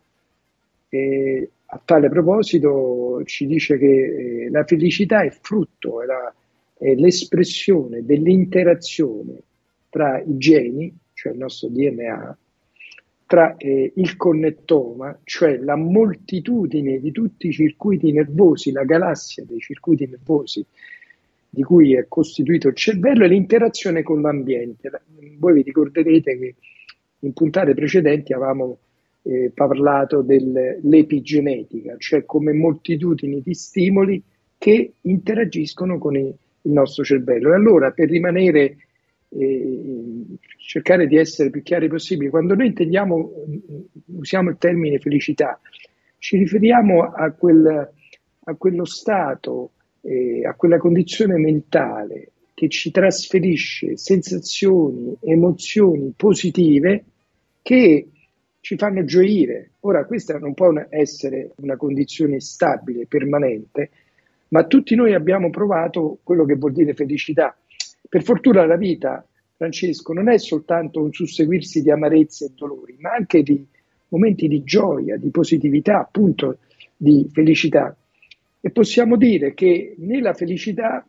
eh, a tale proposito ci dice che eh, la felicità è frutto, è, la, è l'espressione dell'interazione tra i geni, cioè il nostro D N A, tra eh, il connettoma, cioè la moltitudine di tutti i circuiti nervosi, la galassia dei circuiti nervosi di cui è costituito il cervello, e l'interazione con l'ambiente. Voi vi ricorderete che in puntate precedenti avevamo eh, parlato dell'epigenetica, cioè come moltitudini di stimoli che interagiscono con il, il nostro cervello. E allora, per rimanere, eh, cercare di essere più chiari possibile, quando noi intendiamo, usiamo il termine felicità, ci riferiamo a, quel, a quello stato, Eh, a quella condizione mentale che ci trasferisce sensazioni, emozioni positive che ci fanno gioire. Ora, questa non può essere una condizione stabile, permanente, ma tutti noi abbiamo provato quello che vuol dire felicità. Per fortuna la vita, Francesco, non è soltanto un susseguirsi di amarezze e dolori, ma anche di momenti di gioia, di positività, appunto di felicità. E possiamo dire che nella felicità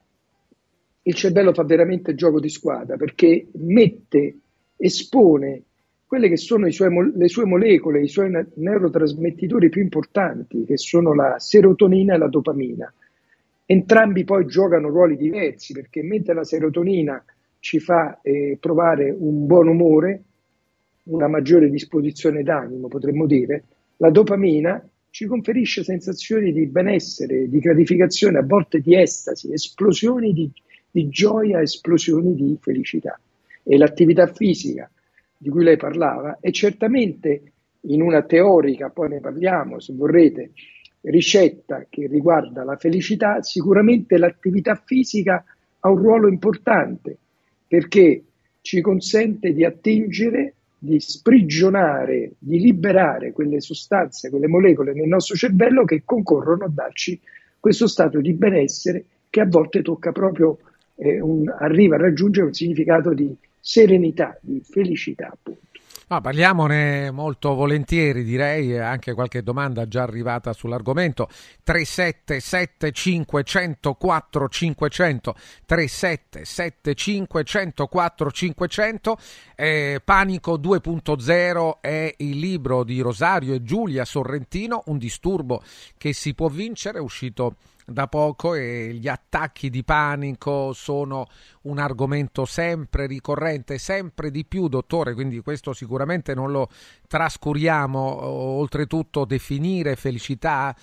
il cervello fa veramente gioco di squadra, perché mette, espone quelle che sono i suoi, le sue molecole, i suoi neurotrasmettitori più importanti, che sono la serotonina e la dopamina. Entrambi poi giocano ruoli diversi, perché mentre la serotonina ci fa eh, provare un buon umore, una maggiore disposizione d'animo, potremmo dire, la dopamina ci conferisce sensazioni di benessere, di gratificazione, a volte di estasi, esplosioni di, di gioia, esplosioni di felicità. E l'attività fisica di cui lei parlava è certamente, in una teorica, poi ne parliamo se vorrete, ricetta che riguarda la felicità, sicuramente l'attività fisica ha un ruolo importante, perché ci consente di attingere, di sprigionare, di liberare quelle sostanze, quelle molecole nel nostro cervello che concorrono a darci questo stato di benessere che a volte tocca proprio, eh, un, arriva a raggiungere un significato di serenità, di felicità, appunto. No, parliamone molto volentieri, direi, anche qualche domanda già arrivata sull'argomento. tre sette sette cinque zero zero quattro cinquecento, tre sette sette cinque zero zero quattro cinquecento. eh, Panico due punto zero è il libro di Rosario e Giulia Sorrentino, un disturbo che si può vincere, è uscito da poco, e gli attacchi di panico sono un argomento sempre ricorrente, sempre di più, dottore, quindi questo sicuramente non lo trascuriamo. Oltretutto definire felicità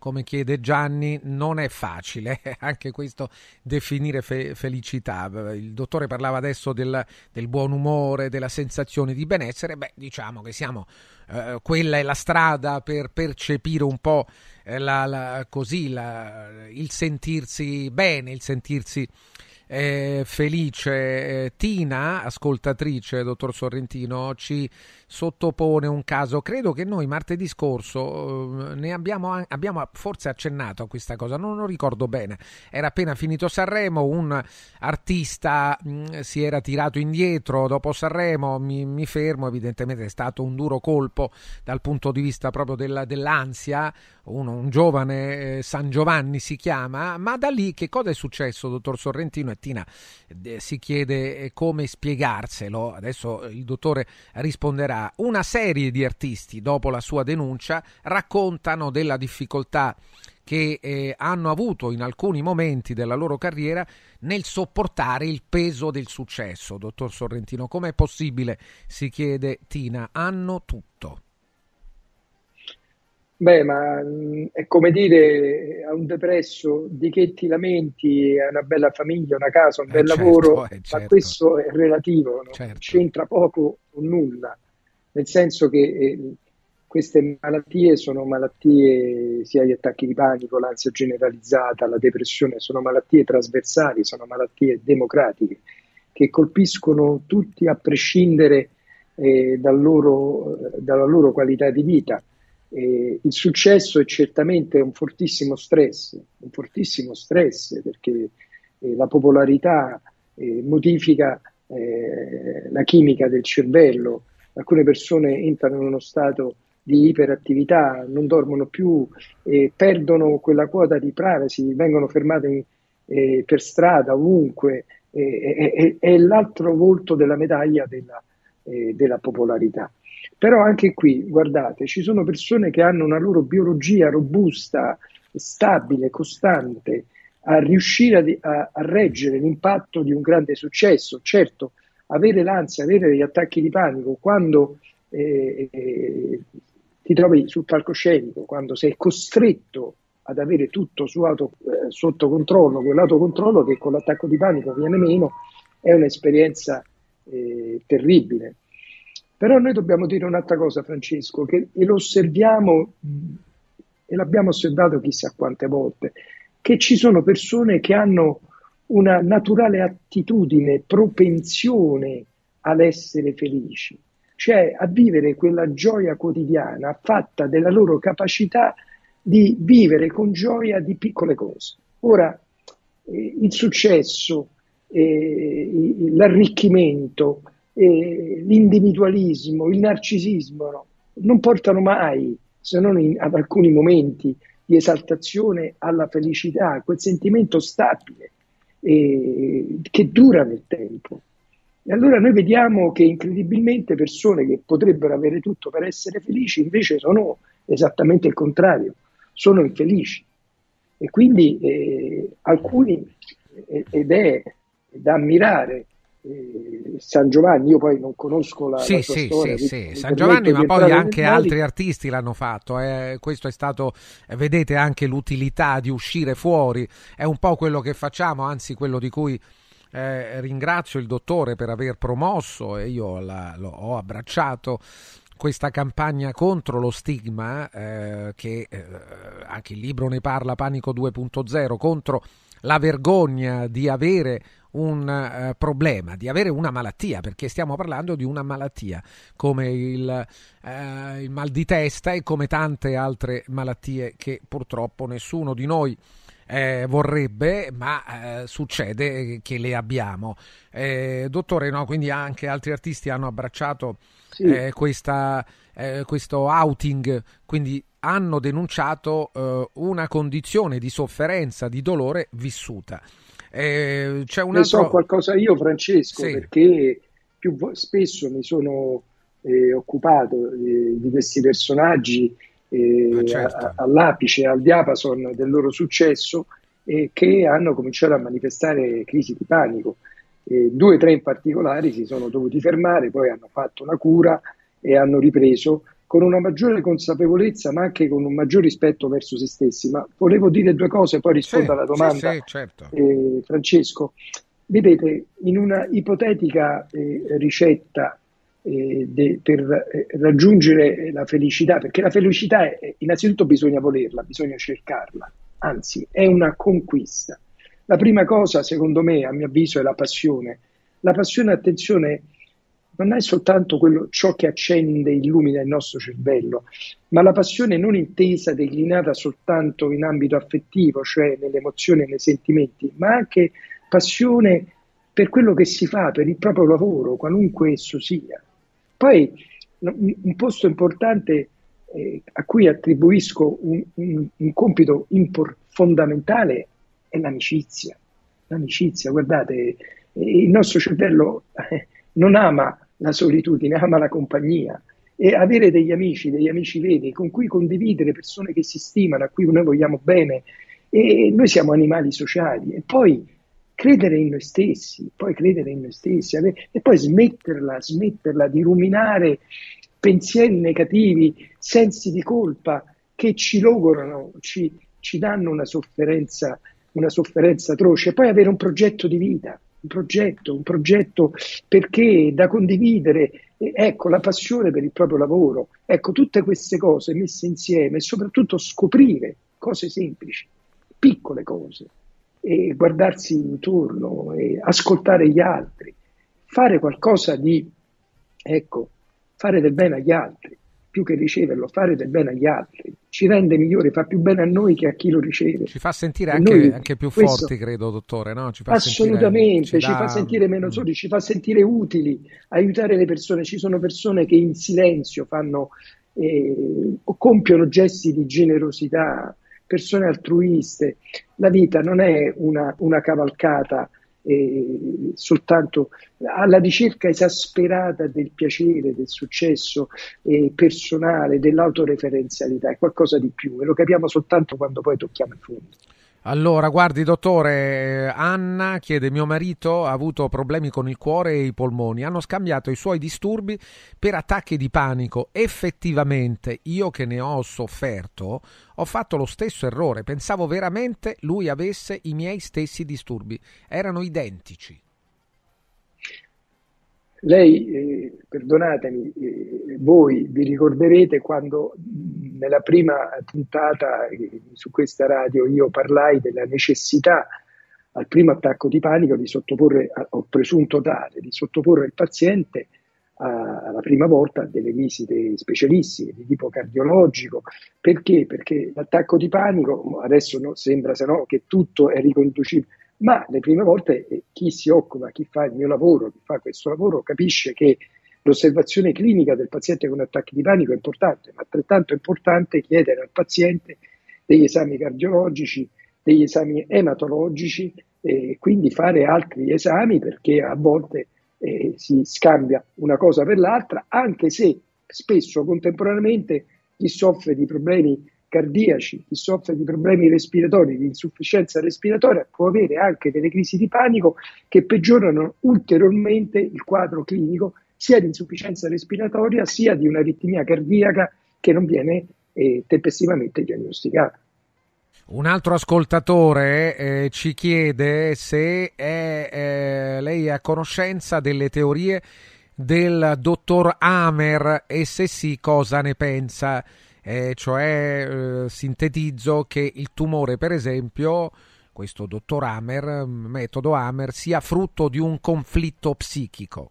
come chiede Gianni, non è facile anche questo definire fe- felicità. Il dottore parlava adesso del, del buon umore, della sensazione di benessere. Beh, diciamo che siamo eh, quella è la strada per percepire un po' eh, la, la, così la, il sentirsi bene, il sentirsi Eh, felice. eh, Tina, ascoltatrice, dottor Sorrentino, ci sottopone un caso. Credo che noi martedì scorso eh, ne abbiamo, abbiamo forse accennato a questa cosa, non lo ricordo bene. Era appena finito Sanremo, un artista mh, si era tirato indietro dopo Sanremo. Mi, mi fermo, evidentemente è stato un duro colpo dal punto di vista proprio della, dell'ansia. Un, un giovane, eh, San Giovanni si chiama, ma da lì che cosa è successo, dottor Sorrentino? E Tina eh, si chiede eh, come spiegarselo. Adesso il dottore risponderà. Una serie di artisti, dopo la sua denuncia, raccontano della difficoltà che eh, hanno avuto in alcuni momenti della loro carriera nel sopportare il peso del successo. Dottor Sorrentino, com'è possibile? Si chiede Tina. Hanno tutto. Beh, ma mh, è come dire a un depresso di che ti lamenti, è una bella famiglia, una casa, un Eh, bel certo, lavoro, eh, ma certo. questo è relativo, no? Certo. C'entra poco o nulla, nel senso che eh, queste malattie sono malattie, sia gli attacchi di panico, l'ansia generalizzata, la depressione, sono malattie trasversali, sono malattie democratiche che colpiscono tutti a prescindere eh, dal loro, dalla loro qualità di vita. Eh, il successo è certamente un fortissimo stress, un fortissimo stress perché eh, la popolarità eh, modifica eh, la chimica del cervello. Alcune persone entrano in uno stato di iperattività, non dormono più, eh, perdono quella quota di privacy, vengono fermate eh, per strada, ovunque. Eh, è l'altro volto della medaglia della, eh, della popolarità. Però anche qui, guardate, ci sono persone che hanno una loro biologia robusta, stabile, costante, a riuscire a, a, a reggere l'impatto di un grande successo. Certo, avere l'ansia, avere degli attacchi di panico, quando eh, eh, ti trovi sul palcoscenico, quando sei costretto ad avere tutto su auto, eh, sotto controllo, quell'autocontrollo che con l'attacco di panico viene meno, è un'esperienza eh, terribile. Però noi dobbiamo dire un'altra cosa, Francesco, che e lo osserviamo mh, e l'abbiamo osservato chissà quante volte, che ci sono persone che hanno una naturale attitudine, propensione all'essere felici, cioè a vivere quella gioia quotidiana fatta della loro capacità di vivere con gioia di piccole cose. Ora, eh, il successo, eh, l'arricchimento, eh, l'individualismo, il narcisismo no, non portano mai, se non in, ad alcuni momenti di esaltazione, alla felicità, quel sentimento stabile eh, che dura nel tempo. E allora noi vediamo che incredibilmente persone che potrebbero avere tutto per essere felici invece sono esattamente il contrario, sono infelici. E quindi eh, alcuni, eh, ed è da ammirare, eh, San Giovanni, io poi non conosco la, sì, la sua sì, storia. sì, mi, sì. mi San Giovanni, ma poi anche nel altri artisti l'hanno fatto. Eh. Questo è stato, eh, vedete anche l'utilità di uscire fuori, è un po' quello che facciamo, anzi quello di cui eh, ringrazio il dottore per aver promosso, e io la, lo, ho abbracciato questa campagna contro lo stigma, eh, che eh, anche il libro ne parla, Panico due punto zero, contro la vergogna di avere un uh, problema, di avere una malattia, perché stiamo parlando di una malattia come il, uh, il mal di testa e come tante altre malattie che purtroppo nessuno di noi eh, vorrebbe, ma eh, succede che le abbiamo. Eh, dottore, no, quindi anche altri artisti hanno abbracciato sì. eh, questa, eh, questo outing, quindi hanno denunciato eh, una condizione di sofferenza, di dolore vissuta. Eh, c'è un ne altro... so qualcosa io, Francesco, sì. perché più spesso mi sono eh, occupato eh, di questi personaggi eh, ah, certo. a, all'apice, al diapason del loro successo, eh, che hanno cominciato a manifestare crisi di panico. Eh, due o tre in particolare si sono dovuti fermare, poi hanno fatto una cura e hanno ripreso con una maggiore consapevolezza, ma anche con un maggior rispetto verso se stessi. Ma volevo dire due cose, poi rispondo Sì, alla domanda, sì, sì, certo. eh, Francesco. Vedete, in una ipotetica eh, ricetta eh, de, per eh, raggiungere la felicità, perché la felicità è, innanzitutto bisogna volerla, bisogna cercarla, anzi è una conquista. La prima cosa, secondo me, a mio avviso, è la passione. La passione, attenzione, non è soltanto quello, ciò che accende e illumina il nostro cervello, ma la passione non intesa, declinata soltanto in ambito affettivo, cioè nelle emozioni e nei sentimenti, ma anche passione per quello che si fa, per il proprio lavoro, qualunque esso sia. Poi un posto importante eh, a cui attribuisco un, un, un compito impor- fondamentale è l'amicizia. L'amicizia, guardate, eh, il nostro cervello eh, non ama la solitudine, ama la compagnia, e avere degli amici, degli amici veri, con cui condividere, persone che si stimano, a cui noi vogliamo bene, e noi siamo animali sociali, e poi credere in noi stessi, poi credere in noi stessi, e poi smetterla, smetterla di ruminare pensieri negativi, sensi di colpa che ci logorano, ci, ci danno una sofferenza, una sofferenza atroce, e poi avere un progetto di vita, un progetto, un progetto perché da condividere, ecco, la passione per il proprio lavoro, ecco, tutte queste cose messe insieme, e soprattutto scoprire cose semplici, piccole cose, e guardarsi intorno, e ascoltare gli altri, fare qualcosa di, ecco, fare del bene agli altri, più che riceverlo, fare del bene agli altri, ci rende migliori, fa più bene a noi che a chi lo riceve. Ci fa sentire E anche, noi, anche più questo, forti, credo, dottore, no? Ci fa assolutamente, sentire, ci, ci dà... fa sentire meno soli, ci fa sentire utili, aiutare le persone. Ci sono persone che in silenzio fanno, eh, o compiono gesti di generosità, persone altruiste. La vita non è una, una cavalcata eh, soltanto alla ricerca esasperata del piacere, del successo eh, personale, dell'autoreferenzialità, è qualcosa di più, e lo capiamo soltanto quando poi tocchiamo il fondo. Allora, guardi, dottore, Anna chiede: mio marito ha avuto problemi con il cuore e i polmoni, hanno scambiato i suoi disturbi per attacchi di panico. Effettivamente, io che ne ho sofferto, ho fatto lo stesso errore, pensavo veramente lui avesse i miei stessi disturbi, erano identici. Lei, eh, perdonatemi, eh, voi vi ricorderete quando mh, nella prima puntata eh, su questa radio io parlai della necessità al primo attacco di panico di sottoporre, o presunto tale, di sottoporre il paziente a, alla prima volta a delle visite specialistiche di tipo cardiologico. Perché? Perché l'attacco di panico, adesso no, sembra se no che tutto è riconducibile, ma le prime volte eh, chi si occupa, chi fa il mio lavoro, chi fa questo lavoro, capisce che l'osservazione clinica del paziente con attacchi di panico è importante, ma altrettanto è importante chiedere al paziente degli esami cardiologici, degli esami ematologici, e quindi fare altri esami, perché a volte eh, si scambia una cosa per l'altra, anche se spesso contemporaneamente chi soffre di problemi cardiaci, chi soffre di problemi respiratori, di insufficienza respiratoria, può avere anche delle crisi di panico che peggiorano ulteriormente il quadro clinico sia di insufficienza respiratoria sia di un'aritmia cardiaca che non viene eh, tempestivamente diagnosticata. Un altro ascoltatore eh, ci chiede se è, eh, lei è a conoscenza delle teorie del dottor Hamer e se sì cosa ne pensa. Eh, cioè eh, sintetizzo che il tumore, per esempio, questo dottor Hamer, metodo Hamer, sia frutto di un conflitto psichico.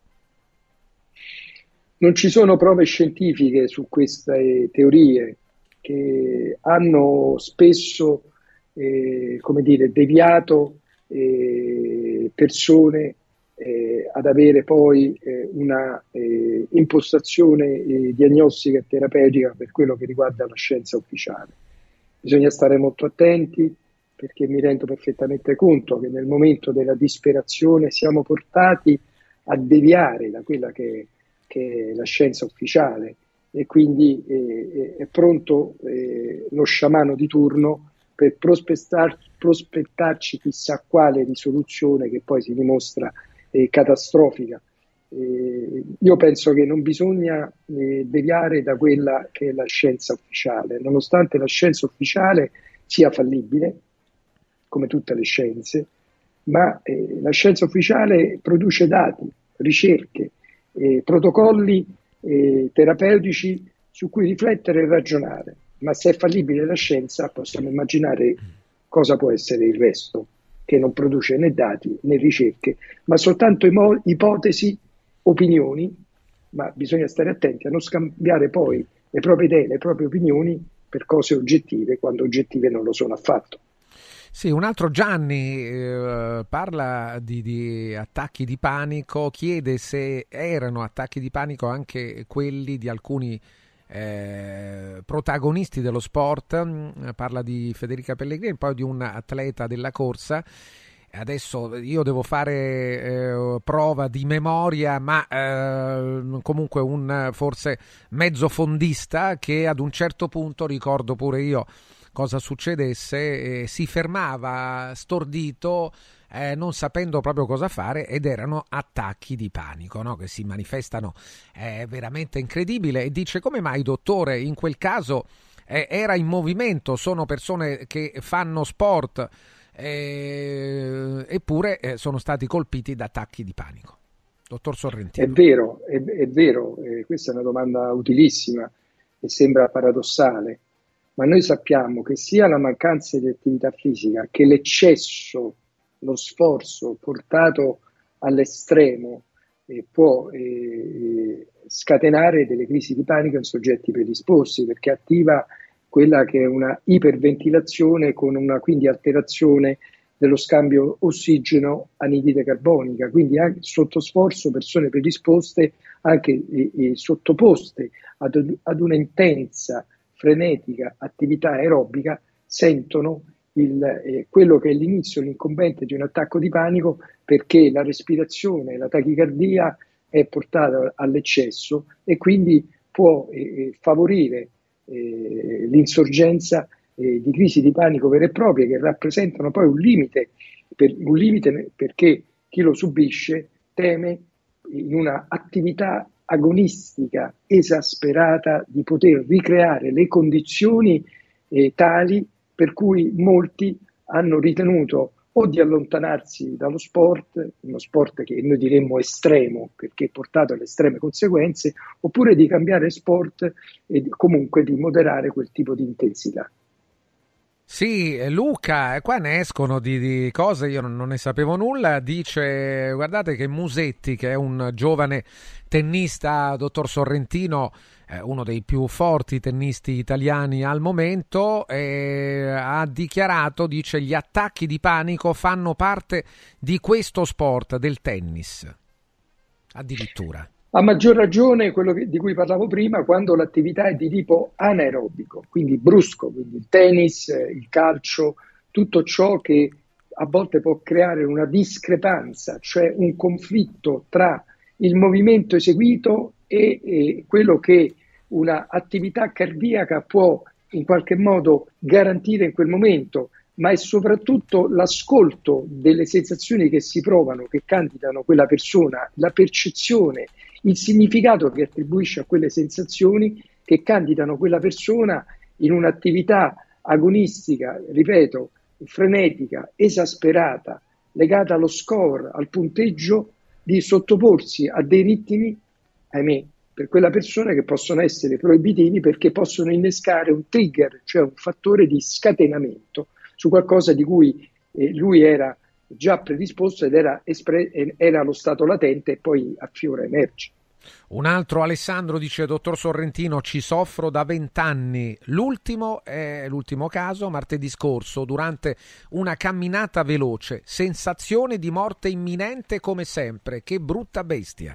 Non ci sono prove scientifiche su queste teorie, che hanno spesso eh, come dire, deviato eh, persone Eh, ad avere poi eh, una eh, impostazione eh, diagnostica e terapeutica per quello che riguarda la scienza ufficiale. Bisogna stare molto attenti, perché mi rendo perfettamente conto che nel momento della disperazione siamo portati a deviare da quella che, che è la scienza ufficiale, e quindi eh, è pronto eh, lo sciamano di turno per prospettar, prospettarci chissà quale risoluzione che poi si dimostra Eh, catastrofica. Eh, io penso che non bisogna eh, deviare da quella che è la scienza ufficiale, nonostante la scienza ufficiale sia fallibile, come tutte le scienze, ma eh, la scienza ufficiale produce dati, ricerche, eh, protocolli eh, terapeutici su cui riflettere e ragionare, ma se è fallibile la scienza possiamo immaginare cosa può essere il resto, che non produce né dati né ricerche, ma soltanto imo- ipotesi, opinioni, ma bisogna stare attenti a non scambiare poi le proprie idee, le proprie opinioni per cose oggettive, quando oggettive non lo sono affatto. Sì, un altro Gianni eh, parla di, di attacchi di panico, chiede se erano attacchi di panico anche quelli di alcuni eh, protagonisti dello sport, parla di Federica Pellegrini, poi di un atleta della corsa. Adesso io devo fare eh, prova di memoria, ma eh, comunque un forse mezzo fondista che ad un certo punto, ricordo pure io cosa succedesse, eh, si fermava stordito, eh, non sapendo proprio cosa fare, ed erano attacchi di panico, no? Che si manifestano. È veramente incredibile. E dice: come mai, dottore, in quel caso eh, era in movimento, sono persone che fanno sport, Eh, eppure eh, sono stati colpiti da attacchi di panico. Dottor Sorrentino. È vero, è, è vero, eh, questa è una domanda utilissima e sembra paradossale, ma noi sappiamo che sia la mancanza di attività fisica che l'eccesso, lo sforzo portato all'estremo eh, può eh, scatenare delle crisi di panico in soggetti predisposti, perché attiva quella che è una iperventilazione con una quindi alterazione dello scambio ossigeno-anidride carbonica, quindi anche sotto sforzo persone predisposte, anche eh, eh, sottoposte ad, ad una intensa, frenetica attività aerobica, sentono il, eh, quello che è l'inizio, l'incombente di un attacco di panico, perché la respirazione, la tachicardia è portata all'eccesso e quindi può eh, favorire Eh, l'insorgenza eh, di crisi di panico vere e proprie, che rappresentano poi un limite, per, un limite perché chi lo subisce teme in una attività agonistica esasperata di poter ricreare le condizioni eh, tali per cui molti hanno ritenuto o di allontanarsi dallo sport, uno sport che noi diremmo estremo perché portato alle estreme conseguenze, oppure di cambiare sport e comunque di moderare quel tipo di intensità. Sì, Luca, qua ne escono di, di cose, io non, non ne sapevo nulla. Dice: guardate che Musetti, che è un giovane tennista, dottor Sorrentino, eh, uno dei più forti tennisti italiani al momento, eh, ha dichiarato, dice: gli attacchi di panico fanno parte di questo sport, del tennis. Addirittura. A maggior ragione quello che, di cui parlavo prima, quando l'attività è di tipo anaerobico, quindi brusco, quindi il tennis, il calcio, tutto ciò che a volte può creare una discrepanza, cioè un conflitto tra il movimento eseguito e, e quello che una attività cardiaca può in qualche modo garantire in quel momento, ma è soprattutto l'ascolto delle sensazioni che si provano, che candidano quella persona, la percezione, il significato che attribuisce a quelle sensazioni che candidano quella persona in un'attività agonistica, ripeto, frenetica, esasperata, legata allo score, al punteggio, di sottoporsi a dei ritmi, ahimè, per quella persona che possono essere proibitivi perché possono innescare un trigger, cioè un fattore di scatenamento su qualcosa di cui eh, lui era già predisposto ed era, espre- era allo stato latente e poi affiora, emerge. Un altro Alessandro dice: dottor Sorrentino, ci soffro da vent'anni. L'ultimo è l'ultimo caso, martedì scorso, durante una camminata veloce, sensazione di morte imminente come sempre. Che brutta bestia.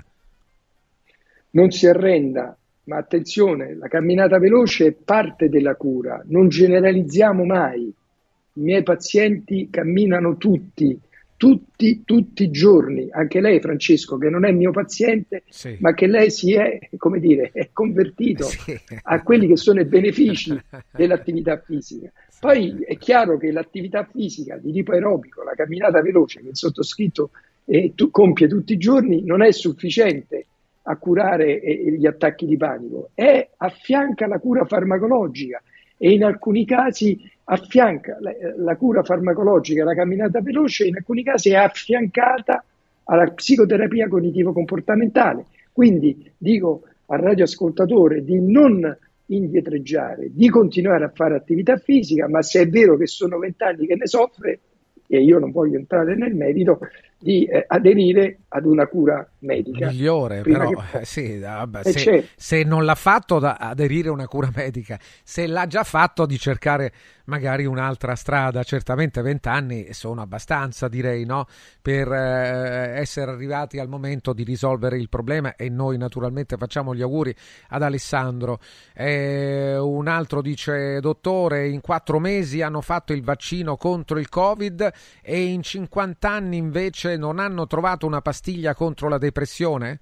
Non si arrenda, ma attenzione, la camminata veloce è parte della cura, non generalizziamo mai. I miei pazienti camminano tutti, tutti, tutti i giorni, anche lei Francesco, che non è mio paziente, sì, ma che lei si è, come dire, è convertito sì. a quelli che sono i benefici dell'attività fisica. Poi è chiaro che l'attività fisica di tipo aerobico, la camminata veloce che il sottoscritto e tu compie tutti i giorni non è sufficiente a curare eh, gli attacchi di panico, è affianca la cura farmacologica e in alcuni casi affianca la, la cura farmacologica, la camminata veloce, in alcuni casi è affiancata alla psicoterapia cognitivo-comportamentale. Quindi dico al radioascoltatore di non indietreggiare, di continuare a fare attività fisica, ma se è vero che sono vent'anni che ne soffre, e io non voglio entrare nel merito, di eh, aderire ad una cura medica migliore, però che... eh, sì, vabbè, se, certo. se non l'ha fatto, da aderire a una cura medica, se l'ha già fatto, di cercare magari un'altra strada. Certamente vent'anni sono abbastanza, direi, no, per eh, essere arrivati al momento di risolvere il problema, e noi naturalmente facciamo gli auguri ad Alessandro. Eh, un altro dice: dottore, in quattro mesi hanno fatto il vaccino contro il Covid e in cinquanta anni invece non hanno trovato una pastiglia contro la depressione?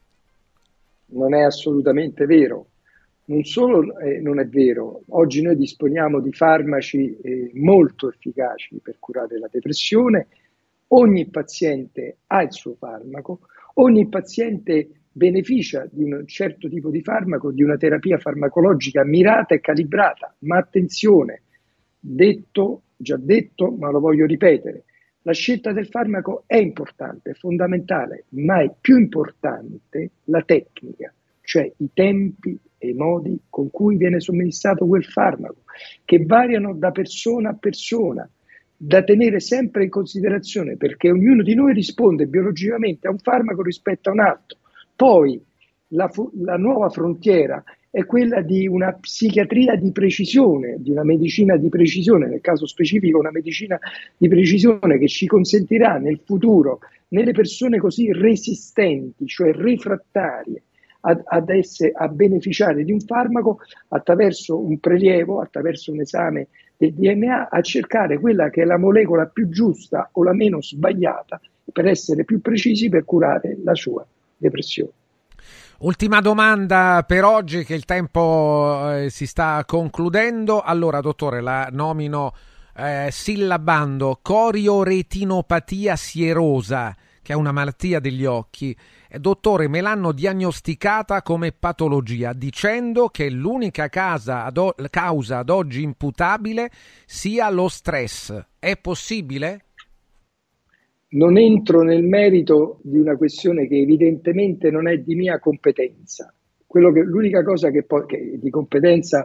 Non è assolutamente vero. Non solo eh, non è vero, oggi noi disponiamo di farmaci eh, molto efficaci per curare la depressione. Ogni paziente ha il suo farmaco, ogni paziente beneficia di un certo tipo di farmaco, di una terapia farmacologica mirata e calibrata. Ma attenzione, detto, già detto, ma lo voglio ripetere, la scelta del farmaco è importante, è fondamentale, ma è più importante la tecnica, cioè i tempi e i modi con cui viene somministrato quel farmaco, che variano da persona a persona, da tenere sempre in considerazione, perché ognuno di noi risponde biologicamente a un farmaco rispetto a un altro. Poi la, la nuova frontiera è quella di una psichiatria di precisione, di una medicina di precisione, nel caso specifico una medicina di precisione che ci consentirà nel futuro, nelle persone così resistenti, cioè refrattarie, ad, ad essere, a beneficiare di un farmaco, attraverso un prelievo, attraverso un esame del D N A, a cercare quella che è la molecola più giusta o la meno sbagliata, per essere più precisi, per curare la sua depressione. Ultima domanda per oggi, che il tempo eh, si sta concludendo. Allora, dottore, la nomino eh, sillabando: corioretinopatia sierosa, che è una malattia degli occhi. Eh, dottore, me l'hanno diagnosticata come patologia, dicendo che l'unica causa ad, o- causa ad oggi imputabile sia lo stress. È possibile? Non entro nel merito di una questione che evidentemente non è di mia competenza. Quello che, l'unica cosa che, po- che di competenza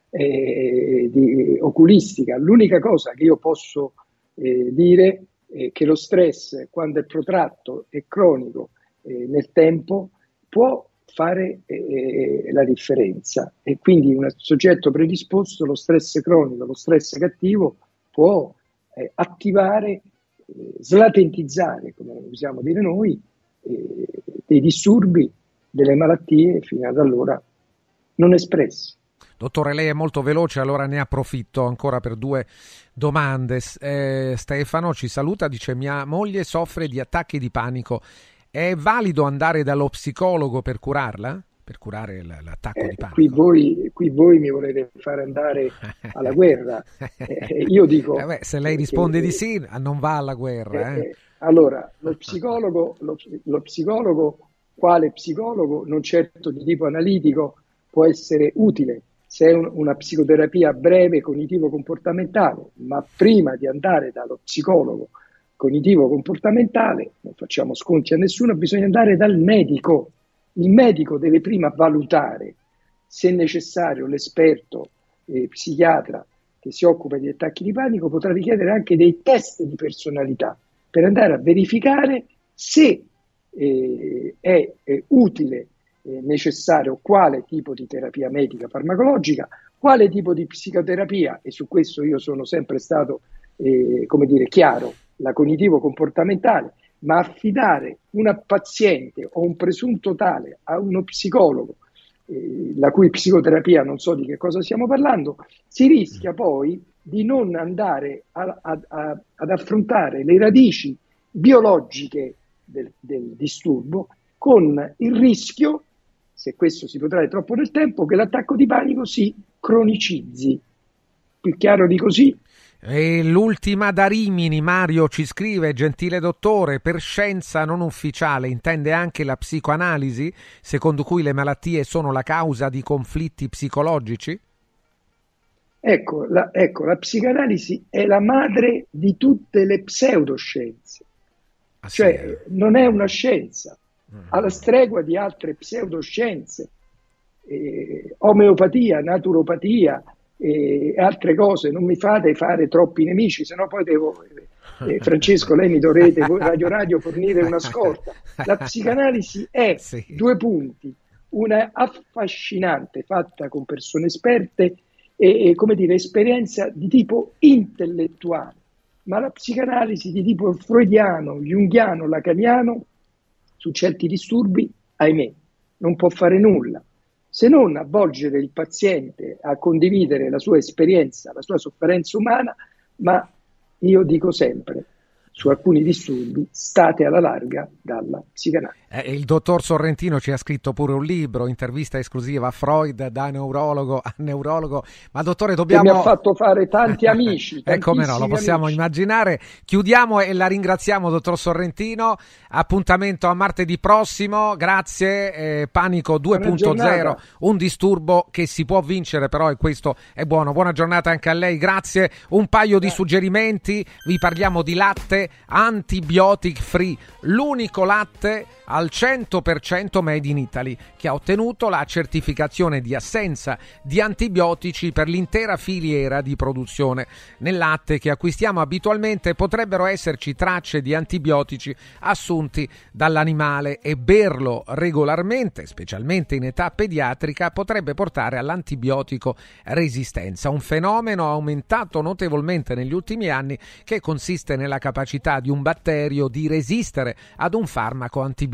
eh, di, oculistica, l'unica cosa che io posso eh, dire è che lo stress, quando è protratto e cronico eh, nel tempo, può fare eh, la differenza, e quindi un soggetto predisposto, lo stress cronico, lo stress cattivo, può eh, attivare, slatentizzare, come usiamo dire noi, eh, dei disturbi, delle malattie fino ad allora non espressi. Dottore, lei è molto veloce, allora ne approfitto ancora per due domande. Eh, Stefano ci saluta, dice: mia moglie soffre di attacchi di panico, è valido andare dallo psicologo per curarla? Per curare l'attacco eh, di panico? Qui voi, qui voi mi volete fare andare alla guerra. Eh, io dico... Eh beh, se lei risponde che, di sì, non va alla guerra. Eh, Eh. Eh, allora, lo psicologo, lo, lo psicologo, quale psicologo, non certo di tipo analitico, può essere utile se è un, una psicoterapia breve cognitivo-comportamentale, ma prima di andare dallo psicologo cognitivo-comportamentale, non facciamo sconti a nessuno, bisogna andare dal medico. Il medico deve prima valutare se necessario. L'esperto eh, psichiatra che si occupa di attacchi di panico potrà richiedere anche dei test di personalità per andare a verificare se eh, è, è utile, eh, necessario, quale tipo di terapia medica farmacologica, quale tipo di psicoterapia, e su questo io sono sempre stato eh, come dire, chiaro, la cognitivo-comportamentale, ma affidare una paziente o un presunto tale a uno psicologo, eh, la cui psicoterapia non so di che cosa stiamo parlando, si rischia poi di non andare a, a, a, ad affrontare le radici biologiche del, del disturbo, con il rischio, se questo si protrae troppo nel tempo, che l'attacco di panico si cronicizzi. Più chiaro di così? E l'ultima da Rimini, Mario ci scrive: gentile dottore, per scienza non ufficiale intende anche la psicoanalisi, secondo cui le malattie sono la causa di conflitti psicologici? Ecco la, ecco, la psicanalisi è la madre di tutte le pseudoscienze, ah, cioè sì. non è una scienza, alla stregua di altre pseudoscienze, eh, omeopatia, naturopatia, e altre cose. Non mi fate fare troppi nemici, sennò poi devo eh, Francesco, lei mi dovrete voi Radio Radio fornire una scorta. La psicanalisi è sì. due punti, una affascinante fatta con persone esperte e, e come dire esperienza di tipo intellettuale, ma la psicanalisi di tipo freudiano, junghiano, lacaniano su certi disturbi, ahimè, non può fare nulla se non avvolgere il paziente a condividere la sua esperienza, la sua sofferenza umana, ma io dico sempre, su alcuni disturbi state alla larga dalla psicanalisi. Eh, il dottor Sorrentino ci ha scritto pure un libro, intervista esclusiva a Freud da neurologo a neurologo, ma dottore dobbiamo... Che mi ha fatto fare tanti amici, eh, come no, lo possiamo amici. immaginare. Chiudiamo e la ringraziamo, dottor Sorrentino, appuntamento a martedì prossimo, grazie, eh, Panico due punto zero, un disturbo che si può vincere però, e questo è buono. Buona giornata anche a lei, grazie. Un paio di suggerimenti, vi parliamo di latte antibiotic free, l'unico latte al cento per cento made in Italy che ha ottenuto la certificazione di assenza di antibiotici per l'intera filiera di produzione. Nel latte che acquistiamo abitualmente potrebbero esserci tracce di antibiotici assunti dall'animale e berlo regolarmente, specialmente in età pediatrica, potrebbe portare all'antibiotico resistenza, un fenomeno aumentato notevolmente negli ultimi anni che consiste nella capacità di un batterio di resistere ad un farmaco antibiotico.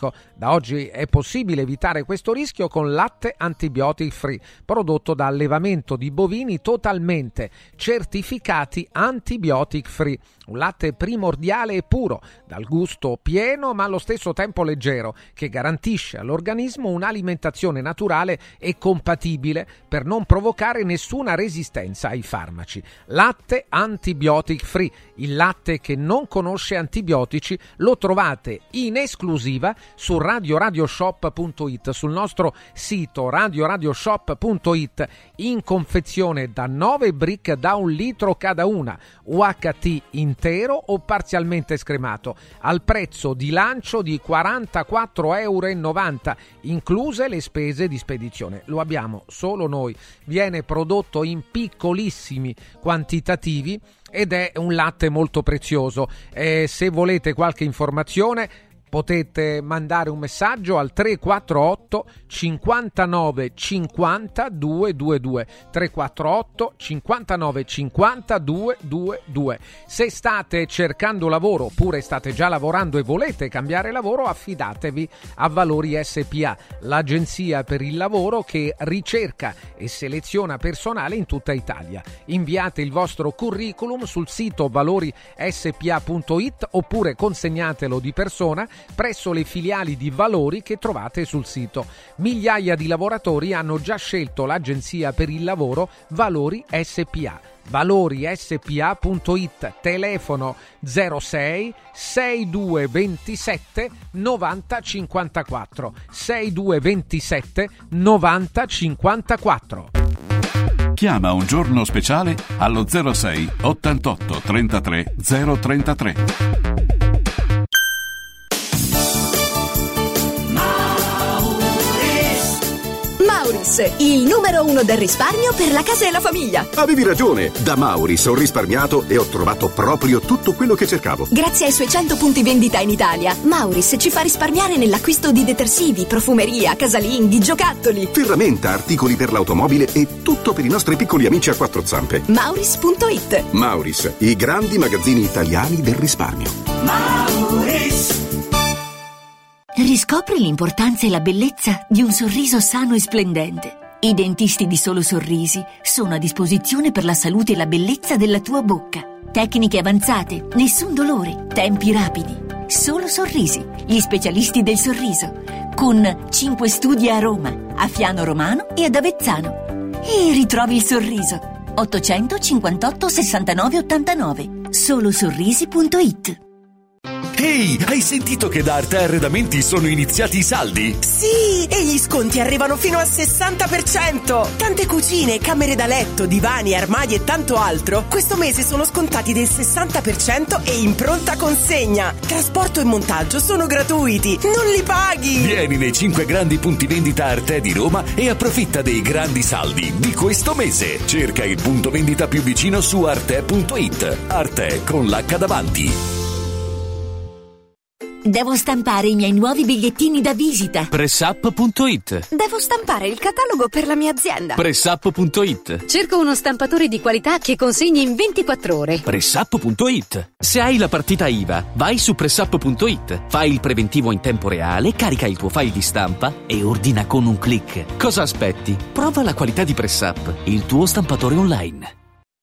Da oggi è possibile evitare questo rischio con latte antibiotic free, prodotto da allevamento di bovini totalmente certificati antibiotic free. Un latte primordiale e puro, dal gusto pieno ma allo stesso tempo leggero, che garantisce all'organismo un'alimentazione naturale e compatibile per non provocare nessuna resistenza ai farmaci. Latte antibiotic free, il latte che non conosce antibiotici, lo trovate in esclusiva su radio radio shop punto it, sul nostro sito radio radio shop punto it, in confezione da nove brick da un litro cada una, U H T intero o parzialmente scremato, al prezzo di lancio di quarantaquattro virgola novanta euro, incluse le spese di spedizione. Lo abbiamo solo noi, viene prodotto in piccolissimi quantitativi ed è un latte molto prezioso. Eh, se volete qualche informazione potete mandare un messaggio al tre quattro otto cinquantanove cinquanta duecentoventidue, tre quattro otto cinquantanove cinquanta duecentoventidue. Se state cercando lavoro oppure state già lavorando e volete cambiare lavoro, affidatevi a Valori S P A, l'agenzia per il lavoro che ricerca e seleziona personale in tutta Italia. Inviate il vostro curriculum sul sito valori s p a punto it oppure consegnatelo di persona presso le filiali di Valori che trovate sul sito. Migliaia di lavoratori hanno già scelto l'agenzia per il lavoro Valori S P A. valori s p a punto it, telefono zero sei sessantadue ventisette novanta cinquantaquattro, sessantadue ventisette novanta cinquantaquattro. Chiama un giorno speciale allo zero sei ottantotto trentatré zero trentatré. Mauris, il numero uno del risparmio per la casa e la famiglia. Avevi ragione, da Mauris ho risparmiato e ho trovato proprio tutto quello che cercavo. Grazie ai suoi cento punti vendita in Italia, Mauris ci fa risparmiare nell'acquisto di detersivi, profumeria, casalinghi, giocattoli, ferramenta, articoli per l'automobile e tutto per i nostri piccoli amici a quattro zampe. Mauris punto it. Mauris, i grandi magazzini italiani del risparmio. Mauris. Riscopri l'importanza e la bellezza di un sorriso sano e splendente. I dentisti di Solo Sorrisi sono a disposizione per la salute e la bellezza della tua bocca. Tecniche avanzate, nessun dolore, tempi rapidi. Solo Sorrisi, gli specialisti del sorriso, con cinque studi a Roma, a Fiano Romano e ad Avezzano. E ritrovi il sorriso. ottocentocinquantotto sessantanove ottantanove. Solo sorrisi punto it. Ehi, hai sentito che da Arte Arredamenti sono iniziati i saldi? Sì, e gli sconti arrivano fino al sessanta per cento. Tante cucine, camere da letto, divani, armadi e tanto altro questo mese sono scontati del sessanta per cento e in pronta consegna. Trasporto e montaggio sono gratuiti, non li paghi. Vieni nei cinque grandi punti vendita Arte di Roma e approfitta dei grandi saldi di questo mese. Cerca il punto vendita più vicino su arte punto it. Arte con l'H davanti. Devo stampare i miei nuovi bigliettini da visita. Pressup punto it. Devo stampare il catalogo per la mia azienda. Pressup punto it. Cerco uno stampatore di qualità che consegni in ventiquattro ore. Pressup punto it. Se hai la partita I V A, vai su Pressup punto it. Fai il preventivo in tempo reale, carica il tuo file di stampa e ordina con un click. Cosa aspetti? Prova la qualità di Pressup, il tuo stampatore online.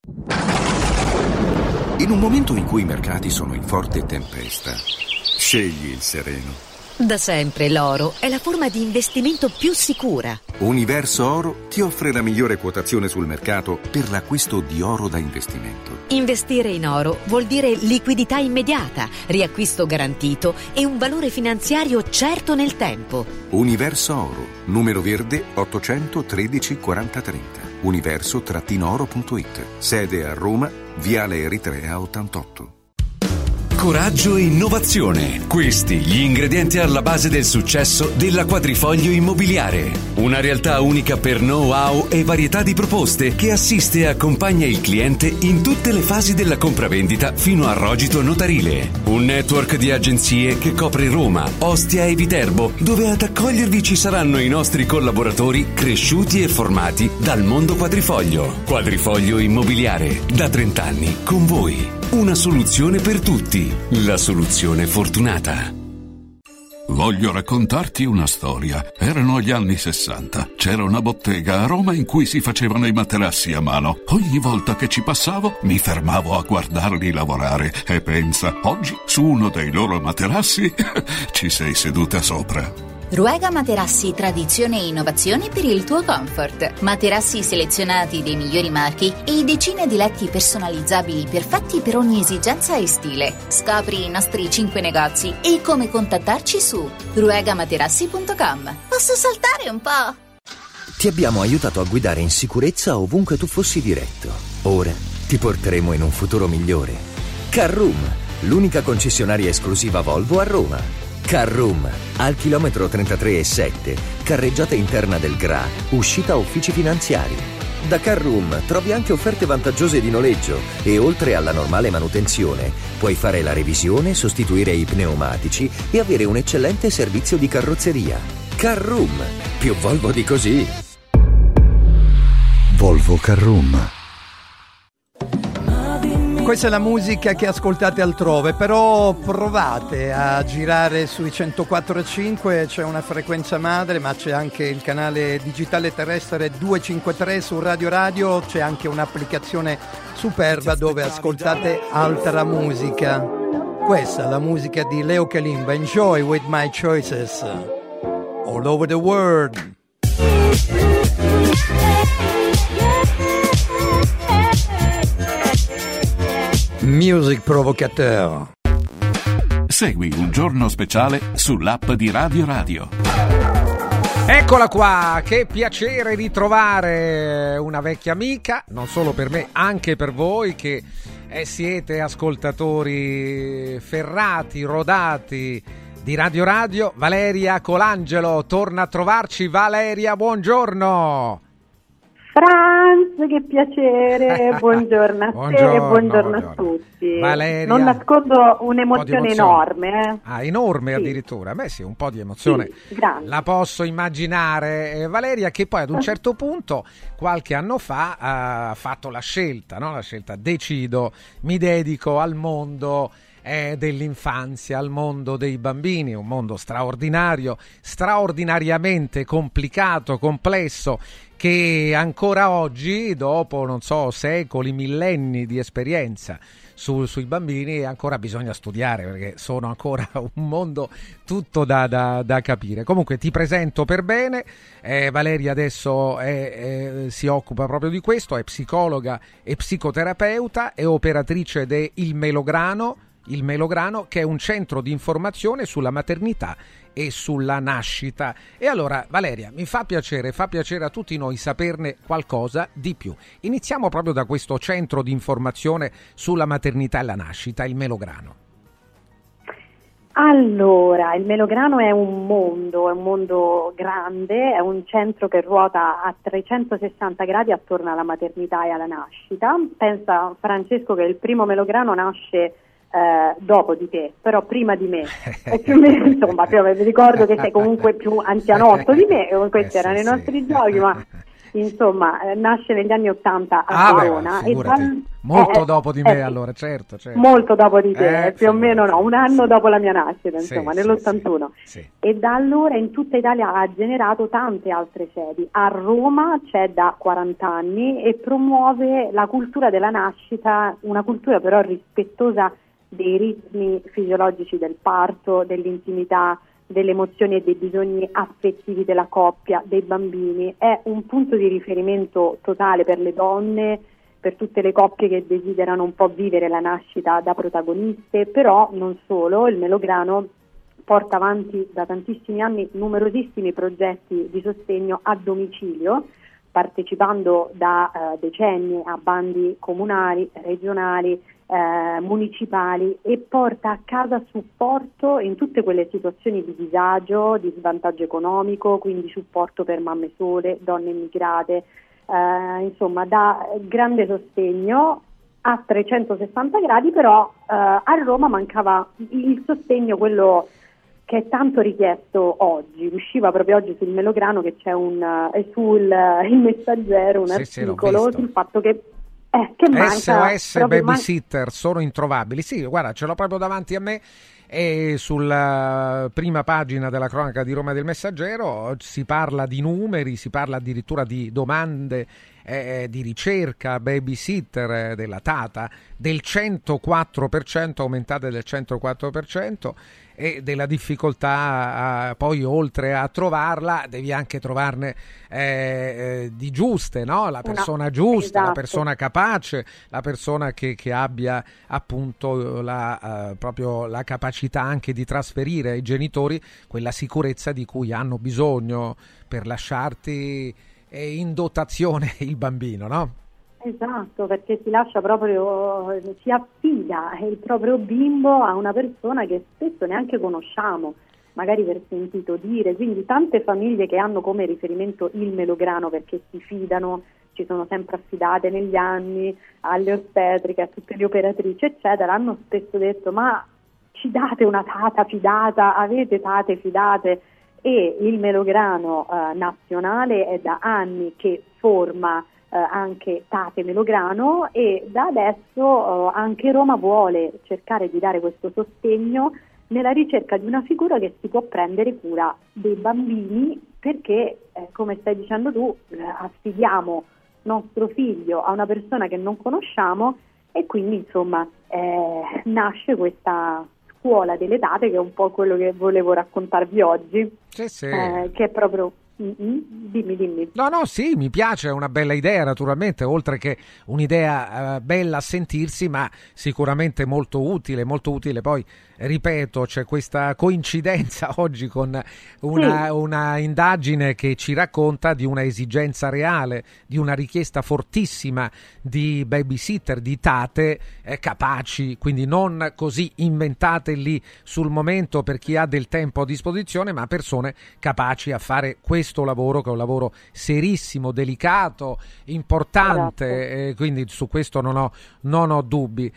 In un momento in cui i mercati sono in forte tempesta, scegli il sereno. Da sempre l'oro è la forma di investimento più sicura. Universo Oro ti offre la migliore quotazione sul mercato per l'acquisto di oro da investimento. Investire in oro vuol dire liquidità immediata, riacquisto garantito e un valore finanziario certo nel tempo. Universo Oro, numero verde ottocentotredici quaranta trenta. universo oro punto it. Sede a Roma, Viale Eritrea ottantotto. Coraggio e innovazione. Questi gli ingredienti alla base del successo della Quadrifoglio Immobiliare. Una realtà unica per know-how e varietà di proposte che assiste e accompagna il cliente in tutte le fasi della compravendita fino al rogito notarile. Un network di agenzie che copre Roma, Ostia e Viterbo, dove ad accogliervi ci saranno i nostri collaboratori cresciuti e formati dal mondo Quadrifoglio. Quadrifoglio Immobiliare, da trenta anni con voi. Una soluzione per tutti, la soluzione fortunata. Voglio raccontarti una storia. Erano gli anni sessanta. C'era una bottega a Roma in cui si facevano i materassi a mano. Ogni volta che ci passavo mi fermavo a guardarli lavorare e pensa, oggi su uno dei loro materassi ci sei seduta sopra. Ruega Materassi, tradizione e innovazione per il tuo comfort. Materassi selezionati dei migliori marchi e decine di letti personalizzabili perfetti per ogni esigenza e stile. Scopri i nostri cinque negozi e come contattarci su ruega materassi punto com. Posso saltare un po'? Ti abbiamo aiutato a guidare in sicurezza ovunque tu fossi diretto. Ora ti porteremo in un futuro migliore. Carroom, l'unica concessionaria esclusiva Volvo a Roma. Carroom, al chilometro trentatré e sette, carreggiata interna del Gra, uscita uffici finanziari. Da Carroom trovi anche offerte vantaggiose di noleggio e oltre alla normale manutenzione puoi fare la revisione, sostituire i pneumatici e avere un eccellente servizio di carrozzeria. Carroom, più Volvo di così. Volvo Carroom. Questa è la musica che ascoltate altrove, però provate a girare sui centoquattro e cinque, c'è una frequenza madre, ma c'è anche il canale digitale terrestre duecentocinquantatré su Radio Radio, c'è anche un'applicazione superba dove ascoltate altra musica. Questa è la musica di Leo Kalimba, Enjoy with My Choices, all over the world. Music Provocateur. Segui Un Giorno Speciale sull'app di Radio Radio. Eccola qua, che piacere ritrovare una vecchia amica, non solo per me, anche per voi che eh, siete ascoltatori ferrati, rodati di Radio Radio. Valeria Colangelo torna a trovarci. Valeria, buongiorno. Franz, che piacere, buongiorno a buongiorno, te e buongiorno, buongiorno a tutti. Valeria, non nascondo un'emozione un enorme. Eh. Ah, enorme sì. Addirittura? Beh sì, un po' di emozione sì, la posso immaginare. Eh, Valeria, che poi ad un certo punto, qualche anno fa, ha fatto la scelta, no? La scelta, decido, mi dedico al mondo eh, dell'infanzia al mondo dei bambini, un mondo straordinario, straordinariamente complicato, complesso, che ancora oggi, dopo, non so, secoli, millenni di esperienza su, sui bambini, ancora bisogna studiare, perché sono ancora un mondo tutto da, da, da capire. Comunque ti presento per bene, eh, Valeria adesso è, è, si occupa proprio di questo, è psicologa e psicoterapeuta, è operatrice de Il Melograno, Il Melograno, che è un centro di informazione sulla maternità e sulla nascita. E allora, Valeria, mi fa piacere, fa piacere a tutti noi saperne qualcosa di più. Iniziamo proprio da questo centro di informazione sulla maternità e la nascita, Il Melograno. Allora, il Melograno è un mondo, è un mondo grande, è un centro che ruota a trecentosessanta gradi attorno alla maternità e alla nascita. Pensa, Francesco, che il primo Melograno nasce Eh, dopo di te, però prima di me, o più o meno, insomma, più, mi ricordo che sei comunque più anzianotto di me, questi eh, erano sì, i nostri sì. giochi, ma insomma eh, nasce negli anni ottanta a ah, Verona beh, e dal, molto eh, dopo di me eh, allora, certo, certo. molto dopo di te, eh, più o meno no, un anno dopo la mia nascita, insomma, sì, nell'ottantuno sì, sì. E da allora in tutta Italia ha generato tante altre sedi. A Roma c'è da quaranta anni e promuove la cultura della nascita, una cultura però rispettosa dei ritmi fisiologici del parto, dell'intimità, delle emozioni e dei bisogni affettivi della coppia, dei bambini. È un punto di riferimento totale per le donne, per tutte le coppie che desiderano un po' vivere la nascita da protagoniste, però non solo. Il Melograno porta avanti da tantissimi anni numerosissimi progetti di sostegno a domicilio, partecipando da eh, decenni a bandi comunali, regionali, Eh, municipali, e porta a casa supporto in tutte quelle situazioni di disagio, di svantaggio economico, quindi supporto per mamme sole, donne immigrate, eh, insomma dà grande sostegno a trecentosessanta gradi, però eh, a Roma mancava il sostegno, quello che è tanto richiesto oggi. Usciva proprio oggi sul Melograno che c'è un eh, sul eh, Il Messaggero un sì, articolo sul fatto che Eh, che manca, S O S babysitter man- sono introvabili. Sì, guarda, ce l'ho proprio davanti a me, e sulla prima pagina della cronaca di Roma del Messaggero si parla di numeri, si parla addirittura di domande eh, di ricerca babysitter eh, della Tata del centoquattro per cento, aumentate del centoquattro per cento, e della difficoltà a, poi oltre a trovarla devi anche trovarne eh, eh, di giuste, no? La persona Una, giusta, esatto. La persona capace, la persona che, che abbia appunto la, uh, proprio la capacità anche di trasferire ai genitori quella sicurezza di cui hanno bisogno per lasciarti eh, in dotazione il bambino, no? Esatto, perché si lascia proprio, si affida il proprio bimbo a una persona che spesso neanche conosciamo, magari per sentito dire, quindi tante famiglie che hanno come riferimento il Melograno perché si fidano, ci sono sempre affidate negli anni alle ostetriche, a tutte le operatrici eccetera, hanno spesso detto: ma ci date una tata fidata, avete tate fidate? E il Melograno eh, nazionale è da anni che forma Eh, anche Tate Melograno, e da adesso eh, anche Roma vuole cercare di dare questo sostegno nella ricerca di una figura che si può prendere cura dei bambini, perché eh, come stai dicendo tu eh, affidiamo nostro figlio a una persona che non conosciamo, e quindi insomma eh, nasce questa scuola delle tate, che è un po' quello che volevo raccontarvi oggi, sì, sì. Eh, che è proprio Mm-hmm. Dimmi, dimmi. No, no, sì, mi piace, è una bella idea naturalmente, oltre che un'idea eh, bella a sentirsi, ma sicuramente molto utile, molto utile. Poi, ripeto, c'è questa coincidenza oggi con una, sì. una indagine che ci racconta di una esigenza reale, di una richiesta fortissima di babysitter, di tate eh, capaci, quindi non così inventate lì sul momento per chi ha del tempo a disposizione, ma persone capaci a fare questo questo lavoro, che è un lavoro serissimo, delicato, importante, esatto. eh, quindi su questo non ho, non ho dubbi.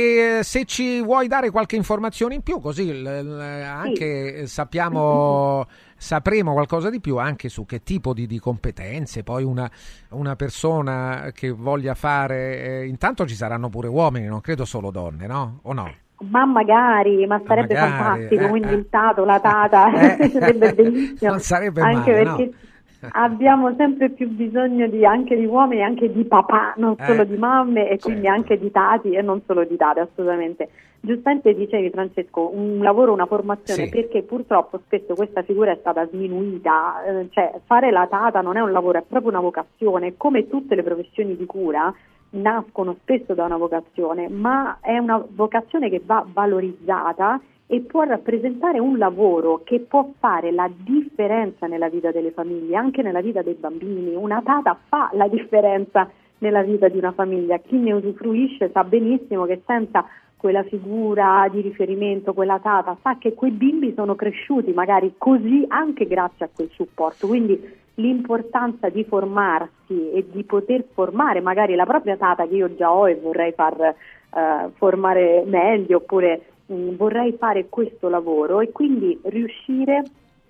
E se ci vuoi dare qualche informazione in più, così l- l- anche sì. sappiamo, sapremo qualcosa di più anche su che tipo di, di competenze poi una, una persona che voglia fare, eh, intanto ci saranno pure uomini, non credo solo donne, no? O no? Ma magari, ma sarebbe ma magari, fantastico, eh, quindi eh. il tato, la tata, Eh. sarebbe bellissimo. Non sarebbe anche male, perché no? abbiamo sempre più bisogno di, anche di uomini, anche di papà, non solo Eh. di mamme, e quindi Certo. anche di tati e non solo di tate, assolutamente. Giustamente dicevi, Francesco, un lavoro, una formazione, Sì. perché purtroppo spesso questa figura è stata sminuita, eh, cioè fare la tata non è un lavoro, è proprio una vocazione, come tutte le professioni di cura nascono spesso da una vocazione, ma è una vocazione che va valorizzata e può rappresentare un lavoro che può fare la differenza nella vita delle famiglie, anche nella vita dei bambini. Una tata fa la differenza nella vita di una famiglia, chi ne usufruisce sa benissimo che senza quella figura di riferimento, quella tata, sa che quei bimbi sono cresciuti magari così anche grazie a quel supporto, quindi l'importanza di formarsi e di poter formare magari la propria tata che io già ho e vorrei far eh, formare meglio, oppure mh, vorrei fare questo lavoro, e quindi riuscire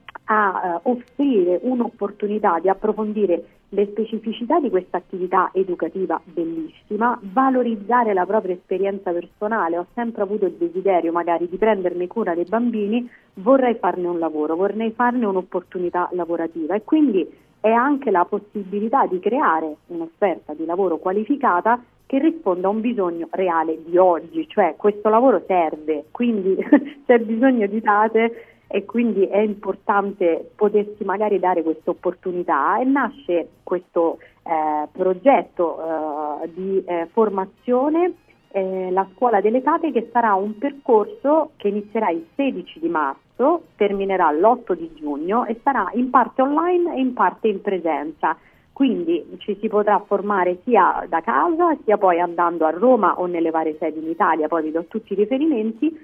a uh, offrire un'opportunità di approfondire le specificità di questa attività educativa bellissima, valorizzare la propria esperienza personale. Ho sempre avuto il desiderio magari di prendermi cura dei bambini, vorrei farne un lavoro, vorrei farne un'opportunità lavorativa, e quindi è anche la possibilità di creare un'offerta di lavoro qualificata che risponda a un bisogno reale di oggi, cioè questo lavoro serve, quindi c'è bisogno di tate, e quindi è importante potersi magari dare questa opportunità, e nasce questo eh, progetto eh, di eh, formazione, eh, la Scuola delle Tate, che sarà un percorso che inizierà il sedici di marzo, terminerà l'otto di giugno e sarà in parte online e in parte in presenza. Quindi ci si potrà formare sia da casa sia poi andando a Roma o nelle varie sedi in Italia, poi vi do tutti i riferimenti.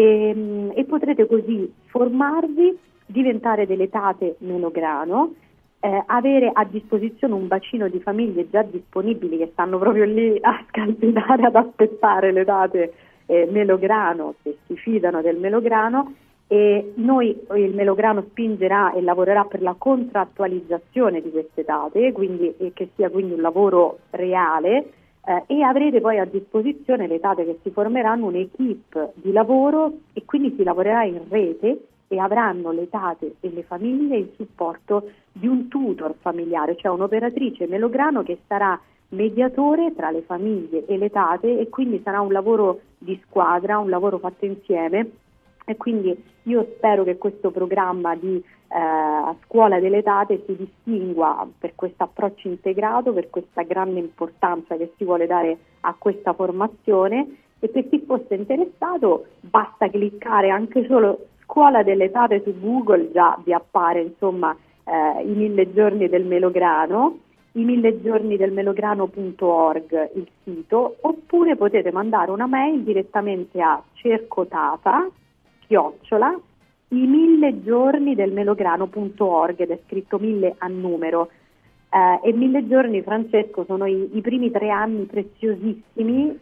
E, e potrete così formarvi, diventare delle tate melograno, eh, avere a disposizione un bacino di famiglie già disponibili che stanno proprio lì a scalpitare, ad aspettare le tate eh, melograno, che si fidano del melograno, e noi, il melograno spingerà e lavorerà per la contrattualizzazione di queste tate, quindi e che sia quindi un lavoro reale. Eh, e avrete poi a disposizione le tate che si formeranno un'equipe di lavoro, e quindi si lavorerà in rete e avranno le tate e le famiglie il supporto di un tutor familiare, cioè un'operatrice melograno che sarà mediatore tra le famiglie e le tate, e quindi sarà un lavoro di squadra, un lavoro fatto insieme. E quindi io spero che questo programma di eh, Scuola delle Tate si distingua per questo approccio integrato, per questa grande importanza che si vuole dare a questa formazione, e per chi fosse interessato basta cliccare anche solo Scuola delle Tate su Google, già vi appare insomma eh, i mille giorni del melograno, i mille giorni del melograno punto org il sito, oppure potete mandare una mail direttamente a cercotata chiocciola i mille giorni del melograno punto org, ed è scritto mille a numero. Eh, e mille giorni, Francesco, sono i, i primi tre anni preziosissimi,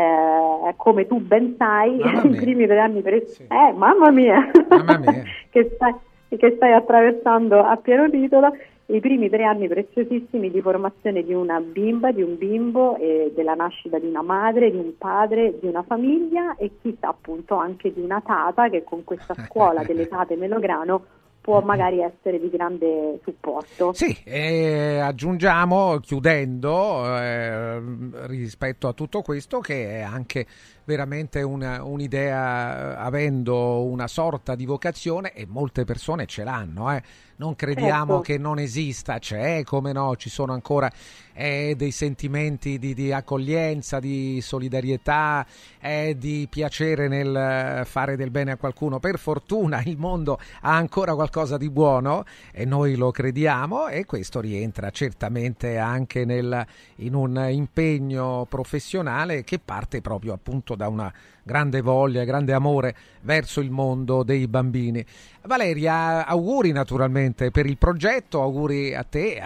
eh, come tu ben sai, i primi tre anni preziosi. Sì. Eh, mamma mia, mamma mia. che, stai, che stai attraversando a pieno titolo. I primi tre anni preziosissimi di formazione di una bimba, di un bimbo, e della nascita di una madre, di un padre, di una famiglia, e chissà appunto anche di una tata che con questa scuola delle tate melograno può magari essere di grande supporto. Sì, e aggiungiamo, chiudendo, eh, rispetto a tutto questo, che è anche veramente una, un'idea, avendo una sorta di vocazione, e molte persone ce l'hanno, eh. Non crediamo certo. che non esista, c'è, come no, ci sono ancora eh, dei sentimenti di, di accoglienza, di solidarietà, eh, di piacere nel fare del bene a qualcuno. Per fortuna il mondo ha ancora qualcosa di buono, e noi lo crediamo, e questo rientra certamente anche nel, in un impegno professionale che parte proprio appunto da una grande voglia, grande amore verso il mondo dei bambini. Valeria, auguri naturalmente per il progetto, auguri a te,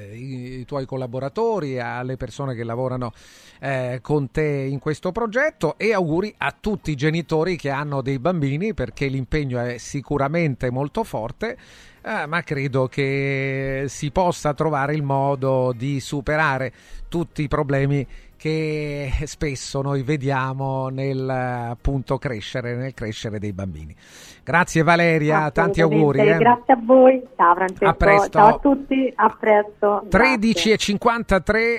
ai tuoi collaboratori, alle persone che lavorano eh, con te in questo progetto, e auguri a tutti i genitori che hanno dei bambini, perché l'impegno è sicuramente molto forte. Eh, ma credo che si possa trovare il modo di superare tutti i problemi che spesso noi vediamo nel appunto crescere, nel crescere dei bambini. Grazie Valeria, tanti auguri. Eh. Grazie a voi, ciao Francesco, a presto. Ciao a tutti, a presto. tredici e cinquantatré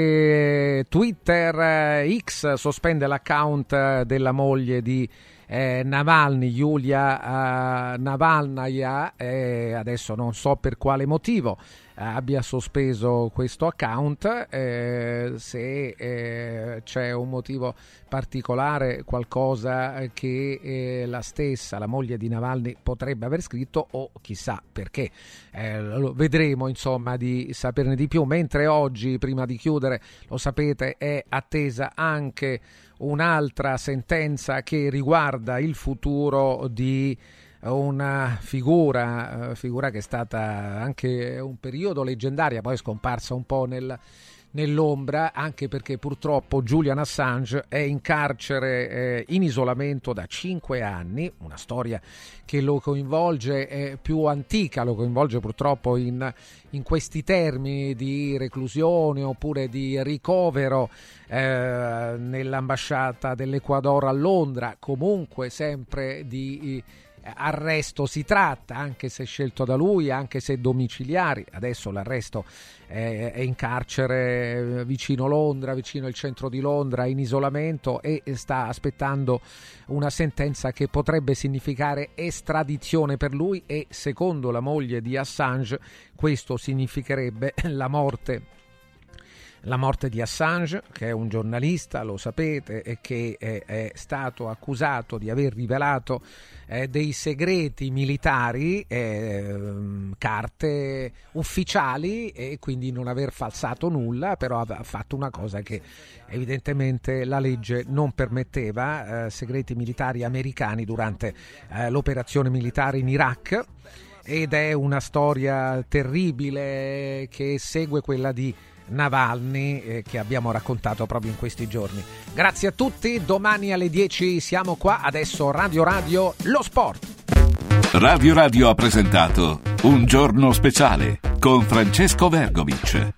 e Twitter eh, X sospende l'account della moglie di Eh, Navalny, Yulia eh, Navalnaya, eh, adesso non so per quale motivo eh, abbia sospeso questo account, eh, se eh, c'è un motivo particolare, qualcosa che eh, la stessa, la moglie di Navalny, potrebbe aver scritto, o chissà perché. Eh, lo vedremo, insomma, di saperne di più. Mentre oggi, prima di chiudere, lo sapete, è attesa anche un'altra sentenza che riguarda il futuro di una figura, figura che è stata anche un periodo leggendaria, poi è scomparsa un po' nel, nell'ombra, anche perché purtroppo Julian Assange è in carcere eh, in isolamento da cinque anni, una storia che lo coinvolge, è più antica, lo coinvolge purtroppo in, in questi termini di reclusione oppure di ricovero eh, nell'ambasciata dell'Ecuador a Londra, comunque sempre di arresto si tratta, anche se scelto da lui, anche se domiciliari. Adesso l'arresto è, è in carcere vicino Londra, vicino al centro di Londra, in isolamento, e sta aspettando una sentenza che potrebbe significare estradizione per lui, e secondo la moglie di Assange questo significherebbe la morte La morte di Assange, che è un giornalista, lo sapete, e che è, è stato accusato di aver rivelato eh, dei segreti militari, eh, carte ufficiali, e quindi non aver falsato nulla, però ha fatto una cosa che evidentemente la legge non permetteva, eh, segreti militari americani durante eh, l'operazione militare in Iraq. Ed è una storia terribile che segue quella di Navalny, eh, che abbiamo raccontato proprio in questi giorni. Grazie a tutti, domani alle dieci siamo qua. Adesso Radio Radio, lo sport. Radio Radio ha presentato Un giorno speciale con Francesco Vergovic.